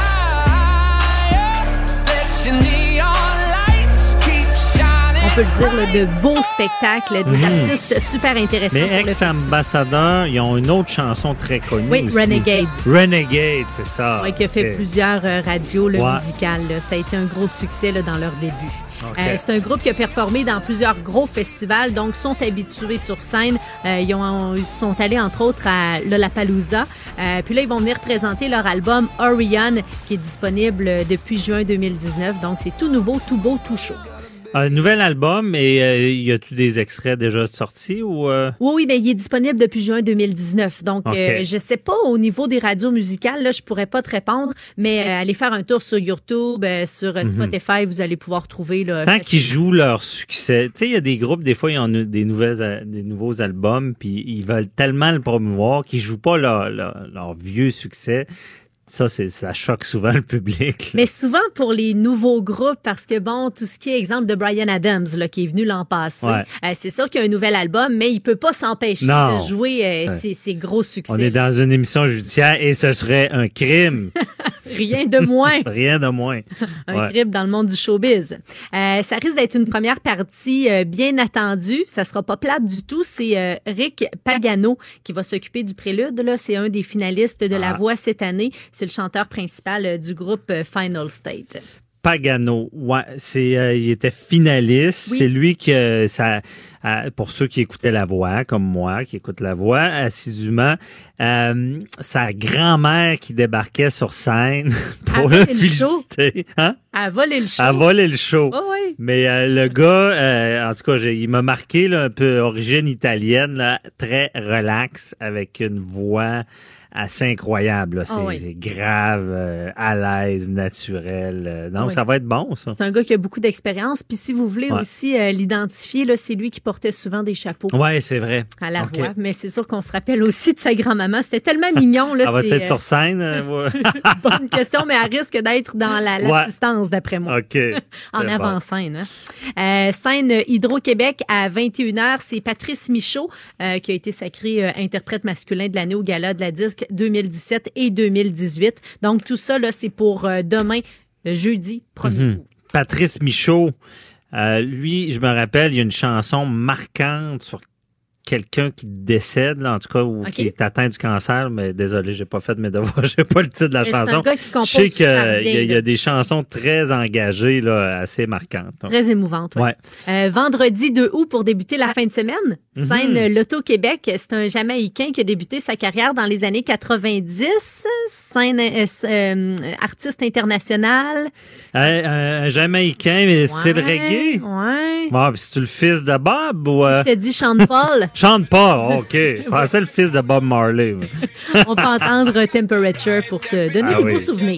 On peut le dire, là, de beaux spectacles, des mmh. artistes super intéressants. Mais Ex-Ambassadeurs, ils ont une autre chanson très connue. Oui, aussi. Renegade. Renegade, c'est ça. Oui, qui a fait okay. plusieurs euh, radios le ouais. musical. Là. Ça a été un gros succès là, dans leur début. Okay. Euh, c'est un groupe qui a performé dans plusieurs gros festivals, donc sont habitués sur scène. Euh, ils, ont, ils sont allés, entre autres, à Lollapalooza. Euh, puis là, ils vont venir présenter leur album Orion, qui est disponible depuis juin deux mille dix-neuf. Donc, c'est tout nouveau, tout beau, tout chaud. Un nouvel album, et euh, y a-tu des extraits déjà sortis ou euh... Oui, oui, mais il est disponible depuis juin deux mille dix-neuf. Donc, okay. euh, je sais pas au niveau des radios musicales, là, je pourrais pas te répondre, mais euh, allez faire un tour sur YouTube, euh, sur euh, Spotify, mm-hmm. vous allez pouvoir trouver là. Tant qu'ils jouent leur succès, tu sais, il y a des groupes, des fois, ils ont des nouvelles, des nouveaux albums, puis ils veulent tellement le promouvoir qu'ils jouent pas leur, leur, leur vieux succès. Ça, c'est, ça choque souvent le public. Là. Mais souvent pour les nouveaux groupes, parce que bon, tout ce qui est exemple de Bryan Adams, là, qui est venu l'an passé, ouais. euh, c'est sûr qu'il y a un nouvel album, mais il peut pas s'empêcher non. de jouer euh, ouais. ses, ses gros succès. On est dans une émission judiciaire et ce serait un crime. Rien de moins. Rien de moins. Un ouais. crime dans le monde du showbiz. Euh, ça risque d'être une première partie euh, bien attendue. Ça sera pas plate du tout. C'est euh, Rick Pagano qui va s'occuper du prélude. Là, c'est un des finalistes de ah. La Voix cette année. C'est le chanteur principal euh, du groupe euh, Final State. Pagano, ouais, c'est, euh, il était finaliste. Oui. C'est lui qui, euh, ça, euh, pour ceux qui écoutaient La Voix, comme moi, qui écoutent La Voix assidûment, euh, sa grand-mère qui débarquait sur scène pour le féliciter. Hein? À voler le show. À voler le show. Oh, oui. Mais euh, le gars, euh, en tout cas, j'ai, il m'a marqué là, un peu origine italienne, là, très relax, avec une voix assez incroyable. Là. C'est, oh oui. c'est grave, euh, à l'aise, naturel. Euh, donc, oui. ça va être bon, ça. C'est un gars qui a beaucoup d'expérience. Puis si vous voulez ouais. aussi euh, l'identifier, là, c'est lui qui portait souvent des chapeaux. Oui, c'est vrai. À la okay. voix. Mais c'est sûr qu'on se rappelle aussi de sa grand-maman. C'était tellement mignon. Là, elle va c'est, être euh... sur scène? Euh, Bonne question, mais elle risque d'être dans la, l'assistance, ouais. d'après moi. OK. En avant-scène. Hein. Euh, scène Hydro-Québec à vingt et une heures. C'est Patrice Michaud euh, qui a été sacré euh, interprète masculin de l'année au Gala de la Disque deux mille dix-sept et deux mille dix-huit. Donc, tout ça, là, c'est pour euh, demain, jeudi premier mm-hmm. août. Patrice Michaud, euh, lui, je me rappelle, il y a une chanson marquante sur quelqu'un qui décède, là, en tout cas, ou okay. qui est atteint du cancer, mais désolé, j'ai pas fait mes devoirs, j'ai pas le titre de la mais chanson. C'est un gars qui compose je sais qu'il y, y, y a des chansons très engagées, là, assez marquantes. Donc. Très émouvantes, oui. Ouais. Euh, vendredi deux août, pour débuter la fin de semaine, mm-hmm. scène L'Auto-Québec, c'est un Jamaïcain qui a débuté sa carrière dans les années quatre-vingt-dix, scène euh, euh, artiste international. Euh, un Jamaïcain, mais ouais, style reggae? Ouais. Bon, puis c'est-tu le fils de Bob ou... Euh... Je te dis Sean Paul. Chante pas, OK. Je pensais le fils de Bob Marley. On peut entendre Temperature pour se donner ah des oui. beaux souvenirs.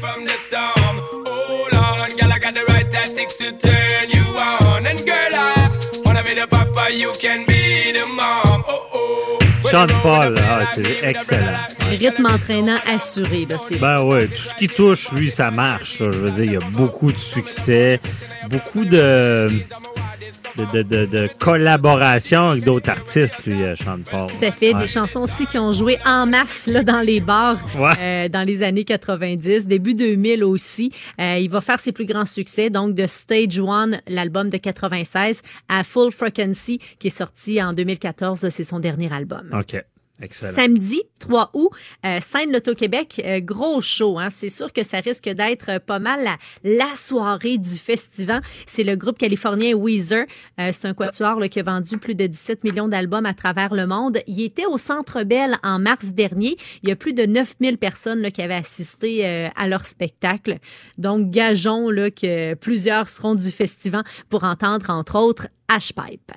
Chante Paul, ah, c'est excellent. Rythme entraînant assuré. Là, c'est ben oui, tout ce qui touche, lui, ça marche. Là. Je veux dire, il y a beaucoup de succès, beaucoup de... de, de, de, de collaboration avec d'autres artistes, lui, Sean Paul. Tout à fait. Ouais. Des chansons aussi qui ont joué en masse là, dans les bars ouais. euh, dans les années quatre-vingt-dix, début deux mille aussi. Euh, il va faire ses plus grands succès, donc de Stage One, l'album de quatre-vingt-seize, à Full Frequency, qui est sorti en deux mille quatorze. Là, c'est son dernier album. OK. Excellent. Samedi trois août, euh, scène Loto-Québec, euh, gros show. Hein. C'est sûr que ça risque d'être pas mal la, la soirée du festival. C'est le groupe californien Weezer. Euh, c'est un quatuor là, qui a vendu plus de dix-sept millions d'albums à travers le monde. Il était au Centre Bell en mars dernier. Il y a plus de neuf mille personnes là, qui avaient assisté euh, à leur spectacle. Donc, gageons là, que plusieurs seront du festival pour entendre, entre autres, Ashpipe.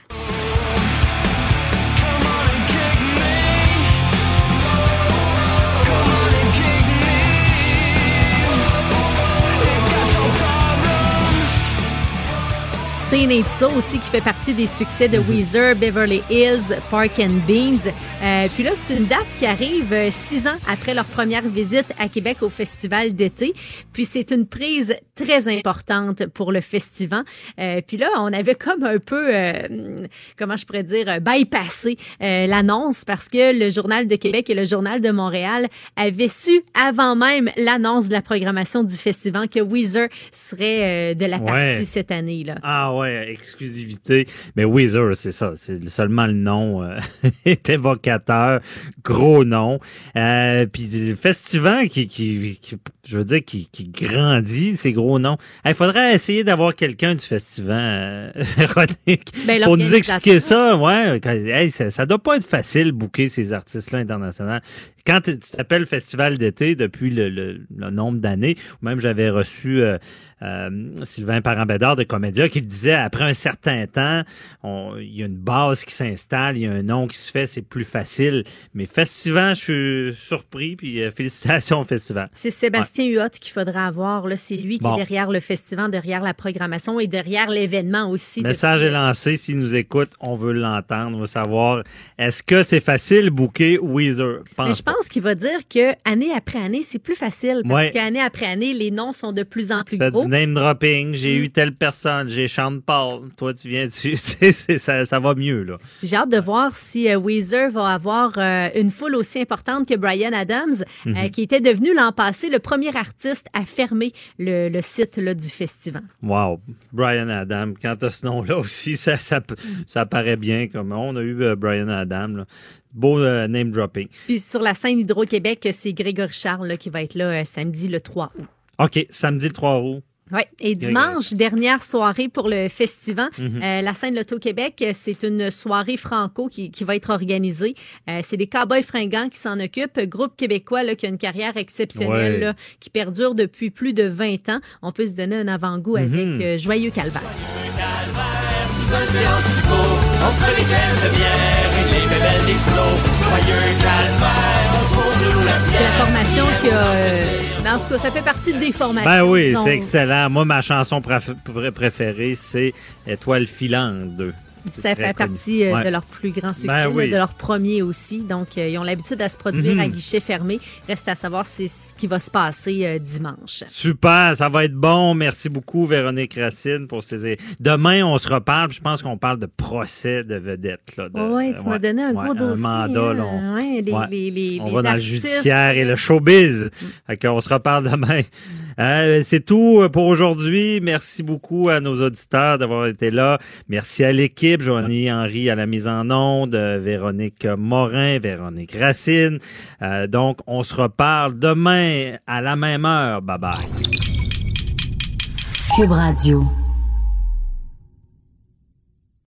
C'est Nate So aussi qui fait partie des succès de Weezer, Beverly Hills, Pork and Beans. Euh, puis là, c'est une date qui arrive euh, six ans après leur première visite à Québec au Festival d'été. Puis c'est une prise très importante pour le festival. Euh, puis là, on avait comme un peu, euh, comment je pourrais dire, bypassé euh, l'annonce parce que le Journal de Québec et le Journal de Montréal avaient su avant même l'annonce de la programmation du festival que Weezer serait euh, de la partie ouais. cette année. Là. Ah ouais, exclusivité. Mais Weezer, c'est ça. C'est seulement le nom euh, est évocateur. Gros nom. Euh, puis le festival qui, qui, qui, je veux dire, qui, qui grandit, ces gros noms. Il faudrait essayer d'avoir quelqu'un du festival, euh, Véronique, ben, pour nous expliquer ça. Ouais, hey, ça, ça doit pas être facile booker ces artistes-là internationaux. Quand tu t'appelles Festival d'été depuis le, le, le nombre d'années, ou même j'avais reçu euh, euh, Sylvain Parent-Bédard de Comédia qui le disait, après un certain temps, il y a une base qui s'installe, il y a un nom qui se fait, c'est plus facile. Mais Festival, je suis surpris, puis euh, félicitations au festival. C'est Sébastien ouais. Huot qu'il faudra avoir. Là, c'est lui qui bon. est derrière le festival, derrière la programmation et derrière l'événement aussi. Le message est lancé. S'il nous écoute, on veut l'entendre. On veut savoir, est-ce que c'est facile booker Weezer? Mais je pense qu'il va dire que année après année, c'est plus facile. Parce ouais. qu'année après année, les noms sont de plus en plus tu gros. Fais du name dropping. J'ai mm. eu telle personne. J'ai Sean Paul. Toi, tu viens dessus. ça, ça va mieux, là. J'ai hâte de voir si euh, Weezer va avoir euh, une foule aussi importante que Bryan Adams, mm-hmm. euh, qui était devenu l'an passé le premier artiste à fermer le, le site là, du festival. Wow. Bryan Adams. Quand tu as ce nom-là aussi, ça, ça, ça paraît bien. Comme on a eu euh, Bryan Adams, là. Beau euh, name dropping. Puis sur la scène Hydro-Québec, c'est Grégory Charles là, qui va être là euh, samedi le trois août. OK, samedi le trois août. Oui, et dimanche, dernière soirée pour le festival. Mm-hmm. Euh, la scène Loto-Québec, c'est une soirée franco qui, qui va être organisée. Euh, c'est les Cowboys Fringants qui s'en occupent, groupe québécois là, qui a une carrière exceptionnelle, ouais. là, qui perdure depuis plus de vingt ans. On peut se donner un avant-goût mm-hmm. avec euh, Joyeux Calvaire. Joyeux Calvaire, sous un silence court, entre les caisses de bière et les bébelles des flots. Joyeux Calvaire, pour nous la bière. C'est la formation qui a... Euh, en tout cas, ça fait partie des formations. Ben oui, c'est excellent. Moi, ma chanson préférée, c'est Étoile filante deux. Ça fait partie euh, ouais. de leur plus grand succès, ben oui. de leur premier aussi. Donc, euh, ils ont l'habitude à se produire mm-hmm. à guichet fermé. Reste à savoir c'est ce qui va se passer euh, dimanche. Super, ça va être bon. Merci beaucoup, Véronique Racine, pour ces... Demain, on se reparle. Je pense qu'on parle de procès de vedettes. Là, de... Oui, tu ouais. m'as donné un gros ouais, dossier. Un mandat. Hein. Là, on ouais, les, ouais. les, les, on les va dans artistes. le judiciaire et le showbiz. Mm. Fait on se reparle demain. Euh, c'est tout pour aujourd'hui. Merci beaucoup à nos auditeurs d'avoir été là. Merci à l'équipe. Joanie Henry à la mise en onde, Véronique Morin, Véronique Racine. Euh, donc, on se reparle demain à la même heure. Bye bye. Cube Radio.